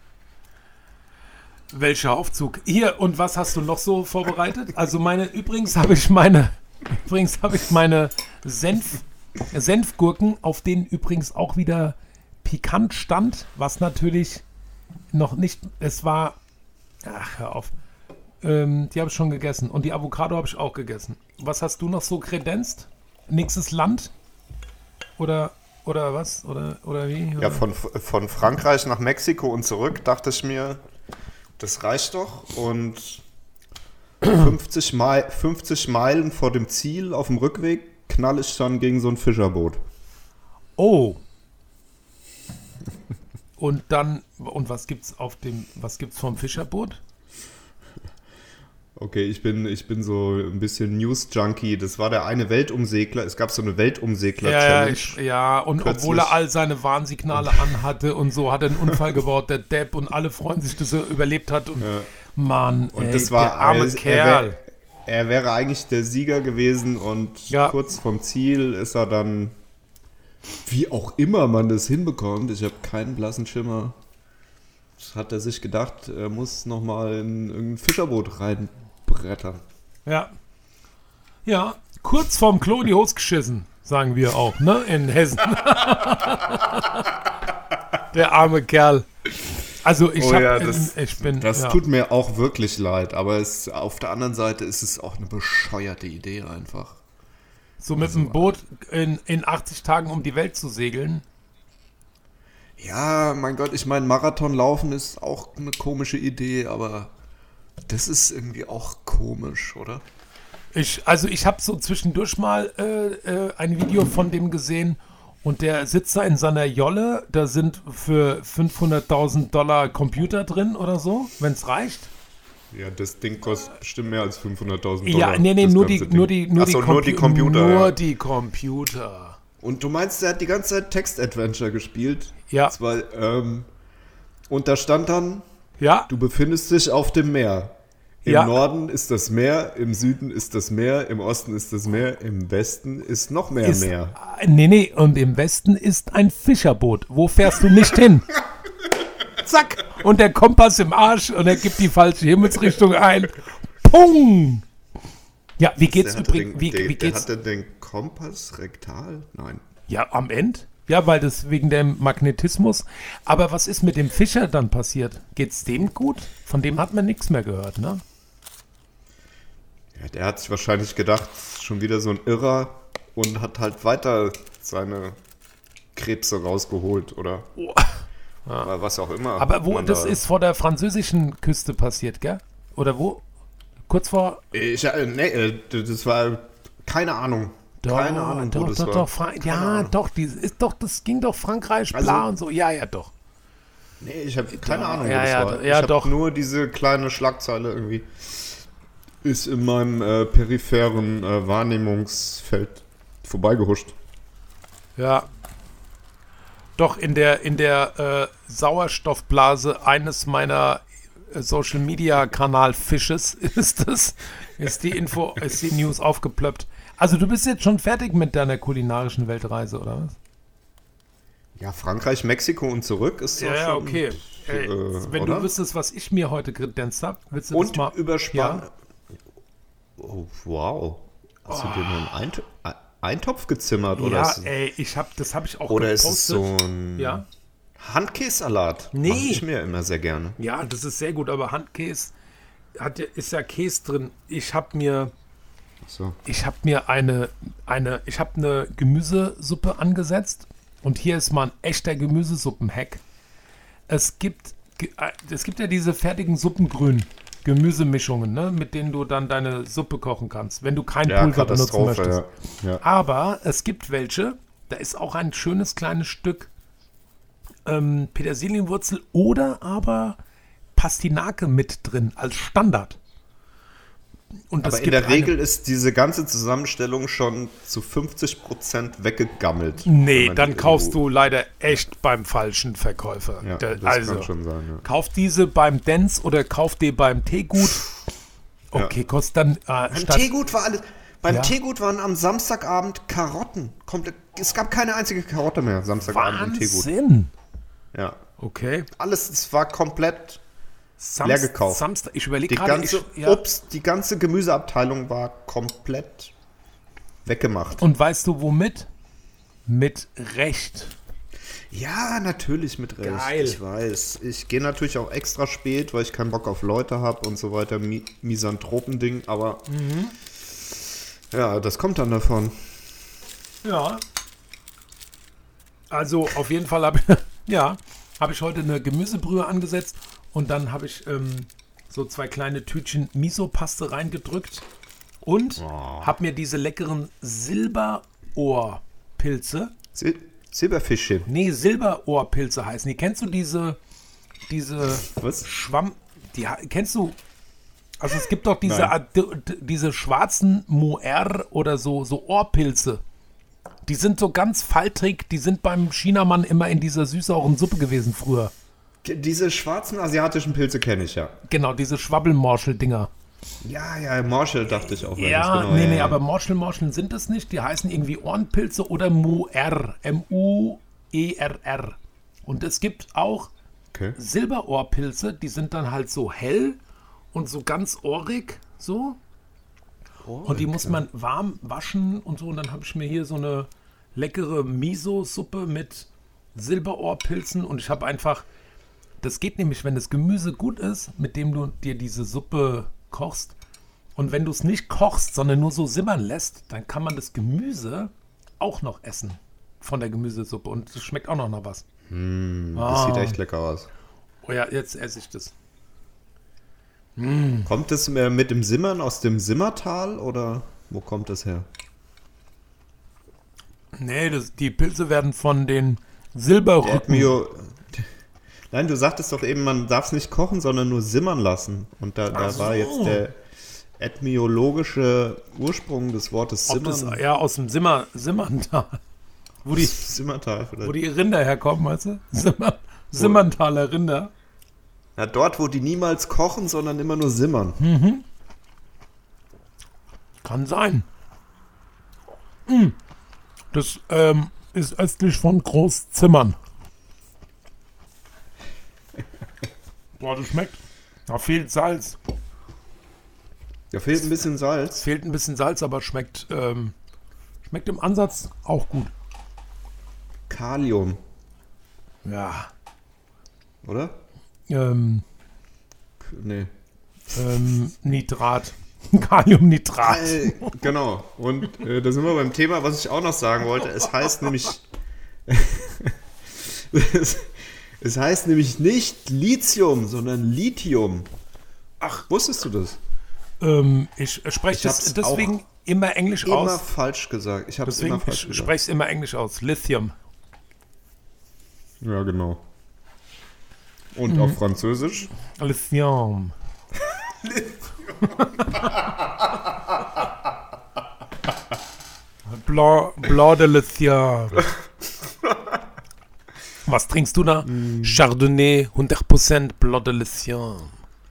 Welcher Aufzug? Hier, und was hast du noch so vorbereitet? Also meine, übrigens habe ich meine, übrigens habe ich meine Senf, Senfgurken, auf denen übrigens auch wieder pikant stand, was natürlich noch nicht, es war, ach, hör auf, ähm, die habe ich schon gegessen und die Avocado habe ich auch gegessen. Was hast du noch so kredenzt? Nächstes Land? Oder, oder was? Oder, oder wie? Ja, von, von Frankreich nach Mexiko und zurück dachte ich mir, das reicht doch. Und fünfzig, Mei- fünfzig Meilen vor dem Ziel auf dem Rückweg knall ich dann gegen so ein Fischerboot. Oh. Und dann, und was gibt's auf dem, was gibt's vom Fischerboot? Okay, ich bin, ich bin so ein bisschen News-Junkie. Das war der eine Weltumsegler. Es gab so eine Weltumsegler-Challenge. Ja, ich, ja, und kürzlich. Obwohl er all seine Warnsignale anhatte und so, hat er einen Unfall gebaut, der Depp, und alle freuen sich, dass er überlebt hat. Und ja. Mann, und ey, das war, der arme er, Kerl. Er, wär, er wäre eigentlich der Sieger gewesen und ja. kurz vom Ziel ist er dann, wie auch immer man das hinbekommt, ich habe keinen blassen Schimmer, hat er sich gedacht, er muss nochmal in irgendein Fischerboot reinbrettern. Ja. Ja, kurz vorm Klo in die Hose geschissen, sagen wir auch, ne, in Hessen. Der arme Kerl. Also ich, oh hab, ja, das, ich bin... Das ja. tut mir auch wirklich leid, aber es, auf der anderen Seite ist es auch eine bescheuerte Idee einfach. So mit also, einem Boot in, in achtzig Tagen um die Welt zu segeln. Ja, mein Gott, ich meine, Marathon laufen ist auch eine komische Idee, aber das ist irgendwie auch komisch, oder? Ich, also ich habe so zwischendurch mal äh, äh, ein Video von dem gesehen und der sitzt da in seiner Jolle, da sind für fünfhunderttausend Dollar Computer drin oder so, wenn es reicht. Ja, das Ding kostet bestimmt mehr als fünfhunderttausend Dollar. Ja, nee, nee, nur die, nur die, nur, Achso, die nur die Computer. Nur ja. die Computer. Und du meinst, der hat die ganze Zeit Text-Adventure gespielt? Ja. Das war, ähm, und da stand dann, ja. Du befindest dich auf dem Meer. Im ja. Norden ist das Meer, im Süden ist das Meer, im Osten ist das Meer, im Westen ist noch mehr ist, Meer. Nee, nee, und im Westen ist ein Fischerboot. Wo fährst du nicht hin? zack, und der Kompass im Arsch und er gibt die falsche Himmelsrichtung ein. Pung! Ja, wie geht's übrigens? Wie, der, wie geht's? Der hatte den Kompass rektal? Nein. Ja, am Ende? Ja, weil das wegen dem Magnetismus. Aber was ist mit dem Fischer dann passiert? Geht's dem gut? Von dem hat man nichts mehr gehört, ne? Ja, der hat sich wahrscheinlich gedacht, schon wieder so ein Irrer und hat halt weiter seine Krebse rausgeholt oder Oh. ja. was auch immer. Aber wo, man das da- ist vor der französischen Küste passiert, gell? Oder wo? Kurz vor... Ich, äh, nee, äh, das war keine Ahnung. Doch, keine Ahnung, doch, wo das doch, war. doch, Fra- ja, Ahnung. doch, die ist doch, das ging doch Frankreich, bla Also- und so. Ja, ja, doch. Nee, ich habe keine Ja, Ahnung, wo ja, das ja, war. ja, ich hab doch. nur diese kleine Schlagzeile irgendwie ist in meinem äh, peripheren äh, Wahrnehmungsfeld vorbeigehuscht. Ja. Doch, in der, in der äh, Sauerstoffblase eines meiner äh, Social Media Kanal-Fisches ist das, ist die Info, ist die News aufgeplöppt. Also du bist jetzt schon fertig mit deiner kulinarischen Weltreise, oder was? Ja, Frankreich, Mexiko und zurück ist doch Ja, ja, schon, okay. Ey, äh, wenn oder? du wüsstest, was ich mir heute kredenzt habe, willst du Und das mal... über Spanien. Ja. Oh, wow. Hast du dir nur einen Eint Ein- Eintopf gezimmert? Oder, Ja, ist, ey, ich hab, das habe ich auch oder ist es so ein Ja. Handkässalat? Nee. Mach ich mir immer sehr gerne. Ja, das ist sehr gut, aber Handkäse hat ja, ist ja Käse drin. Ich habe mir, So. ich habe mir eine, eine, ich habe eine Gemüsesuppe angesetzt und hier ist mal ein echter Gemüsesuppen-Hack. Es gibt, ge- äh, es gibt ja diese fertigen Suppengrün Gemüsemischungen, ne, mit denen du dann deine Suppe kochen kannst, wenn du kein Ja, Pulver benutzen Katastrophe, möchtest. ja. ja. Aber es gibt welche, da ist auch ein schönes kleines Stück ähm, Petersilienwurzel oder aber Pastinake mit drin als Standard. Und es Aber in gibt der eine- Regel ist diese ganze Zusammenstellung schon zu fünfzig Prozent weggegammelt. Nee, wenn man dann die kaufst irgendwo- du leider echt beim falschen Verkäufer. Ja, Der- das also, kann schon sein. Ja. kauf diese beim Dents oder kauf die beim Teegut. Okay, kostet dann äh, Beim statt... Teegut war alles. Beim Ja. Teegut waren am Samstagabend Karotten. Komplett, es gab keine einzige Karotte mehr Samstagabend im Teegut. Wahnsinn. Ja. Okay. Alles, es war komplett Samst- leer gekauft. Samstag, ich überlege Die gerade... ganze ich- ja. Obst, die ganze Gemüseabteilung war komplett weggemacht. Und weißt du womit? Mit Recht. Ja, natürlich mit Recht. Geil. Ich weiß. Ich gehe natürlich auch extra spät, weil ich keinen Bock auf Leute habe und so weiter. Mi Misanthropen-Ding, aber Mhm. ja, das kommt dann davon. Ja. Also auf jeden Fall habe ich, ja, habe ich heute eine Gemüsebrühe angesetzt und dann habe ich ähm, so zwei kleine Tütchen Miso-Paste reingedrückt und habe mir diese leckeren Silberohrpilze, Sil Silberfischchen. nee, Silberohrpilze heißen die. Kennst du diese, diese Was? Schwamm, die ha- kennst du? Also es gibt doch diese, Nein. Ad- d- diese schwarzen Moer oder so, so Ohrpilze. Die sind so ganz faltrig, die sind beim Chinamann immer in dieser süßsauren Suppe gewesen früher. Diese schwarzen asiatischen Pilze kenne ich ja. Genau, diese Schwabbelmorschel-Dinger. Ja, ja, Marshall dachte ich auch. wenn Ja, es genau, nee, ja, nee, ja. aber Morschel-Morscheln sind es nicht. Die heißen irgendwie Ohrenpilze oder Muer. M U E R R. Und es gibt auch Okay. Silberohrpilze, die sind dann halt so hell und so ganz ohrig, so. Und die muss man warm waschen und so. Und dann habe ich mir hier so eine leckere Miso-Suppe mit Silberohrpilzen. Und ich habe einfach, das geht nämlich, wenn das Gemüse gut ist, mit dem du dir diese Suppe kochst. Und wenn du es nicht kochst, sondern nur so simmern lässt, dann kann man das Gemüse auch noch essen von der Gemüsesuppe. Und es schmeckt auch noch nach was. Das sieht echt lecker aus. Oh ja, jetzt esse ich das. Kommt es äh, mit dem Simmern aus dem Simmertal oder wo kommt das her? Nee, das, die Pilze werden von den Silberrücken. Admio Nein, du sagtest doch eben, man darf es nicht kochen, sondern nur simmern lassen. Und da, da Ach war so. jetzt der etymologische Ursprung des Wortes Ob das, Simmern. ja, aus dem Simmer, Simmerntal. Wo die, Simmertal vielleicht. wo die Rinder herkommen, weißt du? Simmer, Simmerntaler Rinder. Ja, dort, wo die niemals kochen, sondern immer nur simmern. Kann sein. Hm. Das ähm, ist östlich von Großzimmern. Boah, das schmeckt. Da fehlt Salz. Da fehlt ein bisschen Salz. Fehlt ein bisschen Salz, aber schmeckt, ähm, schmeckt im Ansatz auch gut. Kalium, Ja. oder? Ähm, Nee. ähm, Nitrat. Kaliumnitrat. Äh, genau. Und äh, da sind wir beim Thema, was ich auch noch sagen wollte. Es heißt nämlich... es, es heißt nämlich nicht Lithium, sondern Lithium. Ach, wusstest du das? Ähm, ich spreche Ich das hab's deswegen auch immer Englisch Immer aus. falsch gesagt. Ich habe es Deswegen immer falsch ich gesagt. spreche es immer Englisch aus. Lithium. Ja, genau. Und auf Französisch? Lithium. Blanc, Blanc de Lithium. Was trinkst du da? Chardonnay, hundert Prozent Blanc de Lithium.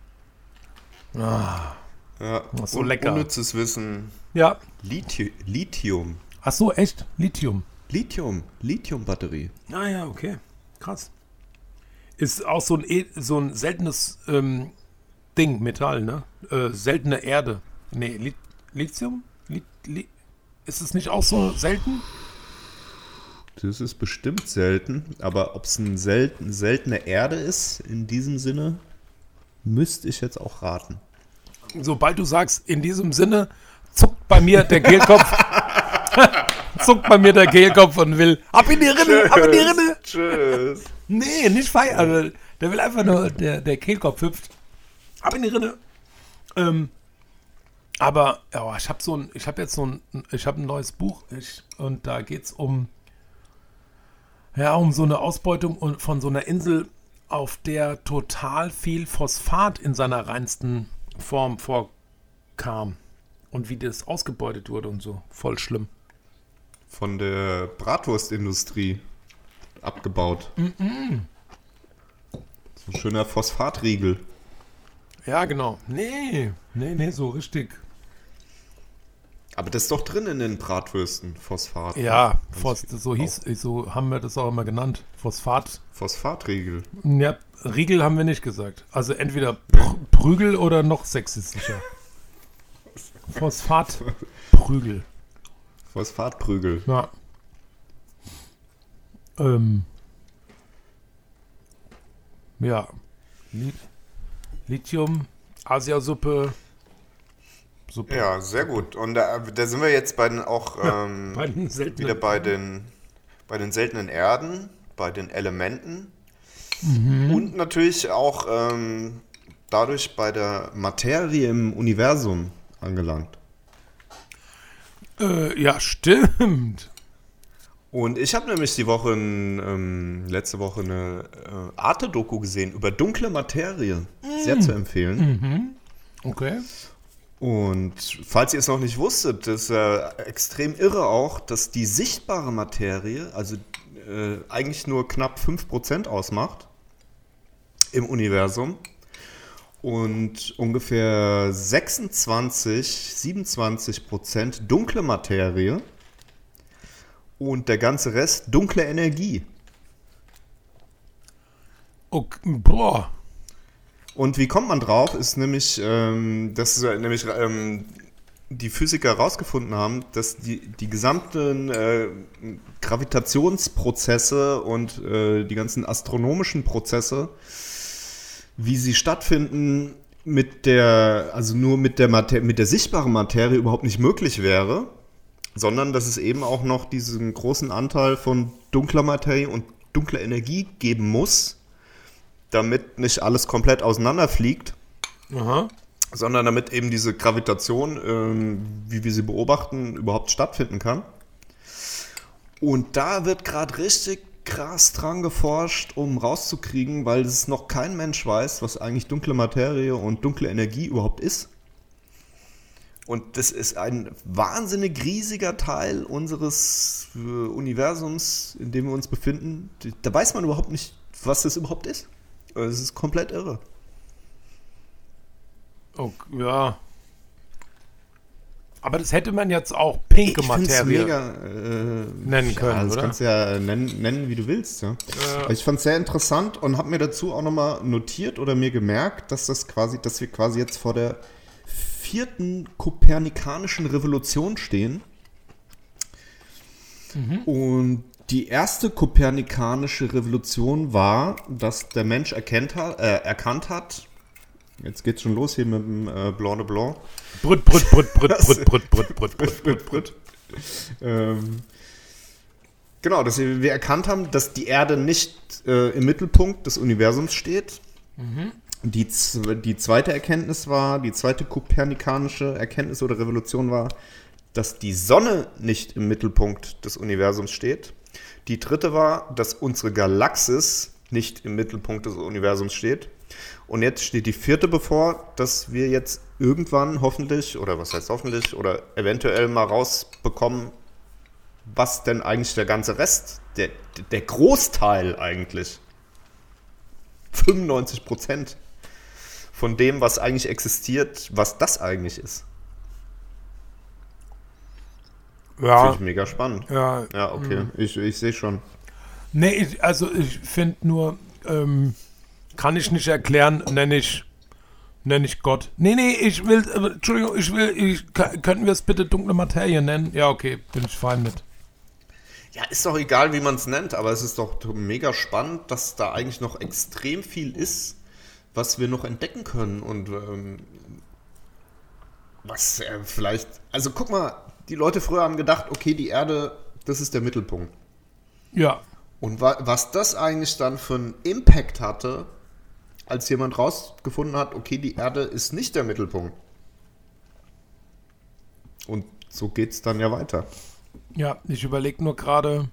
Ah, Ja, Ach, so un- lecker. Unnützes Wissen. ja. Lithi Lithium. Ach so, echt? Lithium. Lithium. Lithium-Batterie. Ah ja, okay. Krass. Ist auch so ein, e- so ein seltenes ähm, Ding, Metall, ne? Äh, seltene Erde. Nee, Li Lithium? Li Li ist es nicht auch so selten? Das ist bestimmt selten, aber ob es eine selten, seltene Erde ist, in diesem Sinne, müsste ich jetzt auch raten. Sobald du sagst, in diesem Sinne, zuckt bei mir der Kehlkopf. zuckt bei mir der Kehlkopf und will, ab in die Rinne, ab in die Rinne. Tschüss. Nee, nicht feiern. Also, der will einfach nur, der, der Kehlkopf hüpft. Ab in die Rinne. Ähm, aber, ja, ich habe so ein, ich habe jetzt so ein, ich habe ein neues Buch ich, und da geht es um, ja, um so eine Ausbeutung und von so einer Insel, auf der total viel Phosphat in seiner reinsten Form vorkam. Und wie das ausgebeutet wurde und so. Voll schlimm. Von der Bratwurstindustrie abgebaut. Mm-mm. So ein schöner Phosphatriegel. Ja, genau. Nee, nee, nee, so richtig. Aber das ist doch drin in den Bratwürsten, Phosphat. Ja, Also Phos, so hieß, so haben wir das auch immer genannt. Phosphat. Phosphatriegel. Ja, Riegel haben wir nicht gesagt. Also entweder Pr Prügel oder noch sexistischer. Phosphatprügel. Phosphatprügel. Ja. Ähm. Ja. Li Lithium, Asiasuppe. Suppe. Ja, sehr gut. Und da, da sind wir jetzt bei den auch ähm, Bei den seltenen wieder bei den, bei den seltenen Erden, bei den Elementen und natürlich auch ähm, dadurch bei der Materie im Universum angelangt. Äh, ja, stimmt. Und ich habe nämlich die Woche, ähm, letzte Woche eine äh, Arte-Doku gesehen über dunkle Materie. Sehr zu empfehlen. Okay. Und falls ihr es noch nicht wusstet, das ist äh, extrem irre auch, dass die sichtbare Materie, also äh, eigentlich nur knapp fünf Prozent ausmacht im Universum und ungefähr sechsundzwanzig, siebenundzwanzig Prozent dunkle Materie und der ganze Rest dunkle Energie. Okay. Boah. Und wie kommt man drauf, ist nämlich, ähm, dass äh, nämlich ähm, die Physiker herausgefunden haben, dass die, die gesamten äh, Gravitationsprozesse und äh, die ganzen astronomischen Prozesse, wie sie stattfinden, mit der, also nur mit der, Mater- mit der sichtbaren Materie überhaupt nicht möglich wäre, sondern dass es eben auch noch diesen großen Anteil von dunkler Materie und dunkler Energie geben muss, damit nicht alles komplett auseinanderfliegt, Aha. sondern damit eben diese Gravitation, ähm, wie wir sie beobachten, überhaupt stattfinden kann. Und da wird gerade richtig krass dran geforscht, um rauszukriegen, weil es noch kein Mensch weiß, was eigentlich dunkle Materie und dunkle Energie überhaupt ist. Und das ist ein wahnsinnig riesiger Teil unseres äh, Universums, in dem wir uns befinden. Da weiß man überhaupt nicht, was das überhaupt ist. Es ist komplett irre. Okay, ja. Aber das hätte man jetzt auch pinke ich Materie mega, äh, nennen können, ja, das oder? kannst du ja nennen, nennen wie du willst. Ja. Ja. Ich fand es sehr interessant und habe mir dazu auch nochmal notiert oder mir gemerkt, dass das quasi, dass wir quasi jetzt vor der vierten kopernikanischen Revolution stehen. Mhm. Und die erste kopernikanische Revolution war, dass der Mensch erkennt hat, äh, erkannt hat, jetzt geht's schon los hier mit dem äh, Blanc de Blanc. Brut, brut, brut, brut, brut, brut, brut, brut, brut, brut, brut. ähm, genau, dass wir, wir erkannt haben, dass die Erde nicht äh, im Mittelpunkt des Universums steht. Mhm. Die, die zweite Erkenntnis war, die zweite kopernikanische Erkenntnis oder Revolution war, dass die Sonne nicht im Mittelpunkt des Universums steht. Die dritte war, dass unsere Galaxis nicht im Mittelpunkt des Universums steht. Und jetzt steht die vierte bevor, dass wir jetzt irgendwann hoffentlich, oder was heißt hoffentlich, oder eventuell mal rausbekommen, was denn eigentlich der ganze Rest, der, der Großteil eigentlich, fünfundneunzig Prozent von dem, was eigentlich existiert, was das eigentlich ist. Ja. Finde ich mega spannend. Ja, ja okay, mh. ich, ich sehe schon. Nee, ich, also ich finde nur, ähm, kann ich nicht erklären, nenne ich, nenn ich Gott. Nee, nee, ich will, äh, Entschuldigung, ich will, ich, könnten wir es bitte dunkle Materie nennen? Ja, okay, bin ich fein mit. Ja, ist doch egal, wie man es nennt, aber es ist doch mega spannend, dass da eigentlich noch extrem viel ist, was wir noch entdecken können und ähm, was äh, vielleicht, also guck mal, die Leute früher haben gedacht, okay, die Erde, das ist der Mittelpunkt. Ja. Und wa- was das eigentlich dann für einen Impact hatte, als jemand rausgefunden hat, okay, die Erde ist nicht der Mittelpunkt. Und so geht's dann ja weiter. Ja, ich überlege nur gerade,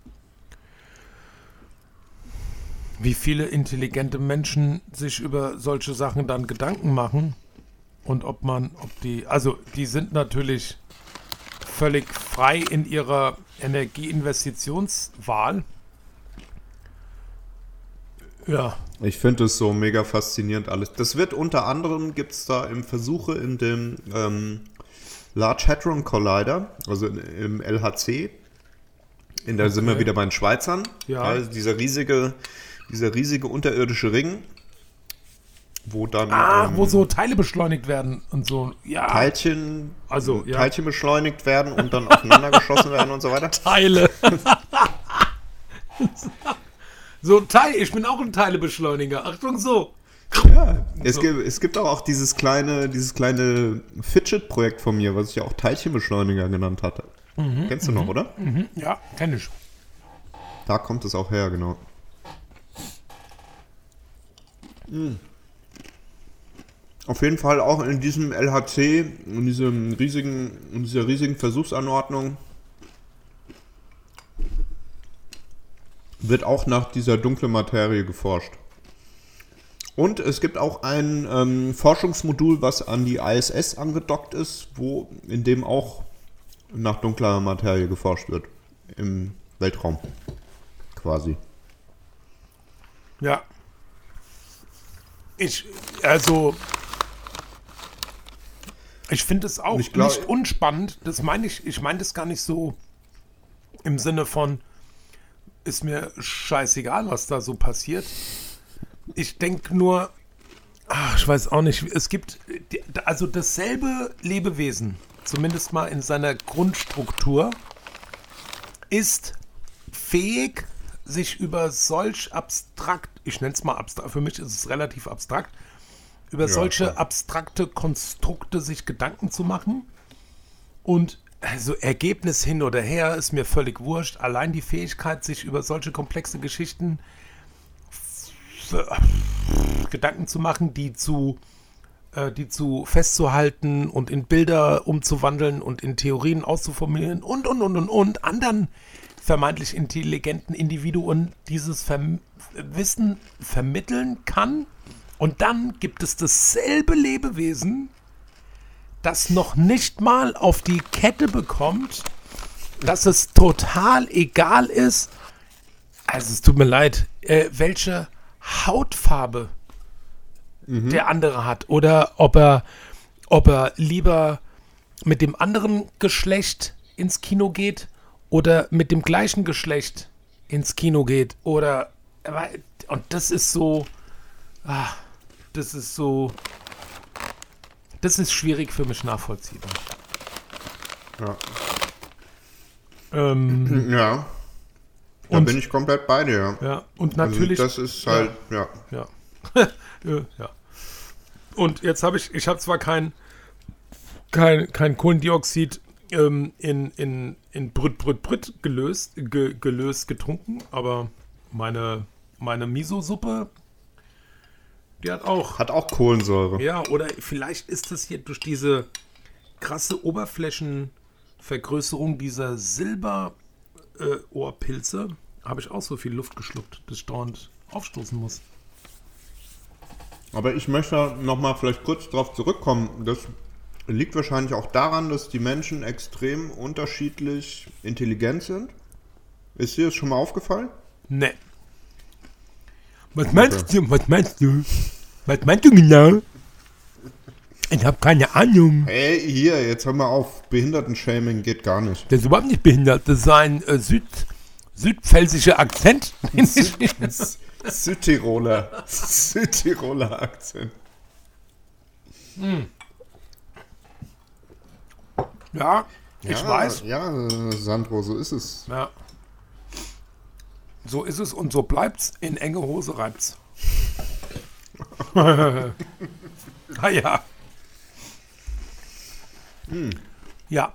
wie viele intelligente Menschen sich über solche Sachen dann Gedanken machen und ob man, ob die, also die sind natürlich völlig frei in ihrer Energieinvestitionswahl. Ja. Ich finde es so mega faszinierend alles. Das wird unter anderem, gibt es da im Versuche in dem ähm, Large Hadron Collider, also im L H C, in der okay. sind wir wieder bei den Schweizern. Ja. Also dieser riesige, dieser riesige unterirdische Ring, wo dann ah, ähm, wo so Teile beschleunigt werden und so. Ja. Teilchen, also, ja. Teilchen beschleunigt werden und dann aufeinander geschossen werden und so weiter. Teile. So Teil, ich bin auch ein Teilebeschleuniger. Achtung, so. Ja, es, so. gibt, es gibt auch, auch dieses kleine, dieses kleine Fidget-Projekt von mir, was ich ja auch Teilchenbeschleuniger genannt hatte. Mhm, Kennst du noch, mhm, oder? Mhm, ja, kenn ich. Da kommt es auch her, genau. Mhm. Auf jeden Fall auch in diesem L H C, in diesem riesigen, in dieser riesigen Versuchsanordnung wird auch nach dieser dunklen Materie geforscht. Und es gibt auch ein ähm, Forschungsmodul, was an die I S S angedockt ist, wo in dem auch nach dunkler Materie geforscht wird. Im Weltraum. Quasi. Ja. Ich, also, ich finde es auch ich glaub, nicht unspannend. Das meine ich, ich meine das gar nicht so im Sinne von, ist mir scheißegal, was da so passiert. Ich denke nur, ach, ich weiß auch nicht, es gibt also dasselbe Lebewesen, zumindest mal in seiner Grundstruktur, ist fähig, sich über solch abstrakt, ich nenne es mal abstrakt, für mich ist es relativ abstrakt, über ja, solche klar. abstrakte Konstrukte sich Gedanken zu machen. Und also Ergebnis hin oder her ist mir völlig wurscht. Allein die Fähigkeit, sich über solche komplexe Geschichten Gedanken zu machen, die zu, äh, die zu festzuhalten und in Bilder umzuwandeln und in Theorien auszuformulieren und, und, und, und, und anderen vermeintlich intelligenten Individuen dieses Verm- Wissen vermitteln kann. Und dann gibt es dasselbe Lebewesen, das noch nicht mal auf die Kette bekommt, dass es total egal ist, also es tut mir leid, äh, welche Hautfarbe mhm. der andere hat oder ob er, ob er lieber mit dem anderen Geschlecht ins Kino geht oder mit dem gleichen Geschlecht ins Kino geht. Oder, und das ist so, ah, das ist so, das ist schwierig für mich nachvollziehbar. Ja. Ähm, ja. Da und, bin ich komplett bei dir. Ja, und natürlich. Also das ist halt, ja. Ja. Ja. ja. Und jetzt habe ich, ich habe zwar kein, kein, kein Kohlendioxid ähm, in, in, in Brüt, Brüt, Brüt gelöst, ge, gelöst getrunken, aber meine, meine Miso-Suppe, die hat auch. Hat auch Kohlensäure. Ja, oder vielleicht ist das hier durch diese krasse Oberflächenvergrößerung dieser Silberohrpilze, äh, habe ich auch so viel Luft geschluckt, dass ich dauernd aufstoßen muss. Aber ich möchte nochmal vielleicht kurz darauf zurückkommen. Das liegt wahrscheinlich auch daran, dass die Menschen extrem unterschiedlich intelligent sind. Ist dir das schon mal aufgefallen? Nee. Was meinst okay. du? Was meinst du? Was meinst du genau? Ich habe keine Ahnung. Hey, hier, jetzt hör mal auf. Behindertenshaming geht gar nicht. Das ist überhaupt nicht behindert. Das ist ein äh, Süd, südpfälzischer Akzent. Süd, Südtiroler. Südtiroler Akzent. Hm. Ja, ich ja, weiß. Ja, Sandro, so ist es. Ja. So ist es und so bleibt's. In enge Hose reibt's. ah ja. Hm. Ja.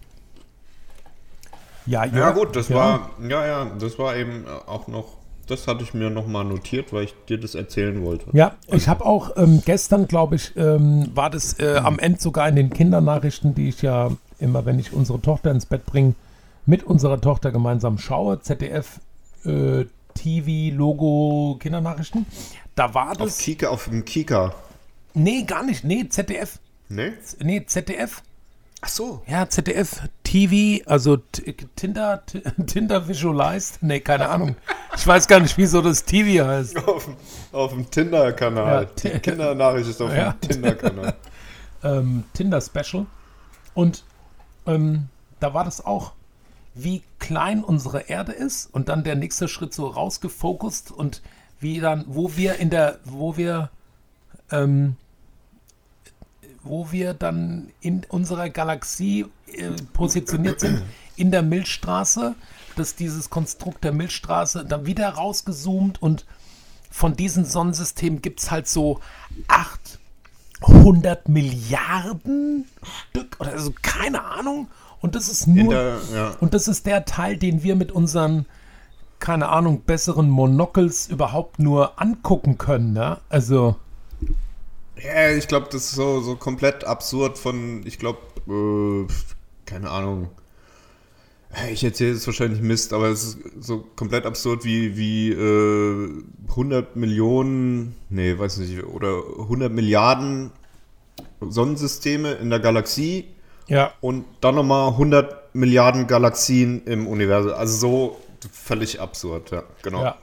Ja, ja. Ja gut, das ja. war, ja, ja, das war eben auch noch, das hatte ich mir nochmal notiert, weil ich dir das erzählen wollte. Ja, ich habe auch ähm, gestern, glaube ich, ähm, war das äh, am Ende sogar in den Kindernachrichten, die ich ja immer, wenn ich unsere Tochter ins Bett bringe, mit unserer Tochter gemeinsam schaue, Z D F, äh, T V, Logo, Kindernachrichten, da war das... Auf Kika, auf dem Kika. Nee, gar nicht, nee, Z D F. Nee? Nee, Z D F. Ach so. Ja, Z D F, T V, also t- Tinder, t- Tinder Visualized. Nee, keine Ahnung. Ich weiß gar nicht, wieso das T V heißt. Auf, auf dem Tinder-Kanal. Ja, Die Kindernachricht ist auf ja. dem Tinder-Kanal. ähm, Tinder-Special. Und ähm, da war das auch, wie klein unsere Erde ist und dann der nächste Schritt so rausgefokust und wie dann, wo wir in der, wo wir, ähm, wo wir dann in unserer Galaxie äh, positioniert sind, in der Milchstraße, dass dieses Konstrukt der Milchstraße dann wieder rausgezoomt und von diesem Sonnensystem gibt es halt so achthundert Milliarden Stück oder so, keine Ahnung. Und das ist nur, der, ja. und das ist der Teil, den wir mit unseren, keine Ahnung, besseren Monokels überhaupt nur angucken können, ne? Also. Ja, ich glaube, das ist so, so komplett absurd von, ich glaube, äh, keine Ahnung. Ich erzähle jetzt wahrscheinlich Mist, aber es ist so komplett absurd wie, wie äh, hundert Millionen, nee, weiß nicht, oder hundert Milliarden Sonnensysteme in der Galaxie. Ja. Und dann nochmal hundert Milliarden Galaxien im Universum. Also so völlig absurd, ja, genau. Ja.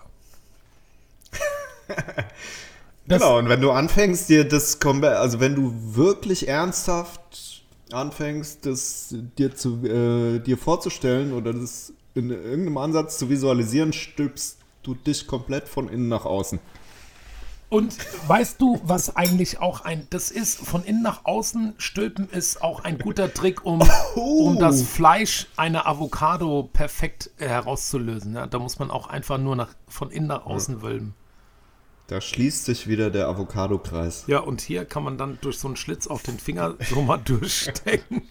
Genau, und wenn du anfängst, dir das, also wenn du wirklich ernsthaft anfängst, das dir, zu, äh, dir vorzustellen oder das in irgendeinem Ansatz zu visualisieren, stülpst du dich komplett von innen nach außen. Und weißt du, was eigentlich auch ein, das ist, von innen nach außen stülpen ist auch ein guter Trick, um, oh. um das Fleisch einer Avocado perfekt äh, herauszulösen. Ja? Da muss man auch einfach nur nach, von innen nach außen ja. wölben. Da schließt sich wieder der Avocado-Kreis. Ja, und hier kann man dann durch so einen Schlitz auf den Finger so mal durchstecken.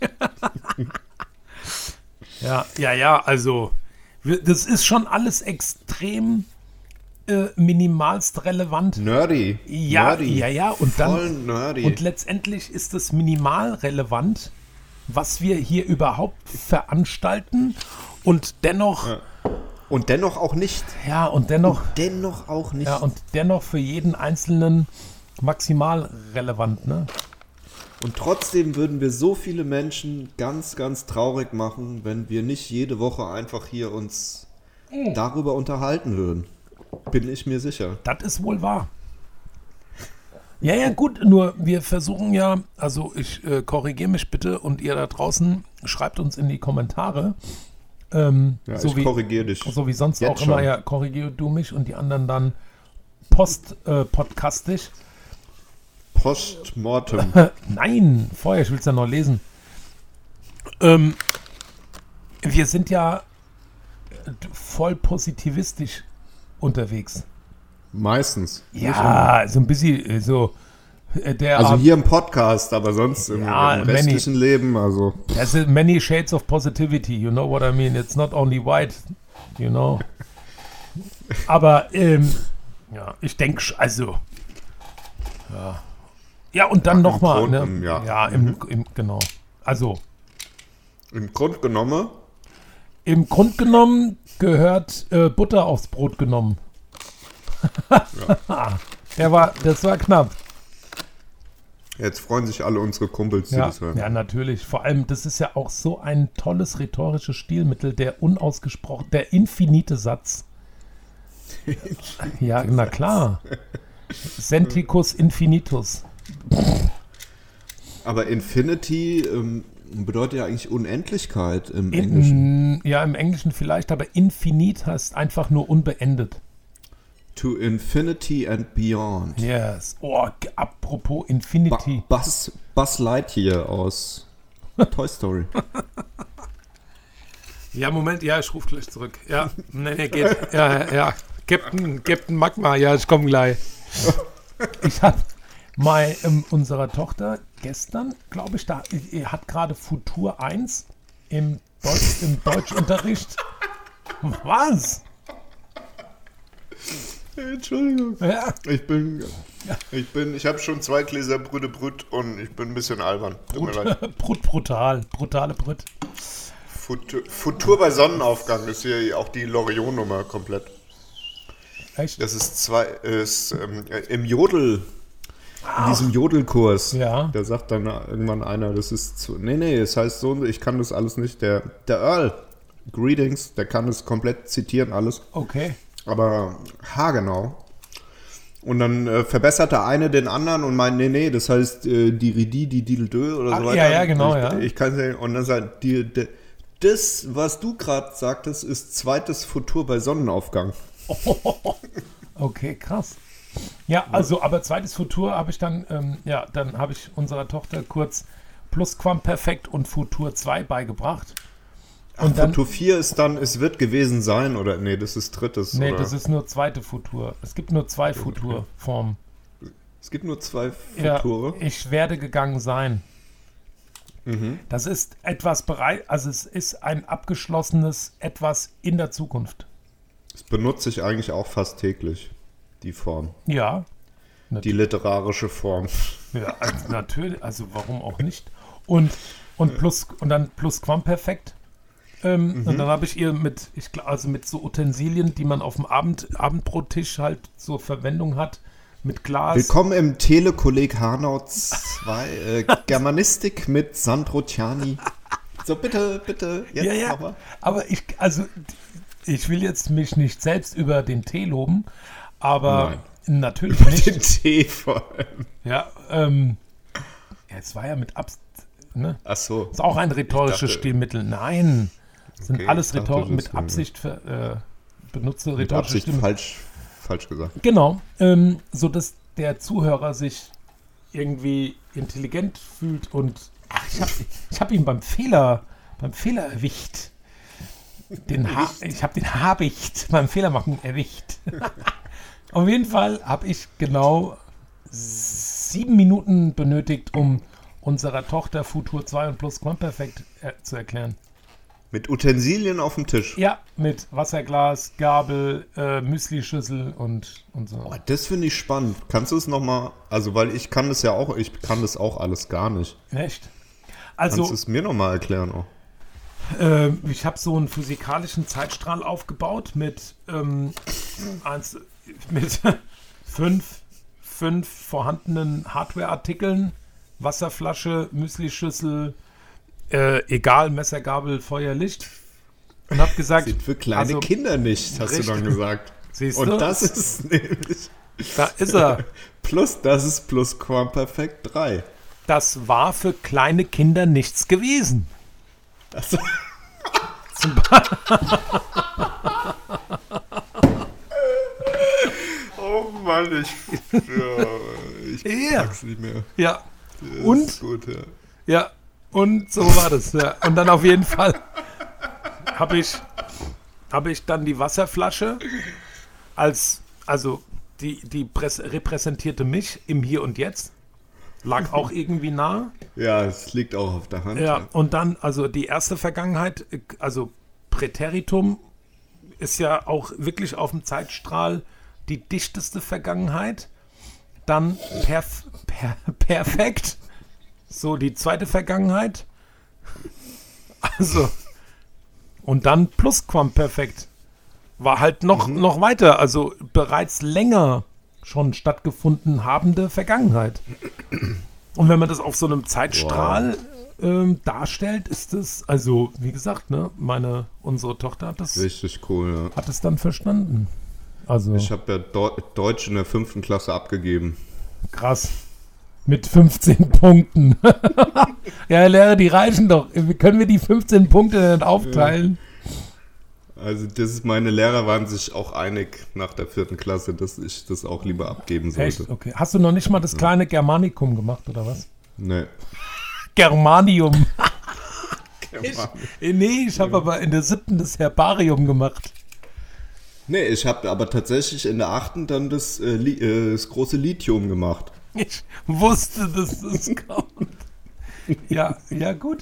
ja, ja, ja, also das ist schon alles extrem äh, minimalst relevant. Nerdy. Ja, nerdy. ja, ja. Und Voll dann nerdy. Und letztendlich ist es minimal relevant, was wir hier überhaupt veranstalten und dennoch... Ja. Und dennoch auch nicht. Ja, und dennoch... Und dennoch auch nicht. Ja, und dennoch für jeden Einzelnen maximal relevant, ne? Und trotzdem würden wir so viele Menschen ganz, ganz traurig machen, wenn wir nicht jede Woche einfach hier uns mhm. darüber unterhalten würden. Bin ich mir sicher. Das ist wohl wahr. Ja, ja, gut, nur wir versuchen ja, also ich äh, korrigiere mich bitte und ihr da draußen schreibt uns in die Kommentare, ähm, Ja, so ich wie, korrigiere dich. so wie sonst Jetzt auch immer, schon. ja, korrigiere du mich und die anderen dann post-podcastisch. Postmortem. Nein, vorher, ich will es ja noch lesen. Ähm, wir sind ja voll positivistisch unterwegs. Meistens. Nicht immer. Ja, so ein bisschen äh, so äh, der Also Art- hier im Podcast, aber sonst im, Ja, im many. restlichen Leben, also There's many shades of positivity, you know what I mean? It's not only white, you know. Aber, ähm, ja, ich denke, also, ja. Ja, und dann Ach, im nochmal, Grund, ne? ähm, ja. Ja, im, im, genau. Also, im Grund genommen, im Grund genommen gehört äh, Butter aufs Brot genommen. Der war, das war knapp. jetzt freuen sich alle unsere Kumpels, die Ja, das hören. ja, natürlich. Vor allem, das ist ja auch so ein tolles rhetorisches Stilmittel, der unausgesprochen, der infinite Satz. Ja, na klar. Senticus infinitus. Aber Infinity ähm, bedeutet ja eigentlich Unendlichkeit im Englischen. In, ja, im Englischen vielleicht, aber infinit heißt einfach nur unbeendet. To Infinity and Beyond. Yes. Oh, g- apropos Ba Infinity. Buzz, Buzz Lightyear aus Toy Story. Ja, Moment, ja, ich rufe gleich zurück. Ja, nee, nee, geht. Ja, ja, ja. Captain, Captain Magma, ja, ich komme gleich. Ich habe mal ähm, unserer Tochter gestern, glaube ich, da er hat gerade Futur eins im, Deutsch, im Deutschunterricht. Was? Entschuldigung. Ja, Ich bin, ich bin, ich habe schon zwei Gläser Brüde Brüt und ich bin ein bisschen albern. Tut mir leid. Brut, brutal, brutale Brut. Futur, Futur bei Sonnenaufgang ist hier auch die Loriot-Nummer komplett. Echt? Das ist zwei, ist ähm, im Jodel, in diesem Jodelkurs. Ja. Da sagt dann irgendwann einer, das ist zu, nee, nee, es heißt so, ich kann das alles nicht. Der, der Earl, Greetings, der kann das komplett zitieren, alles. Okay. Aber haargenau. Und dann äh, verbessert der eine den anderen und meint, nee, nee, das heißt äh, die Ridi, die Dideldö oder Ah, so weiter. ja, ja, genau, ich, ja. Ich kann sagen, und dann sagt die, die, das, was du gerade sagtest, ist zweites Futur bei Sonnenaufgang. Okay, krass. Ja, also, aber zweites Futur habe ich dann, ähm, ja, dann habe ich unserer Tochter kurz Plusquamperfekt und Futur zwei beigebracht. Und dann, Futur vier ist dann, es wird gewesen sein, oder? Nee, das ist drittes. nee, oder? das ist nur zweite Futur. Es gibt nur zwei Futurformen. Es gibt nur zwei Ja, Future. ich werde gegangen sein. Mhm. Das ist etwas bereit, also es ist ein abgeschlossenes etwas in der Zukunft. Das benutze ich eigentlich auch fast täglich, die Form. Ja, Die literarische Form. ja also natürlich, also warum auch nicht? Und, und plus und dann Plusquamperfekt. Ähm, Mhm. Und dann habe ich ihr mit, ich glaub, also mit so Utensilien, die man auf dem Abend, Abendbrottisch halt zur Verwendung hat, mit Glas. Willkommen im Telekolleg Hanau zwei, äh, Germanistik mit Sandro Ciani. So, bitte, bitte, jetzt Ja, ja, nochmal. aber ich, also ich will jetzt mich nicht selbst über den Tee loben, aber natürlich nicht. Den Tee vor allem. Ja, ähm, ja, es war ja mit Absicht, ne? Ach so. Ist auch ein rhetorisches dachte- Stilmittel. Nein, das sind Okay, alles ich dachte, Rhetor das mit ist, Absicht ver, äh, benutzte Mit rhetorische Absicht Stilmittel. falsch, falsch gesagt. Genau, ähm, so dass der Zuhörer sich irgendwie intelligent fühlt und ach, ich habe ich hab ihn beim Fehler, beim Fehler erwischt. Den ha ich habe den Habicht beim Fehlermachen erwischt. Auf jeden Fall habe ich genau sieben Minuten benötigt, um unserer Tochter Futur zwei und Plusquamperfekt äh, zu erklären. Mit Utensilien auf dem Tisch. Ja, mit Wasserglas, Gabel, äh, Müslischüssel und, und so. Oh, das finde ich spannend. Kannst du es nochmal, also weil ich kann das ja auch, ich kann das auch alles gar nicht. Echt? Kannst Also, du es mir nochmal erklären auch? äh, ich habe so einen physikalischen Zeitstrahl aufgebaut mit, ähm, eins, mit fünf, fünf vorhandenen Hardware-Artikeln, Wasserflasche, Müslischüssel, äh, egal, Messer, Gabel, Feuer, Licht. Und habe gesagt, Sieht für kleine also, Kinder nicht, hast richtig. du dann gesagt. siehst Und du? das ist nämlich... Da ist er. Plus, das ist Plusquamperfekt drei. Das war für kleine Kinder nichts gewesen. Also, Zum Beispiel. oh Mann, ich, ja, ich Ja. pack's nicht mehr. Ja. Das Und? ist gut, ja. Ja, und so war das. Ja. Und dann auf jeden Fall habe ich, hab ich dann die Wasserflasche als, also die, die präs- repräsentierte mich im Hier und Jetzt. Lag auch irgendwie nah. Ja, es liegt auch auf der Hand. Ja, und dann, also die erste Vergangenheit, also Präteritum ist ja auch wirklich auf dem Zeitstrahl die dichteste Vergangenheit. Dann perf per perfekt, so die zweite Vergangenheit. Also, und dann Plusquamperfekt. War halt noch, mhm. noch weiter, also bereits länger schon stattgefunden habende Vergangenheit. Und wenn man das auf so einem Zeitstrahl wow. ähm, darstellt, ist das, also wie gesagt, ne, meine, unsere Tochter hat das, richtig cool, ja. hat es dann verstanden. Also ich habe ja Deu- Deutsch in der fünften Klasse abgegeben. Krass. Mit fünfzehn Punkten. Ja, Herr Lehrer, die reichen doch. Können wir die fünfzehn Punkte nicht aufteilen? Ja. Also das ist, meine Lehrer waren sich auch einig nach der vierten Klasse, dass ich das auch lieber abgeben sollte. Echt? Okay. Hast du noch nicht mal das kleine Germanikum gemacht, oder was? Nee. Germanium. Germanium. Ich, nee, ich habe aber in der siebten das Herbarium gemacht. Nee, ich habe aber tatsächlich in der achten dann das, äh, Li- äh, das große Lithium gemacht. Ich wusste, dass das kommt. Ja, ja, gut.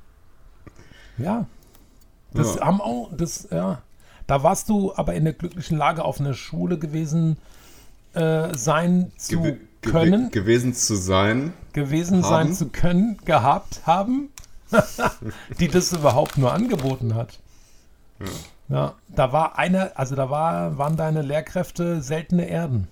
Ja. Das Ja. haben auch, das, ja. Da warst du aber in der glücklichen Lage, auf einer Schule gewesen äh, sein zu Gew- gew- können. gewesen zu sein. gewesen haben. sein zu können, gehabt haben, die das überhaupt nur angeboten hat. Ja. Ja, da war eine, also da war, waren deine Lehrkräfte seltene Erden.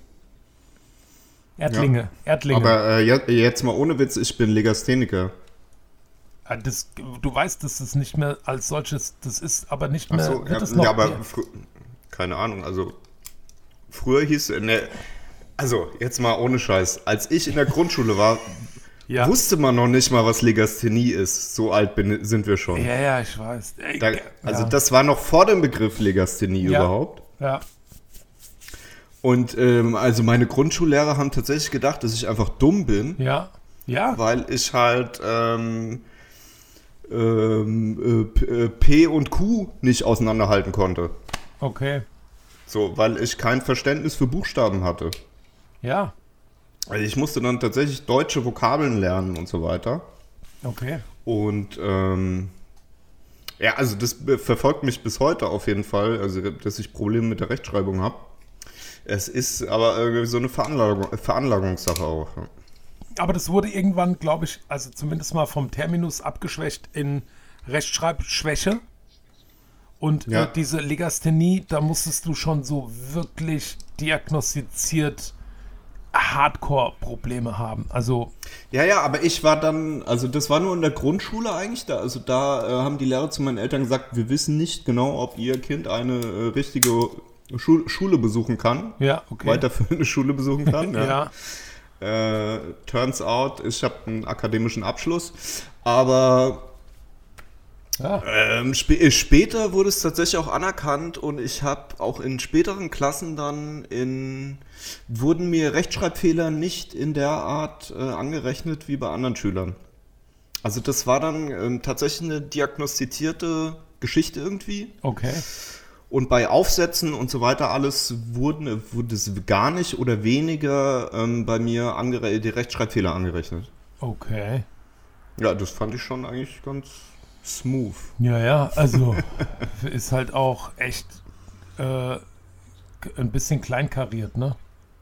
Erdlinge, Ja. Erdlinge. Aber äh, je- jetzt mal ohne Witz, ich bin Legastheniker. Ja, das, du weißt, dass es nicht mehr als solches, das ist aber nicht Ach mehr, so, wird ja, es noch ja, aber mehr- fr- keine Ahnung, also früher hieß es, ne, also jetzt mal ohne Scheiß, als ich in der Grundschule war, ja. wusste man noch nicht mal, was Legasthenie ist. So alt bin, sind wir schon. Ja, ja, ich weiß. Ey, Da, ge- also ja. das war noch vor dem Begriff Legasthenie Ja. überhaupt. Ja, Und ähm, also meine Grundschullehrer haben tatsächlich gedacht, dass ich einfach dumm bin, ja, ja. weil ich halt ähm, ähm, äh, P, äh, P und Q nicht auseinanderhalten konnte. Okay. So, weil ich kein Verständnis für Buchstaben hatte. Ja, Also ich musste dann tatsächlich deutsche Vokabeln lernen und so weiter. okay. Und ähm, ja, also das be- verfolgt mich bis heute auf jeden Fall, also dass ich Probleme mit der Rechtschreibung habe. Es ist aber irgendwie so eine Veranlagung, Veranlagungssache auch. Ja. Aber das wurde irgendwann, glaube ich, also zumindest mal vom Terminus abgeschwächt in Rechtschreibschwäche. Und Ja. äh, diese Legasthenie, da musstest du schon so wirklich diagnostiziert Hardcore-Probleme haben. Also, Ja, ja, aber ich war dann, also das war nur in der Grundschule eigentlich, da, also da äh, haben die Lehrer zu meinen Eltern gesagt, wir wissen nicht genau, ob ihr Kind eine äh, richtige Schul- Schule besuchen kann, ja, okay. weiterführende Schule besuchen kann. Ja, Äh, turns out, ich habe einen akademischen Abschluss, aber ja. ähm, sp- später wurde es tatsächlich auch anerkannt und ich habe auch in späteren Klassen dann in, wurden mir Rechtschreibfehler nicht in der Art äh, angerechnet wie bei anderen Schülern. Also das war dann ähm, tatsächlich eine diagnostizierte Geschichte irgendwie. Okay. Und bei Aufsätzen und so weiter alles wurden, wurde es gar nicht oder weniger ähm, bei mir angere- die Rechtschreibfehler angerechnet. Okay. Ja, das fand ich schon eigentlich ganz smooth. Ja, ja, also ist halt auch echt äh, ein bisschen kleinkariert, ne?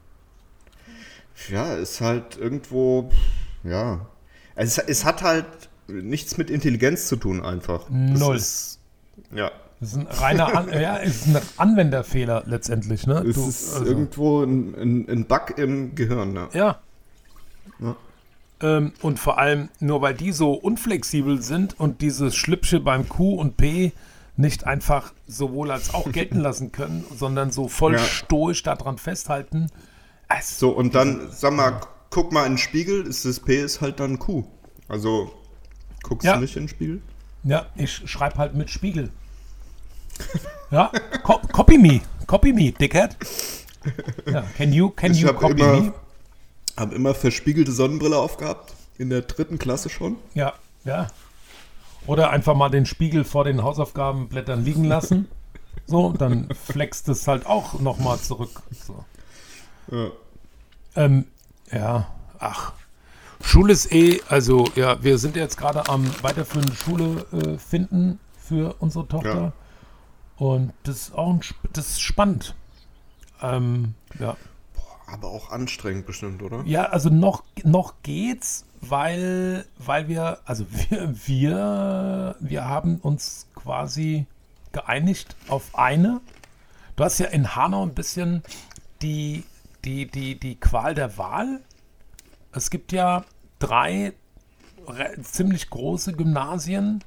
Ja, ist halt irgendwo, ja. Es, es hat halt nichts mit Intelligenz zu tun einfach. Das Null. Ist, ja. Das ist ein reiner An ja, ist ein Anwenderfehler letztendlich, ne? Es Du, ist also- irgendwo ein, ein, ein Bug im Gehirn, ne? Ja. Ja. Ähm, und vor allem, nur weil die so unflexibel sind und dieses Schlüppche beim Q und P nicht einfach sowohl als auch gelten lassen können, sondern so voll Ja. stoisch daran festhalten, So, und dann, sag mal, guck mal in den Spiegel, ist das P ist halt dann Q. Also, guckst Ja. du nicht in den Spiegel? Ja, ich schreibe halt mit Spiegel. Ja, co copy me, copy me, dickhead. Ja, can you, can Ich you habe copy immer, me? hab immer verspiegelte Sonnenbrille aufgehabt, in der dritten Klasse schon. Ja, ja. Oder einfach mal den Spiegel vor den Hausaufgabenblättern liegen lassen. So, dann flext es halt auch nochmal zurück. So. Ja. Ähm, ja, ach. Schule ist eh, also ja, wir sind jetzt gerade am weiterführenden Schule äh, finden für unsere Tochter. Ja. Und das ist auch ein, Sp- das ist spannend. Ähm, ja. Aber auch anstrengend bestimmt, oder? Ja, also noch, noch geht's, weil, weil wir, also wir, wir, wir haben uns quasi geeinigt auf eine. Du hast ja in Hanau ein bisschen die, die, die, die Qual der Wahl. Es gibt ja drei re- ziemlich große Gymnasien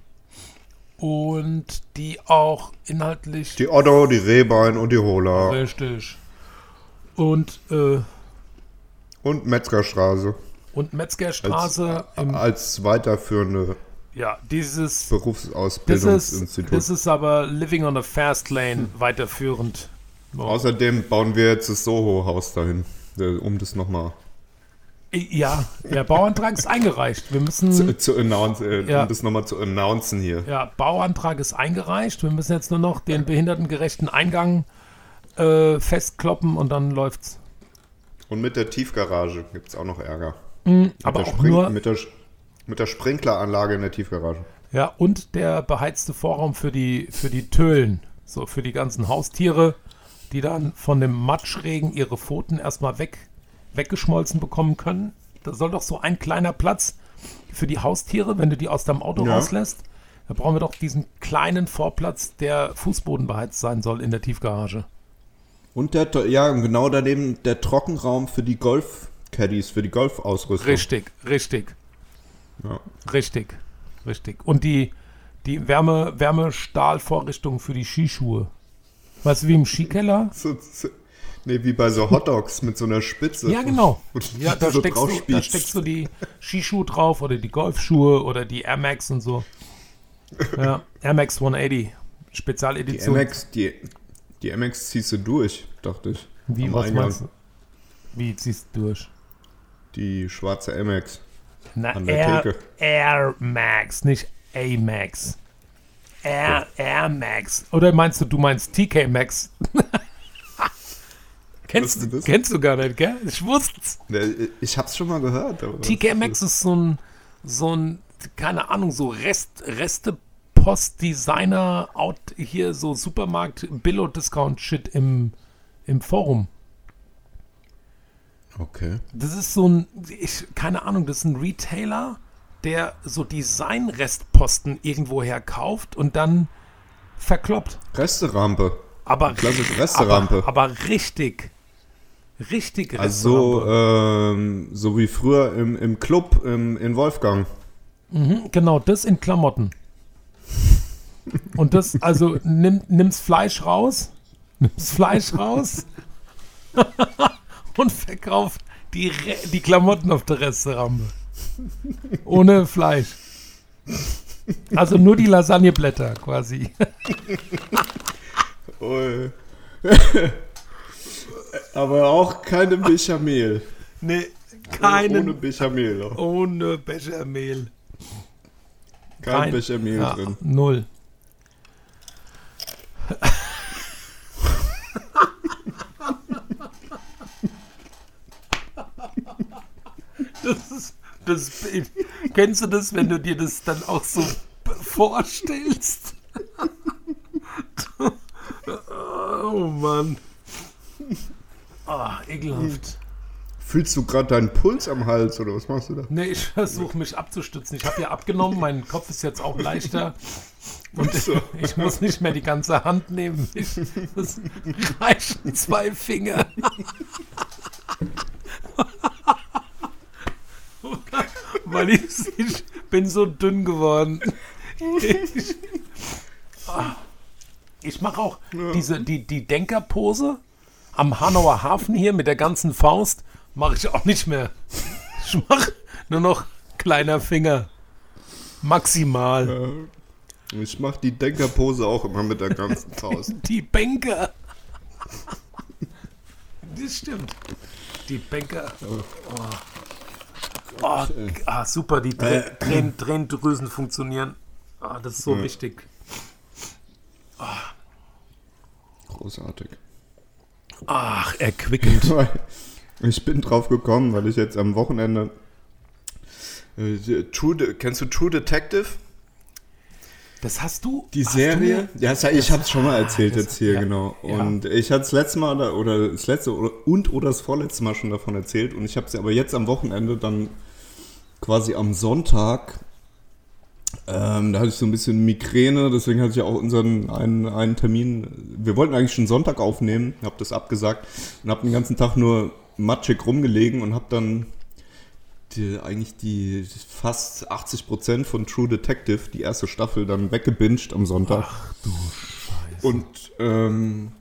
und die auch inhaltlich Die Otto, die Rehbein und die Hola. richtig. Und, äh, Und Metzgerstraße. und Metzgerstraße Als, im, als weiterführende ja, dieses, das ist, Berufsausbildungsinstitut. das ist aber Living on a Fast Lane weiterführend. So. Außerdem bauen wir jetzt das Soho-Haus dahin, äh, um das nochmal Ja, der Bauantrag ist eingereicht. Wir müssen, zu, zu announce, äh, Ja. um das nochmal zu announcen hier. ja, Bauantrag ist eingereicht. Wir müssen jetzt nur noch den behindertengerechten Eingang äh, festkloppen und dann läuft's. Und mit der Tiefgarage gibt es auch noch Ärger. Mhm, aber mit, der auch nur, mit, der, mit der Sprinkleranlage in der Tiefgarage. ja, und der beheizte Vorraum für die, für die Tölen, so für die ganzen Haustiere, die dann von dem Matschregen ihre Pfoten erstmal weg, weggeschmolzen bekommen können. Da soll doch so ein kleiner Platz für die Haustiere, wenn du die aus deinem Auto Ja. rauslässt. Da brauchen wir doch diesen kleinen Vorplatz, der fußbodenbeheizt sein soll in der Tiefgarage. Und der, ja, genau daneben der Trockenraum für die Golf-Caddies, für die Golfausrüstung. Richtig, richtig, Ja. richtig, richtig. Und die, die Wärme, Wärmestahlvorrichtung für die Skischuhe. Weißt du, wie im Skikeller? So, so, nee, wie bei so Hotdogs mit so einer Spitze. Ja, genau. Und Ja, da, so steckst du, da draufspießt. steckst du die Skischuhe drauf oder die Golfschuhe oder die Air Max und so. Ja, Air Max hundertachtzig, Die Spezialedition. M X, die, die M X ziehst du durch, dachte ich. Wie, Am was Eingang. meinst du? Wie ziehst du durch? Die schwarze M X. Na, An der Air, Theke. Air Max, nicht A-Max. Air, Air Max. Oder meinst du, du meinst T K Max? kennst, Was ist das? kennst du gar nicht, gell? Ich wusste's. Ne, Ich hab's schon mal gehört. Aber T K Max ist so ein, so ein, keine Ahnung, so Rest, Reste-Post-Designer, out hier so Supermarkt, Billo-Discount-Shit im, im Forum. Okay. Das ist so ein, ich, keine Ahnung, das ist ein Retailer, der so Design-Restposten irgendwoher kauft und dann verkloppt. Resterampe. Aber, Klassische Resterampe. aber, aber richtig, richtig Also, Resterampe. ähm, so wie früher im, im Club im, in Wolfgang. Mhm, genau, das in Klamotten. Und das, also nimm, nimm's Fleisch raus, nimm's Fleisch raus und verkauft die, Re die Klamotten auf der Resterampe. Ohne Fleisch. Also nur die Lasagneblätter quasi. Ui. Aber auch keine Bechamel. Nee, Ohne keinen, Bechamel. Auch. ohne Bechermehl. Kein, Kein- Bechamel Ja, drin. null. Das ist, das Bild. Kennst du das, wenn du dir das dann auch so vorstellst? Oh Mann. Ah, ekelhaft. Fühlst du gerade deinen Puls am Hals oder was machst du da? Nee, ich versuche mich abzustützen. Ich habe ja abgenommen, mein Kopf ist jetzt auch leichter. Und ich muss nicht mehr die ganze Hand nehmen. Ich, das reichen zwei Finger. Weil ich, ich bin so dünn geworden. Ich, ah. ich mache auch diese, die, die Denkerpose. am Hanauer Hafen hier mit der ganzen Faust mache ich auch nicht mehr. Ich mache nur noch kleiner Finger. Maximal. Ich mache die Denkerpose auch immer mit der ganzen Faust. Die Banker. Das stimmt. Die Banker. Oh. Oh, ah, super, die Trä- Trän- Tränendrüsen funktionieren. Ah, das ist so ja. wichtig. Oh. Großartig. Ach, erquickend. Ich bin drauf gekommen, weil ich jetzt am Wochenende äh, True De- kennst du True Detective? Das hast du? Die Serie? Ja, das, ich habe es schon mal erzählt das, jetzt hier, ja, genau. Ja. Und ich hatte das letzte Mal oder, oder das letzte oder, und oder das vorletzte Mal schon davon erzählt. Und ich habe sie aber jetzt am Wochenende dann quasi am Sonntag, ähm, da hatte ich so ein bisschen Migräne, deswegen hatte ich ja auch unseren einen, einen Termin. Wir wollten eigentlich schon Sonntag aufnehmen, habe das abgesagt und habe den ganzen Tag nur matschig rumgelegen und habe dann Die, eigentlich die fast achtzig Prozent von True Detective, die erste Staffel, dann weggebinged am Sonntag. Ach du Scheiße. Und ähm,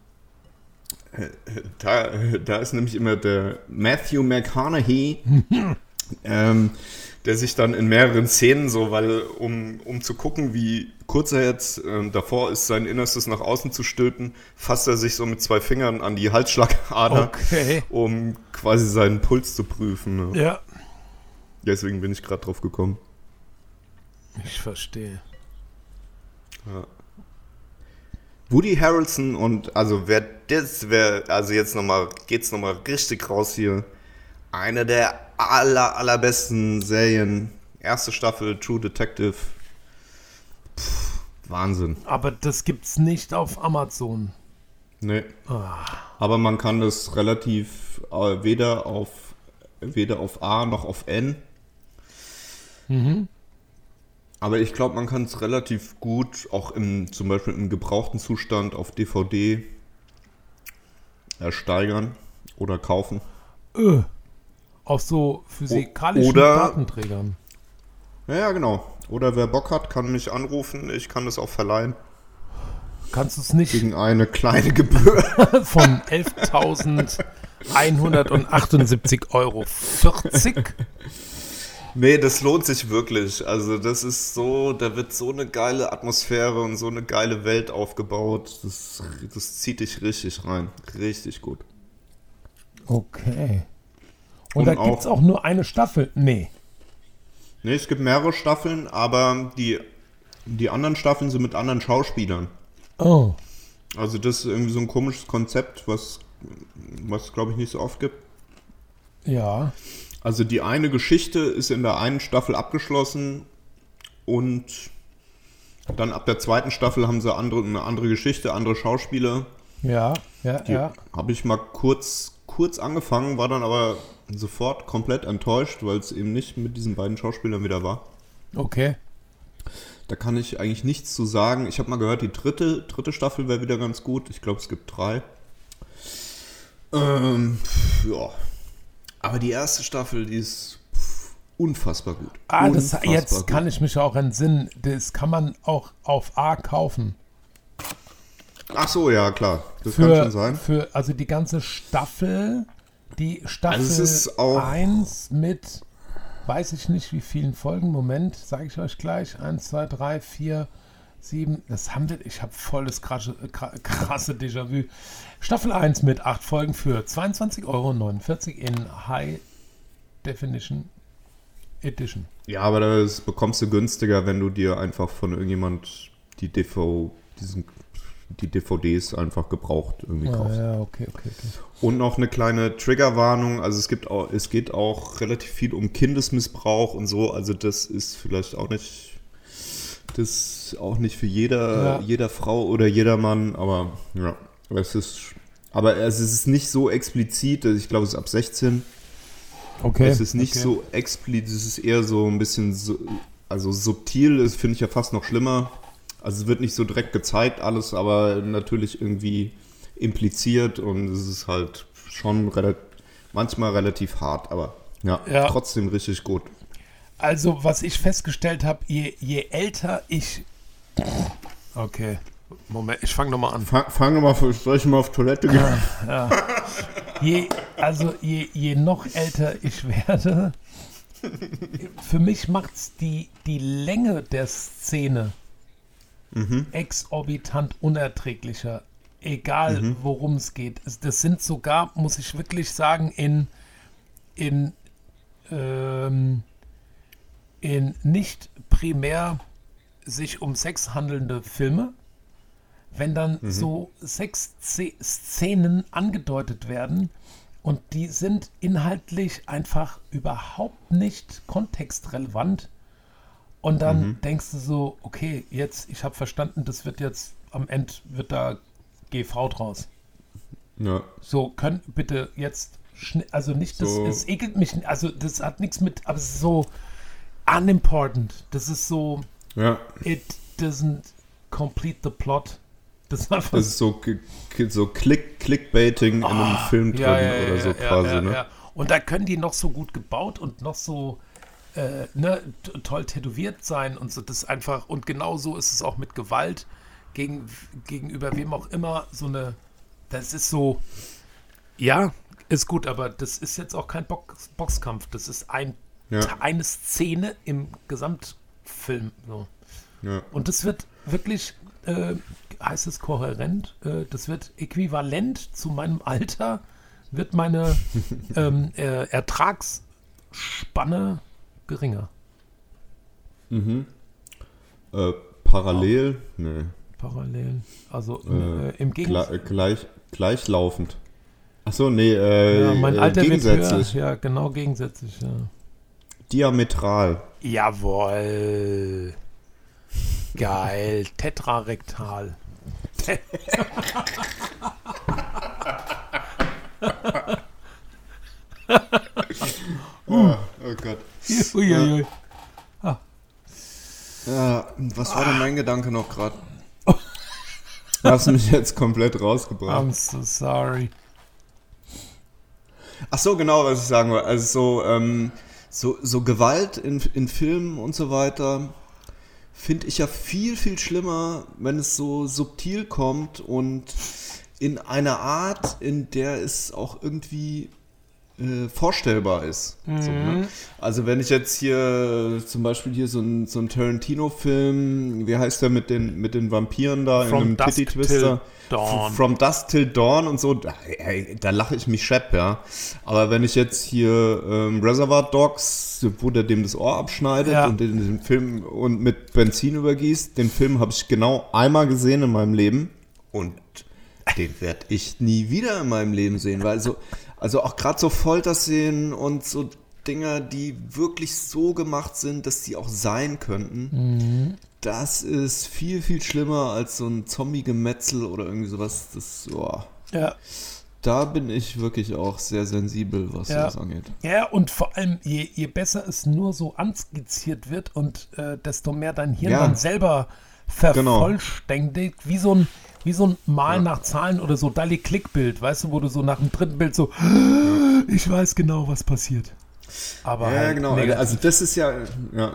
da, da ist nämlich immer der Matthew McConaughey, ähm, der sich dann in mehreren Szenen so, weil um, um zu gucken, wie kurz er jetzt äh, davor ist, sein Innerstes nach außen zu stülpen, fasst er sich so mit zwei Fingern an die Halsschlagader, okay. um quasi seinen Puls zu prüfen. Ne? Ja. Deswegen bin ich gerade drauf gekommen. Ich verstehe. Ja. Woody Harrelson und, also wer das, wer, also jetzt nochmal, geht's nochmal richtig raus hier. Eine der aller, allerbesten Serien. Erste Staffel True Detective. Pff, Wahnsinn. Aber das gibt's nicht auf Amazon. Nee. Ah. Aber man kann das relativ äh, weder auf weder auf A noch auf N. Mhm. Aber ich glaube, man kann es relativ gut auch im, zum Beispiel im gebrauchten Zustand auf D V D ersteigern oder kaufen. Öh. Auf so physikalischen Oder- Datenträgern. Ja, ja, genau. Oder wer Bock hat, kann mich anrufen. Ich kann das auch verleihen. Kannst du es nicht Gegen eine kleine Gebühr. von elftausendeinhundertachtundsiebzig Euro vierzig? Nee, das lohnt sich wirklich. Also das ist so, da wird so eine geile Atmosphäre und so eine geile Welt aufgebaut. Das, das zieht dich richtig rein. Richtig gut. Okay. Und, Und da auch- gibt es auch nur eine Staffel? Nee. Nee, es gibt mehrere Staffeln, aber die, die anderen Staffeln sind mit anderen Schauspielern. Oh. Also das ist irgendwie so ein komisches Konzept, was was es, glaube ich, nicht so oft gibt. Ja. Also die eine Geschichte ist in der einen Staffel abgeschlossen und dann ab der zweiten Staffel haben sie andere, eine andere Geschichte, andere Schauspieler. Ja, ja, Die ja. habe ich mal kurz, kurz angefangen, war dann aber sofort komplett enttäuscht, weil es eben nicht mit diesen beiden Schauspielern wieder war. Okay. Da kann ich eigentlich nichts zu sagen. Ich habe mal gehört, die dritte, dritte Staffel wäre wieder ganz gut. Ich glaube, es gibt drei. Ähm, ja. Aber die erste Staffel, die ist unfassbar gut. Ah, das, Unfassbar jetzt gut. kann ich mich auch entsinnen. Das kann man auch auf A kaufen. Ach so, ja, klar. Das Für, kann schon sein. Für, also die ganze Staffel, die Staffel Also es ist auch- eins mit, weiß ich nicht wie vielen Folgen, Moment, sage ich euch gleich, eins, zwei, drei, vier, sieben, das haben wir, ich habe volles krasse, krasse Déjà-vu. Staffel eins mit acht Folgen für zweiundzwanzig Euro neunundvierzig in High Definition Edition. Ja, aber das bekommst du günstiger, wenn du dir einfach von irgendjemand die D V, diesen, die D V Ds einfach gebraucht irgendwie Ah, kaufst. ja, okay, okay, okay. Und noch eine kleine Triggerwarnung, also es gibt auch, es geht auch relativ viel um Kindesmissbrauch und so, also das ist vielleicht auch nicht, das ist auch nicht für jeder, Ja. jeder Frau oder jeder Mann, aber ja, es ist, aber es ist nicht so explizit, also ich glaube es ist ab sechzehn, Okay. es ist nicht okay. so explizit, es ist eher so ein bisschen, so, also subtil, das finde ich ja fast noch schlimmer, also es wird nicht so direkt gezeigt alles, aber natürlich irgendwie impliziert und es ist halt schon relativ, manchmal relativ hart, aber ja, Ja. trotzdem richtig gut. Also, was ich festgestellt habe, je, je älter ich. Okay. Moment, ich fange nochmal an. Fang, fang nochmal, soll ich mal auf Toilette gehen? Ja. Je, also je, je noch älter ich werde, für mich macht es die, die Länge der Szene mhm. exorbitant unerträglicher. Egal, mhm. worum es geht. Das sind sogar, muss ich wirklich sagen, in, in, ähm, in nicht primär sich um Sex handelnde Filme, wenn dann mhm. so Sex-Szenen angedeutet werden und die sind inhaltlich einfach überhaupt nicht kontextrelevant und dann mhm. denkst du so, okay, jetzt, ich habe verstanden, das wird jetzt, am Ende wird da G V draus. Ja. So, können bitte jetzt, also nicht, das, so. Es ekelt mich, also das hat nichts mit, aber es ist so unimportant, das ist so, ja. it doesn't complete the plot. Das ist, das ist so, so Click, Clickbaiting oh, in einem Film drin ja, ja, oder ja, so ja, quasi. Ja, ne? ja. Und da können die noch so gut gebaut und noch so äh, ne, t- toll tätowiert sein und so. Das ist einfach, und genau so ist es auch mit Gewalt gegen, gegenüber wem auch immer. So eine, das ist so, ja, ist gut, aber das ist jetzt auch kein Box, Boxkampf. Das ist ein, ja. eine Szene im Gesamtfilm. So. Ja. Und das wird wirklich, äh, heißt es kohärent, äh, das wird äquivalent zu meinem Alter, wird meine ähm, äh, Ertragsspanne geringer. Mhm. Äh, parallel? Oh. Nee. Parallel, also äh, äh, im Gegensatz. Gle- gleich, gleichlaufend. Achso, nee, äh, ja, mein Alter gegensätzlich. Wird höher, ja, genau gegensätzlich, ja. Diametral. Jawohl. Geil. Tetrarektal. oh, oh Gott. Uiuiui. Ah. Ja, was war denn mein Gedanke noch gerade? Du hast mich jetzt komplett rausgebracht. I'm so sorry. Ach so, genau, was ich sagen wollte. Also so, ähm, so, so Gewalt in, in Filmen und so weiter finde ich ja viel, viel schlimmer, wenn es so subtil kommt und in einer Art, in der es auch irgendwie äh, vorstellbar ist. Mhm. So, ne? Also wenn ich jetzt hier zum Beispiel hier so ein, so ein Tarantino-Film, wie heißt der mit den, mit den Vampiren da From in einem Dusk Titty-Twister? Dawn. From Dusk Till Dawn und so, da, ey, da lache ich mich schepp, ja. Aber wenn ich jetzt hier ähm, Reservoir Dogs, wo der dem das Ohr abschneidet ja. und den, den Film und mit Benzin übergießt, den Film habe ich genau einmal gesehen in meinem Leben und den werde ich nie wieder in meinem Leben sehen, weil so, also auch gerade so Folterszenen und so Dinger, die wirklich so gemacht sind, dass die auch sein könnten, mhm. das ist viel, viel schlimmer als so ein Zombie-Gemetzel oder irgendwie sowas. Das, oh. Ja. Da bin ich wirklich auch sehr sensibel, was ja. das angeht. Ja, und vor allem, je, je besser es nur so anskizziert wird und äh, desto mehr dein Hirn ja. dann selber vervollständigt, genau. wie so ein wie so ein Mal ja. nach Zahlen oder so Dalli-Klick-Bild, weißt du, wo du so nach dem dritten Bild so, ja. ich weiß genau, was passiert. Aber ja, halt genau. negativ. Also das ist ja, ja.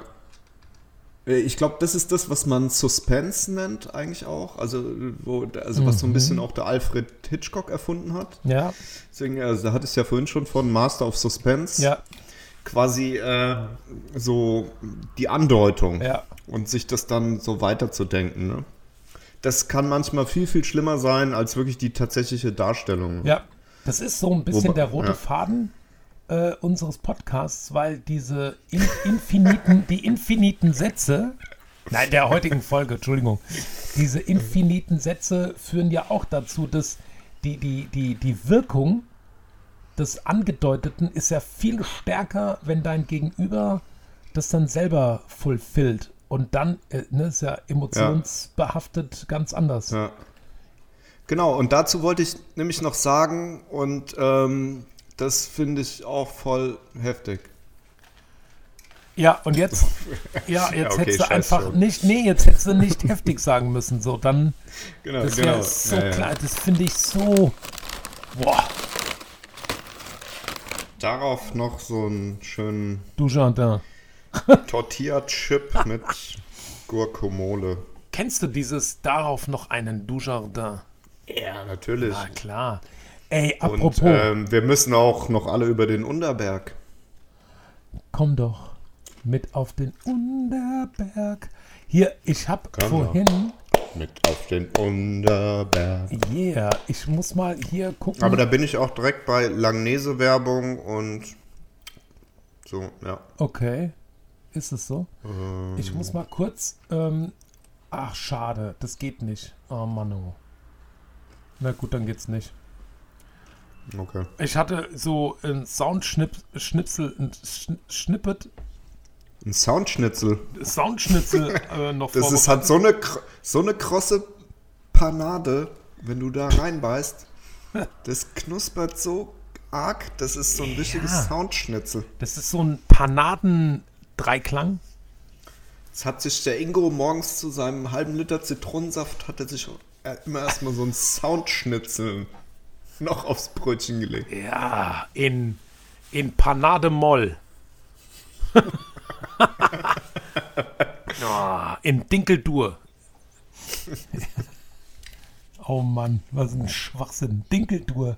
Ich glaube, das ist das, was man Suspense nennt eigentlich auch. Also, wo, also mhm. was so ein bisschen auch der Alfred Hitchcock erfunden hat. Ja. Deswegen, also da hatte ich es ja vorhin schon von Master of Suspense. Ja. Quasi äh, so die Andeutung. Ja. Und sich das dann so weiterzudenken, ne? Das kann manchmal viel, viel schlimmer sein als wirklich die tatsächliche Darstellung. Ja, das ist so ein bisschen Wobei, der rote ja. Faden äh, unseres Podcasts, weil diese in, infiniten, die infiniten Sätze, nein, der heutigen Folge, Entschuldigung, diese infiniten Sätze führen ja auch dazu, dass die, die, die, die Wirkung des Angedeuteten ist ja viel stärker, wenn dein Gegenüber das dann selber fulfillt. Und dann äh, ne, ist ja emotionsbehaftet ja. ganz anders. Ja. Genau, und dazu wollte ich nämlich noch sagen, und ähm, das finde ich auch voll heftig. Ja, und jetzt, ja, jetzt ja, okay, hättest du einfach schon. nicht, nee, jetzt hättest du nicht heftig sagen müssen. So, dann, genau, das wäre genau. so ja, klar, ja. das finde ich so, boah. Darauf noch so einen schönen Du Jardin. Tortilla-Chip mit Guacamole. kennst du dieses Darauf noch einen Dujardin? Ja, natürlich. Ja, klar. Ey, Und apropos. ähm, wir müssen auch noch alle über den Unterberg. Komm doch mit auf den Unterberg. Hier, ich hab Komm vorhin. Mit auf den Unterberg. Yeah, ich muss mal hier gucken. Aber da bin ich auch direkt bei Langnese-Werbung und so, ja. Okay, ist es so? Ähm, Ich muss mal kurz. Ähm, ach, schade, das geht nicht. Oh Mann, oh. Na gut, dann geht's nicht. Okay. Ich hatte so ein Soundschnipsel, ein Schn- Schnippet, Ein Soundschnitzel. Soundschnitzel äh, noch Das ist halt so eine, kr- so eine krosse Panade, wenn du da reinbeißt. Das knuspert so arg, das ist so ein richtiges Ja. Soundschnitzel. Das ist so ein Panaden-Dreiklang. Jetzt hat sich der Ingo morgens zu seinem halben Liter Zitronensaft, hat er sich äh, immer erstmal so ein Soundschnitzel noch aufs Brötchen gelegt. Ja, in, in Panade-Moll. oh, in Dinkeldur. Oh Mann, was ein Schwachsinn. Dinkeldur.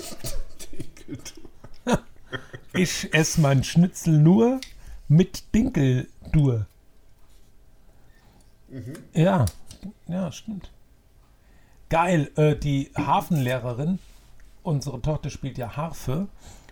Ich esse mein Schnitzel nur mit Dinkeldur. Ja, ja, stimmt. Geil, äh, die Hafenlehrerin, unsere Tochter spielt ja Harfe.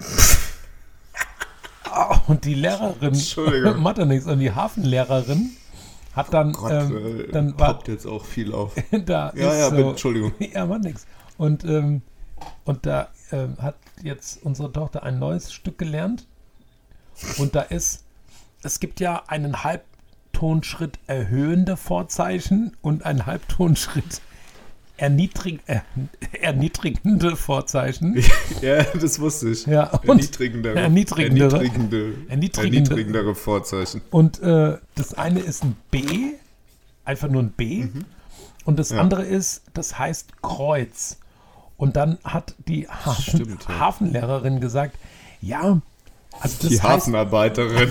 Ah, und die Lehrerin, Entschuldigung. macht ja nichts, und die Hafenlehrerin hat dann, Gott, ähm, äh, dann war, poppt jetzt auch viel auf. da Ja, ist ja, so, bitte, Entschuldigung. Ja, macht nichts. Und, ähm, und da ähm, hat jetzt unsere Tochter ein neues Stück gelernt. Und da ist, es gibt ja einen Halbtonschritt erhöhende Vorzeichen und einen Halbtonschritt erniedrig, äh, erniedrigende Vorzeichen. Ja, das wusste ich. Ja, und Erniedrigendere, erniedrigendere- erniedrigende, erniedrigende- erniedrigendere Vorzeichen. Und äh, das eine ist ein B, einfach nur ein B. Und das Ja. andere ist, das heißt Kreuz. Und dann hat die Hafen, Stimmt, ja. Hafenlehrerin gesagt, ja, also das Die heißt, Hafenarbeiterin.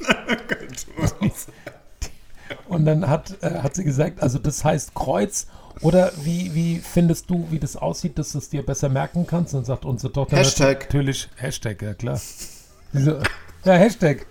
und dann hat, äh, hat sie gesagt, also das heißt Kreuz. Oder wie, wie findest du, wie das aussieht, dass du es dir besser merken kannst? Und dann sagt unsere Tochter Hashtag. natürlich, Hashtag, ja klar. Sie so, ja, Hashtag.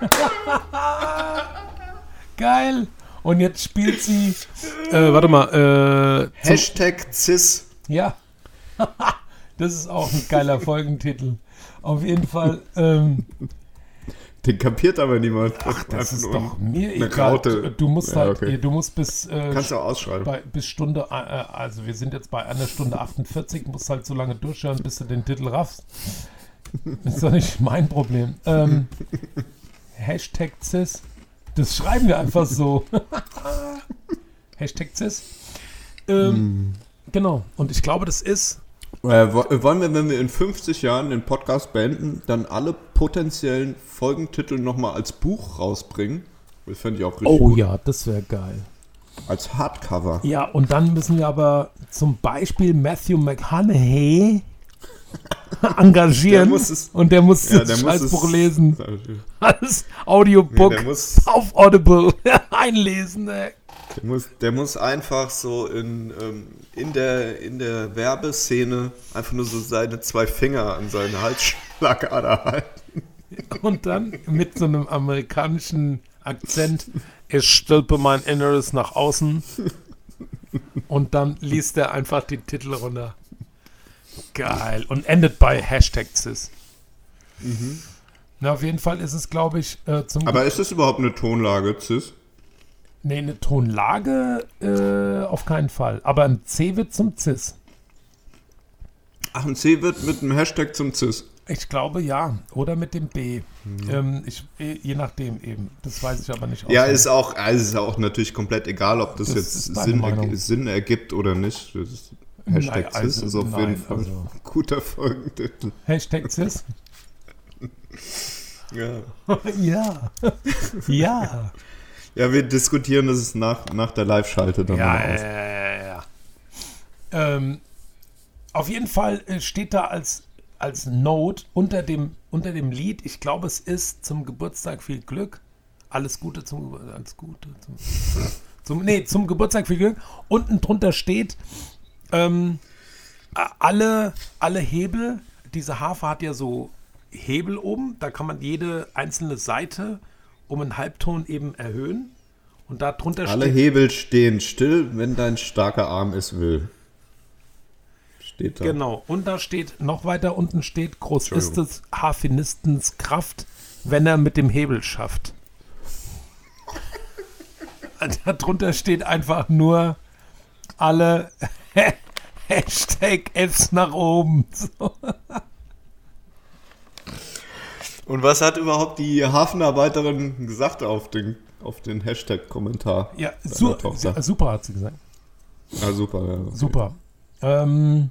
Geil. Und jetzt spielt sie, äh, warte mal, äh, zum- Hashtag Cis. ja, das ist auch ein geiler Folgentitel. Auf jeden Fall, ähm, Den kapiert aber niemand. ach, das ist Einfach doch nur mir eine egal. Raute. Du musst Ja, halt, okay. du musst bis, äh, Kannst du auch ausschreiben. bei, bis Stunde, äh, also wir sind jetzt bei einer Stunde achtundvierzig, musst halt so lange durchhören, bis du den Titel raffst. Das ist doch nicht mein Problem. Ähm, Hashtag Cis, das schreiben wir einfach so. Hashtag Cis. Ähm, Genau, und ich glaube, das ist, Äh, wo- wollen wir, wenn wir in fünfzig Jahren den Podcast beenden, dann alle potenziellen Folgentitel nochmal als Buch rausbringen? Das fände ich auch richtig oh gut. ja, das wäre geil. Als Hardcover. Ja, und dann müssen wir aber zum Beispiel Matthew McConaughey engagieren Der muss es- und der muss Ja, das der muss Scheißbuch es- lesen. Der Als Audiobook Nee, der muss- auf Audible einlesen. Ey. muss, der muss einfach so in, ähm, in, der, in der Werbeszene einfach nur so seine zwei Finger an seine Halsschlagader halten. Und dann mit so einem amerikanischen Akzent, ich stülpe mein Inneres nach außen und dann liest er einfach die Titel runter. Geil. Und endet bei Hashtag Cis. Na, auf jeden Fall ist es, glaube ich, äh, zum Aber ist das überhaupt eine Tonlage, Cis? Nee, eine Tonlage äh, auf keinen Fall. Aber ein C wird zum Cis. Ach, ein C wird mit einem Hashtag zum Cis. Ich glaube ja. Oder mit dem B. Ähm, ich, eh, je nachdem eben. Das weiß ich aber nicht. Ja, auswendig. ist auch, also ist auch natürlich komplett egal, ob das, Das jetzt ist deine Sinn, Meinung. erg- Sinn ergibt oder nicht. Das ist Hashtag Naja, also, Cis ist auf nein, jeden Fall also- ein guter Folgentitel. Hashtag Cis. Ja. Ja. Ja. ja, wir diskutieren das nach, nach der Live-Schalte dann Ja, mal ja, aus. ja, ja, ja. Ähm, auf jeden Fall äh, steht da als, als Note unter dem, unter dem Lied, ich glaube, es ist zum Geburtstag viel Glück. Alles Gute zum Geburtstag. Alles Gute zum Zum, nee, zum Geburtstag viel Glück. Unten drunter steht, ähm, alle, alle Hebel, diese Harfe hat ja so Hebel oben, da kann man jede einzelne Seite um einen Halbton eben erhöhen. Und da drunter Alle steht... Hebel stehen still, wenn dein starker Arm es will. Steht da. Genau, und da steht, noch weiter unten steht, groß ist des Harfenistens Kraft, wenn er mit dem Hebel schafft. Darunter steht einfach nur alle Hashtag Fs nach oben. So. Und was hat überhaupt die Hafenarbeiterin gesagt auf den, auf den Hashtag-Kommentar? Ja, su super hat sie gesagt. Ah, super, ja. Okay. Super. Ähm,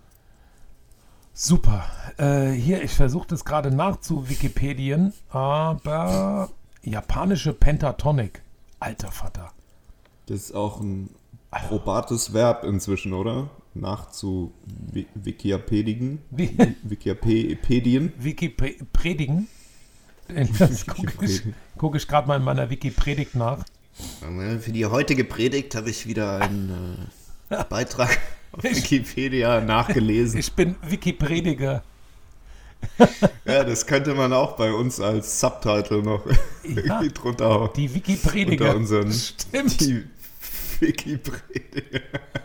super. Äh, hier, ich versuche das gerade nachzuwikipedien, aber japanische Pentatonic. Alter Vater. Das ist auch ein probates Verb inzwischen, oder? Nachzuwikipedigen. Wie? Wikipedien. Wiki-Predigen. Das gucke ich, guck ich gerade mal in meiner Wiki-Predigt nach. Für die heutige Predigt habe ich wieder einen äh, Beitrag auf Wikipedia nachgelesen. Ich bin Wiki-Prediger. Ja, das könnte man auch bei uns als Subtitle noch Ja, irgendwie drunter hauen. Die Wiki-Prediger. Unter unseren, Stimmt. Die Wiki-Prediger.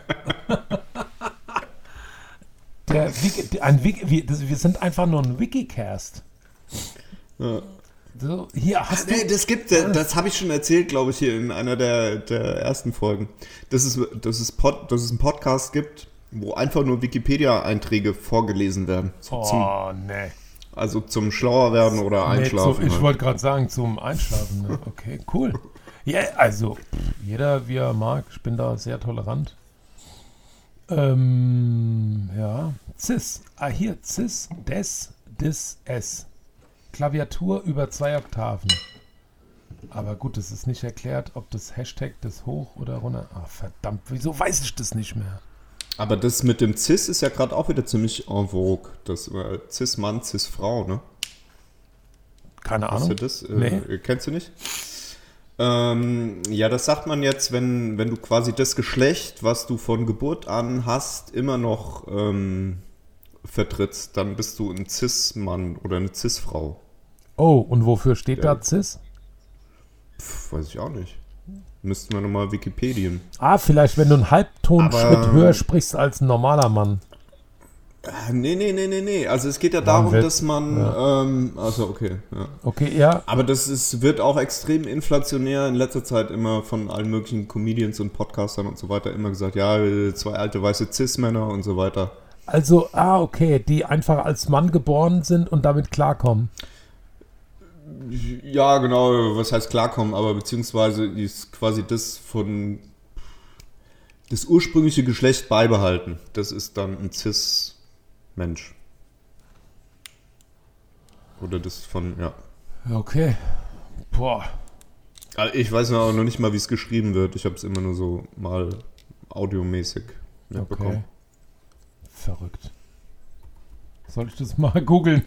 Der Wiki, ein Wiki, wir, das, wir sind einfach nur ein Wikicast. Ja. So, hier hast du... Nee, das gibt, das habe ich schon erzählt, glaube ich, hier in einer der, der ersten Folgen. Dass es, dass, es Pod, dass es einen Podcast gibt, wo einfach nur Wikipedia-Einträge vorgelesen werden. Oh, zum, nee. Also zum Schlauer werden oder Nee, Einschlafen. zum, ich halt. wollte gerade sagen, zum Einschlafen. Ne? Okay, cool. Ja, also, pff, jeder wie er mag. Ich bin da sehr tolerant. Ähm, ja. Cis. Ah, hier, Cis, Des, Dis, S. Klaviatur über zwei Oktaven. Aber gut, es ist nicht erklärt, ob das Hashtag das hoch oder runter... Ah, verdammt, wieso weiß ich das nicht mehr? Aber das mit dem Cis ist ja gerade auch wieder ziemlich en vogue. Das äh, Cis-Mann, Cis-Frau, ne? Keine Hast Ahnung. du das? Äh, Nee. Kennst du nicht? Ähm, ja, das sagt man jetzt, wenn, wenn du quasi das Geschlecht, was du von Geburt an hast, immer noch ähm, vertrittst, dann bist du ein Cis-Mann oder eine Cis-Frau. Oh, und wofür steht Ja. da Cis? Pff, weiß ich auch nicht. Müssten wir nochmal Wikipedien. Ah, vielleicht, wenn du einen Halbtonschritt Aber- höher sprichst als ein normaler Mann. Äh, nee, nee, nee, nee, nee. Also es geht ja War ein darum, Witz. dass man, Ja. ähm, also okay, ja. Okay, ja. Aber das ist, wird auch extrem inflationär in letzter Zeit immer von allen möglichen Comedians und Podcastern und so weiter immer gesagt, ja, zwei alte weiße Cis-Männer und so weiter. Also, ah, okay, die einfach als Mann geboren sind und damit klarkommen. Ja, genau, was heißt klarkommen, aber beziehungsweise ist quasi das von das ursprüngliche Geschlecht beibehalten. Das ist dann ein Cis-Mensch. Oder das von, ja. Okay. Boah. Also ich weiß noch noch nicht mal, wie es geschrieben wird. Ich habe es immer nur so mal audiomäßig mitbekommen. Okay. Verrückt. Soll ich das mal googeln?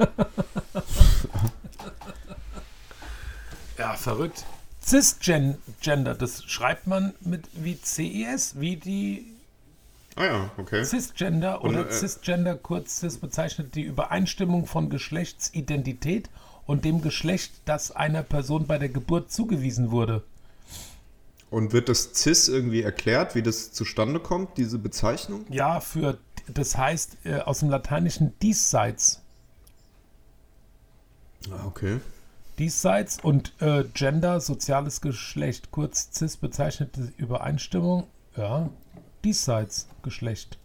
Ja, verrückt. Cisgender, das schreibt man mit wie C I S, wie die Ah ja, okay. Cisgender Und, oder äh, Cisgender, kurz Cis bezeichnet die Übereinstimmung von Geschlechtsidentität und dem Geschlecht, das einer Person bei der Geburt zugewiesen wurde. Und wird das Cis irgendwie erklärt, wie das zustande kommt, diese Bezeichnung? Ja, für, das heißt äh, aus dem Lateinischen diesseits. Ah, okay. Diesseits und äh, Gender, soziales Geschlecht, kurz Cis bezeichnete Übereinstimmung, ja, diesseits Geschlecht.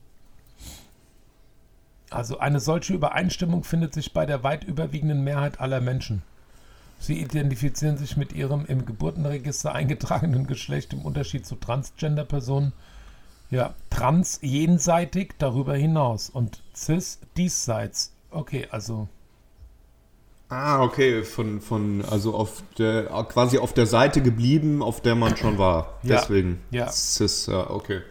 Also eine solche Übereinstimmung findet sich bei der weit überwiegenden Mehrheit aller Menschen. Sie identifizieren sich mit ihrem im Geburtenregister eingetragenen Geschlecht im Unterschied zu Transgender-Personen. Ja, trans jenseitig darüber hinaus und cis diesseits. Okay, also Ah, okay, von, von, also auf der, quasi auf der Seite geblieben, auf der man schon war. Ja, Deswegen. ja. Cis, ja, okay.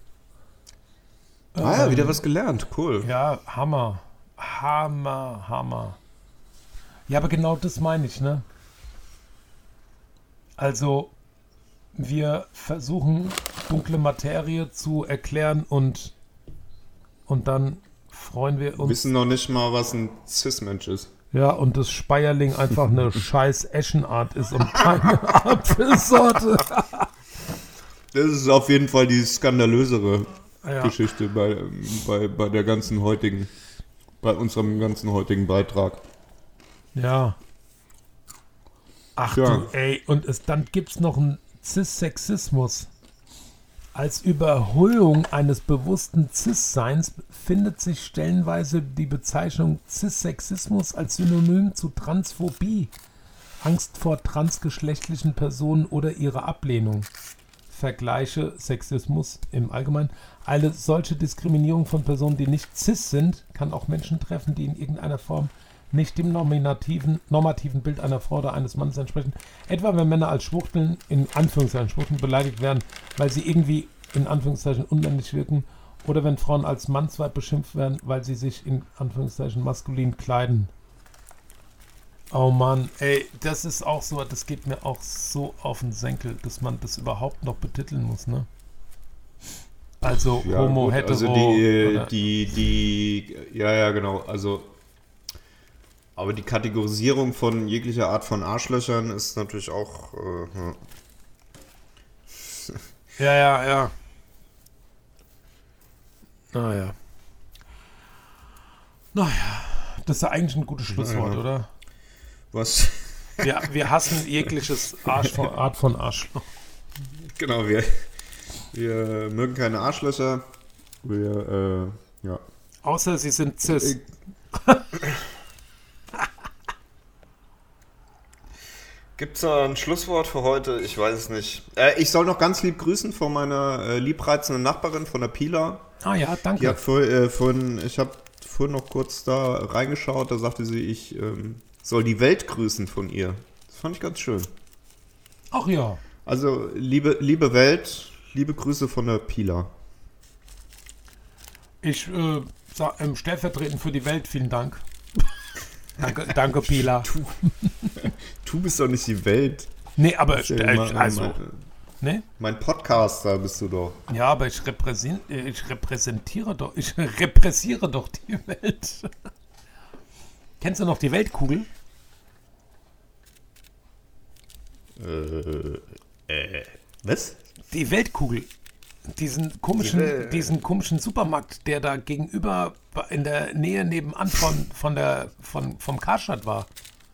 Ah ja, Ähm, wieder was gelernt, cool. Ja, Hammer. Hammer, Hammer. Ja, aber genau das meine ich, ne? Also, wir versuchen, dunkle Materie zu erklären und, und dann freuen wir uns. Wir wissen noch nicht mal, was ein Cis-Mensch ist. Ja, und das Speierling einfach eine scheiß Eschenart ist und keine Apfelsorte. Das ist auf jeden Fall die skandalösere Ja. Geschichte bei, bei, bei der ganzen heutigen, bei unserem ganzen heutigen Beitrag. Ja. Ach Ja. du, ey, und es, dann gibt's noch einen Cis-Sexismus. Als Überhöhung eines bewussten Cis-Seins findet sich stellenweise die Bezeichnung Cis-Sexismus als Synonym zu Transphobie, Angst vor transgeschlechtlichen Personen oder ihrer Ablehnung. Vergleiche Sexismus im Allgemeinen. Eine solche Diskriminierung von Personen, die nicht cis sind, kann auch Menschen treffen, die in irgendeiner Form nicht dem nominativen, normativen Bild einer Frau oder eines Mannes entsprechen. Etwa wenn Männer als Schwuchteln, in Anführungszeichen Schwuchteln, beleidigt werden, weil sie irgendwie in Anführungszeichen unmännlich wirken, oder wenn Frauen als Mannsweib beschimpft werden, weil sie sich in Anführungszeichen maskulin kleiden. Oh Mann, ey, das ist auch so, das geht mir auch so auf den Senkel, dass man das überhaupt noch betiteln muss, ne? Also Ja, Homo, gut, Hetero. also die, oder- die, die, ja, ja, genau, also, aber die Kategorisierung von jeglicher Art von Arschlöchern ist natürlich auch, äh, ja. Ja, ja, ja. Naja. Naja, das ist ja eigentlich ein gutes Schlusswort, Naja. oder? Was, Wir, wir hassen jegliches Arsch von, Art von Arschloch. genau, wir, wir mögen keine Arschlöcher, wir, äh, ja. Außer sie sind cis. Gibt's da ein Schlusswort für heute? Ich weiß es nicht. Äh, ich soll noch ganz lieb grüßen von meiner äh, liebreizenden Nachbarin, von der Pila. Ah ja, Die danke. hat vor, äh, vorhin, ich habe vorhin noch kurz da reingeschaut, da sagte sie, ich ähm, soll die Welt grüßen von ihr. Das fand ich ganz schön. Ach ja. Also, liebe, liebe Welt, liebe Grüße von der Pila. Ich äh, sag, ähm, stellvertretend für die Welt, vielen Dank. danke, danke, Pila. Du bist doch nicht die Welt. Nee, aber Ja, äh, mein, also, mein, ne? mein Podcaster bist du doch. Ja, aber ich, repräsent, ich repräsentiere doch, ich repressiere doch die Welt. Kennst du noch die Weltkugel? Äh, äh, was? Die Weltkugel. Diesen komischen, Die Wel- diesen komischen Supermarkt, der da gegenüber in der Nähe nebenan von, von der, von, vom Karstadt war.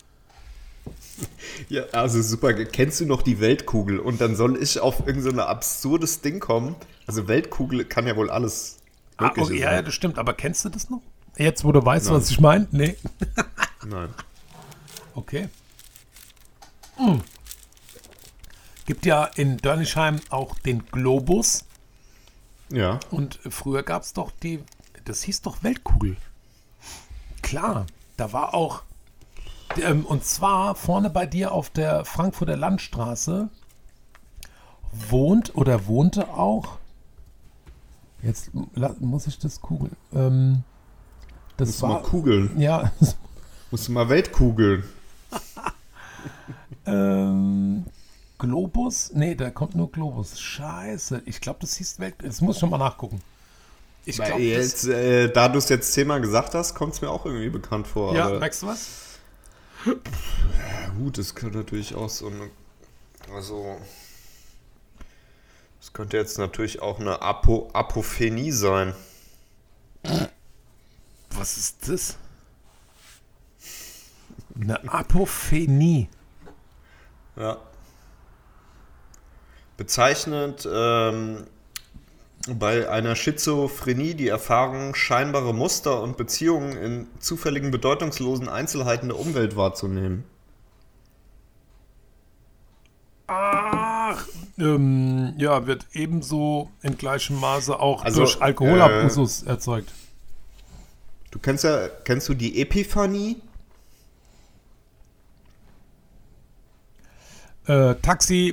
Ja, also super. Kennst du noch die Weltkugel? Und dann soll ich auf irgend so ein absurdes Ding kommen. Also Weltkugel kann ja wohl alles Ah, Mögliche okay, ja, ja, sein. das stimmt. Aber kennst du das noch? Jetzt, wo du weißt, Nein. was ich meine? Nee. Nein. Okay. Hm. Gibt ja in Dörnisheim auch den Globus. Ja. Und früher gab es doch die, das hieß doch Weltkugel. Klar, da war auch, ähm, und zwar vorne bei dir auf der Frankfurter Landstraße wohnt oder wohnte auch, jetzt la- muss ich das kugeln, ähm, das Musst du mal war, kugeln. ja, Musst du mal Weltkugeln. ähm, Globus? Nee, da kommt nur Globus. Scheiße, ich glaube, das hieß Welt, das muss ich schon mal nachgucken. Ich Weil glaube, jetzt, äh, da du es jetzt zehnmal gesagt hast, kommt es mir auch irgendwie bekannt vor. ja, aber, merkst du was? ja, gut, das könnte natürlich auch so eine. Also. Das könnte jetzt natürlich auch eine Apo, Apophenie sein. Was ist das? Eine Apophenie. Ja. Bezeichnet ähm, bei einer Schizophrenie die Erfahrung, scheinbare Muster und Beziehungen in zufälligen, bedeutungslosen Einzelheiten der Umwelt wahrzunehmen. Ach, ähm, ja, wird ebenso in gleichem Maße auch Also, durch Alkoholabusus erzeugt. Du kennst ja, kennst du die Epiphanie? Äh, Taxi.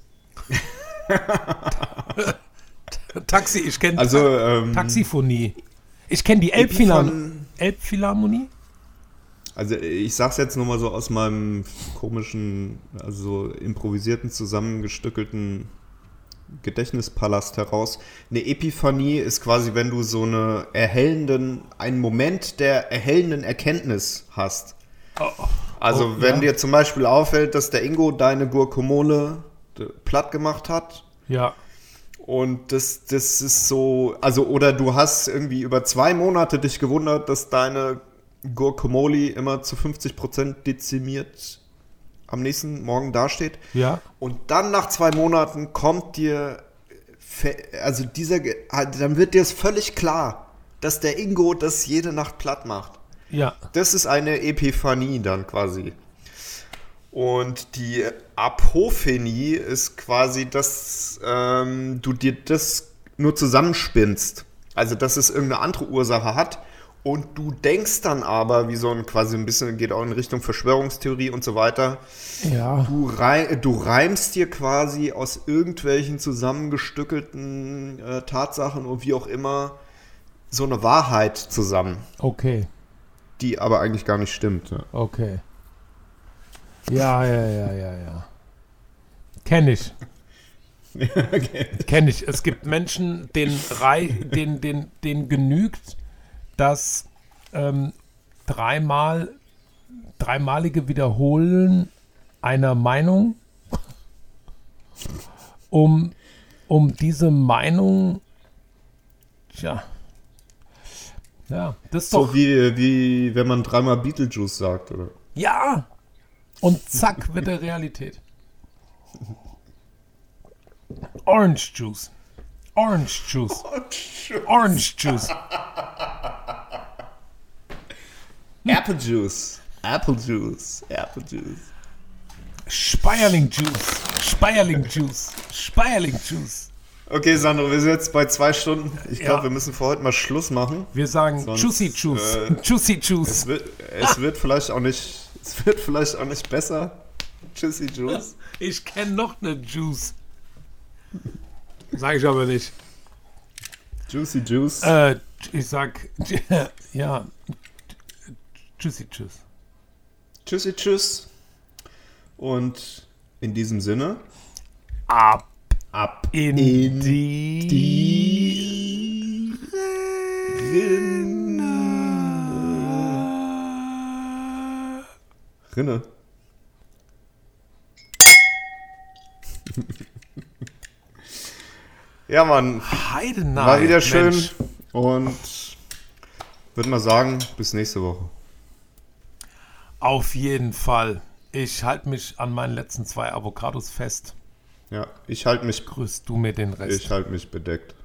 Taxi, ich kenne Also, ähm, Taxiphonie. Ich kenne die Elbphilharmonie. Epiphan- Elbphilharmonie? Also ich sag's jetzt nur mal so aus meinem komischen, also improvisierten, zusammengestückelten Gedächtnispalast heraus. Eine Epiphanie ist quasi, wenn du so eine erhellenden, einen Moment der erhellenden Erkenntnis hast. Oh. Also Oh, wenn ja. dir zum Beispiel auffällt, dass der Ingo deine Guacamole platt gemacht hat. Ja. Und das, das ist so, also oder du hast irgendwie über zwei Monate dich gewundert, dass deine Guacamole immer zu fünfzig Prozent dezimiert am nächsten Morgen dasteht. Ja. Und dann nach zwei Monaten kommt dir, fe- also dieser, Ge- dann wird dir es völlig klar, dass der Ingo das jede Nacht platt macht. Ja. Das ist eine Epiphanie dann quasi. Und die Apophenie ist quasi, dass ähm, du dir das nur zusammenspinnst. Also, dass es irgendeine andere Ursache hat. Und du denkst dann aber, wie so ein quasi ein bisschen, geht auch in Richtung Verschwörungstheorie und so weiter. Ja. Du, rei- du reimst dir quasi aus irgendwelchen zusammengestückelten äh, Tatsachen und wie auch immer so eine Wahrheit zusammen, Okay. die aber eigentlich gar nicht stimmt. Ja. Okay. Ja, ja, ja, ja, ja. Kenn ich. Okay. Kenn ich. Es gibt Menschen, denen, rei denen, denen, denen genügt, dass ähm, dreimal, dreimalige Wiederholen einer Meinung, um, um diese Meinung, tja, ja, das ist doch, So wie, wie wenn man dreimal Beetlejuice sagt, oder? ja, und zack, wird der Realität. Orange Juice. Orange Juice. Orange Juice. Apple Juice. Apple Juice. Apple Juice. Speierling Juice. Speierling Juice. Speierling Juice. Okay, Sandro, wir sind jetzt bei zwei Stunden. Ich glaube, Ja. wir müssen für heute mal Schluss machen. Wir sagen Sonst, Juicy Juice. äh, Juicy Es Juice. wird, es wird vielleicht auch nicht, es wird vielleicht auch nicht besser. Tschüssi, Juice. Ich kenne noch eine Juice. Sag ich aber nicht. Juicy Juice. Äh, ich sag, ja, Juicy Juice. Tschüssi, tschüss. Und in diesem Sinne, Ab ab in, in die, die Rinne. Ja, Mann, Heidenei. war wieder schön Mensch. und würde mal sagen, bis nächste Woche. Auf jeden Fall. Ich halte mich an meinen letzten zwei Avocados fest. Ja, ich halte mich, Grüßt du mir den Rest. ich halte mich bedeckt.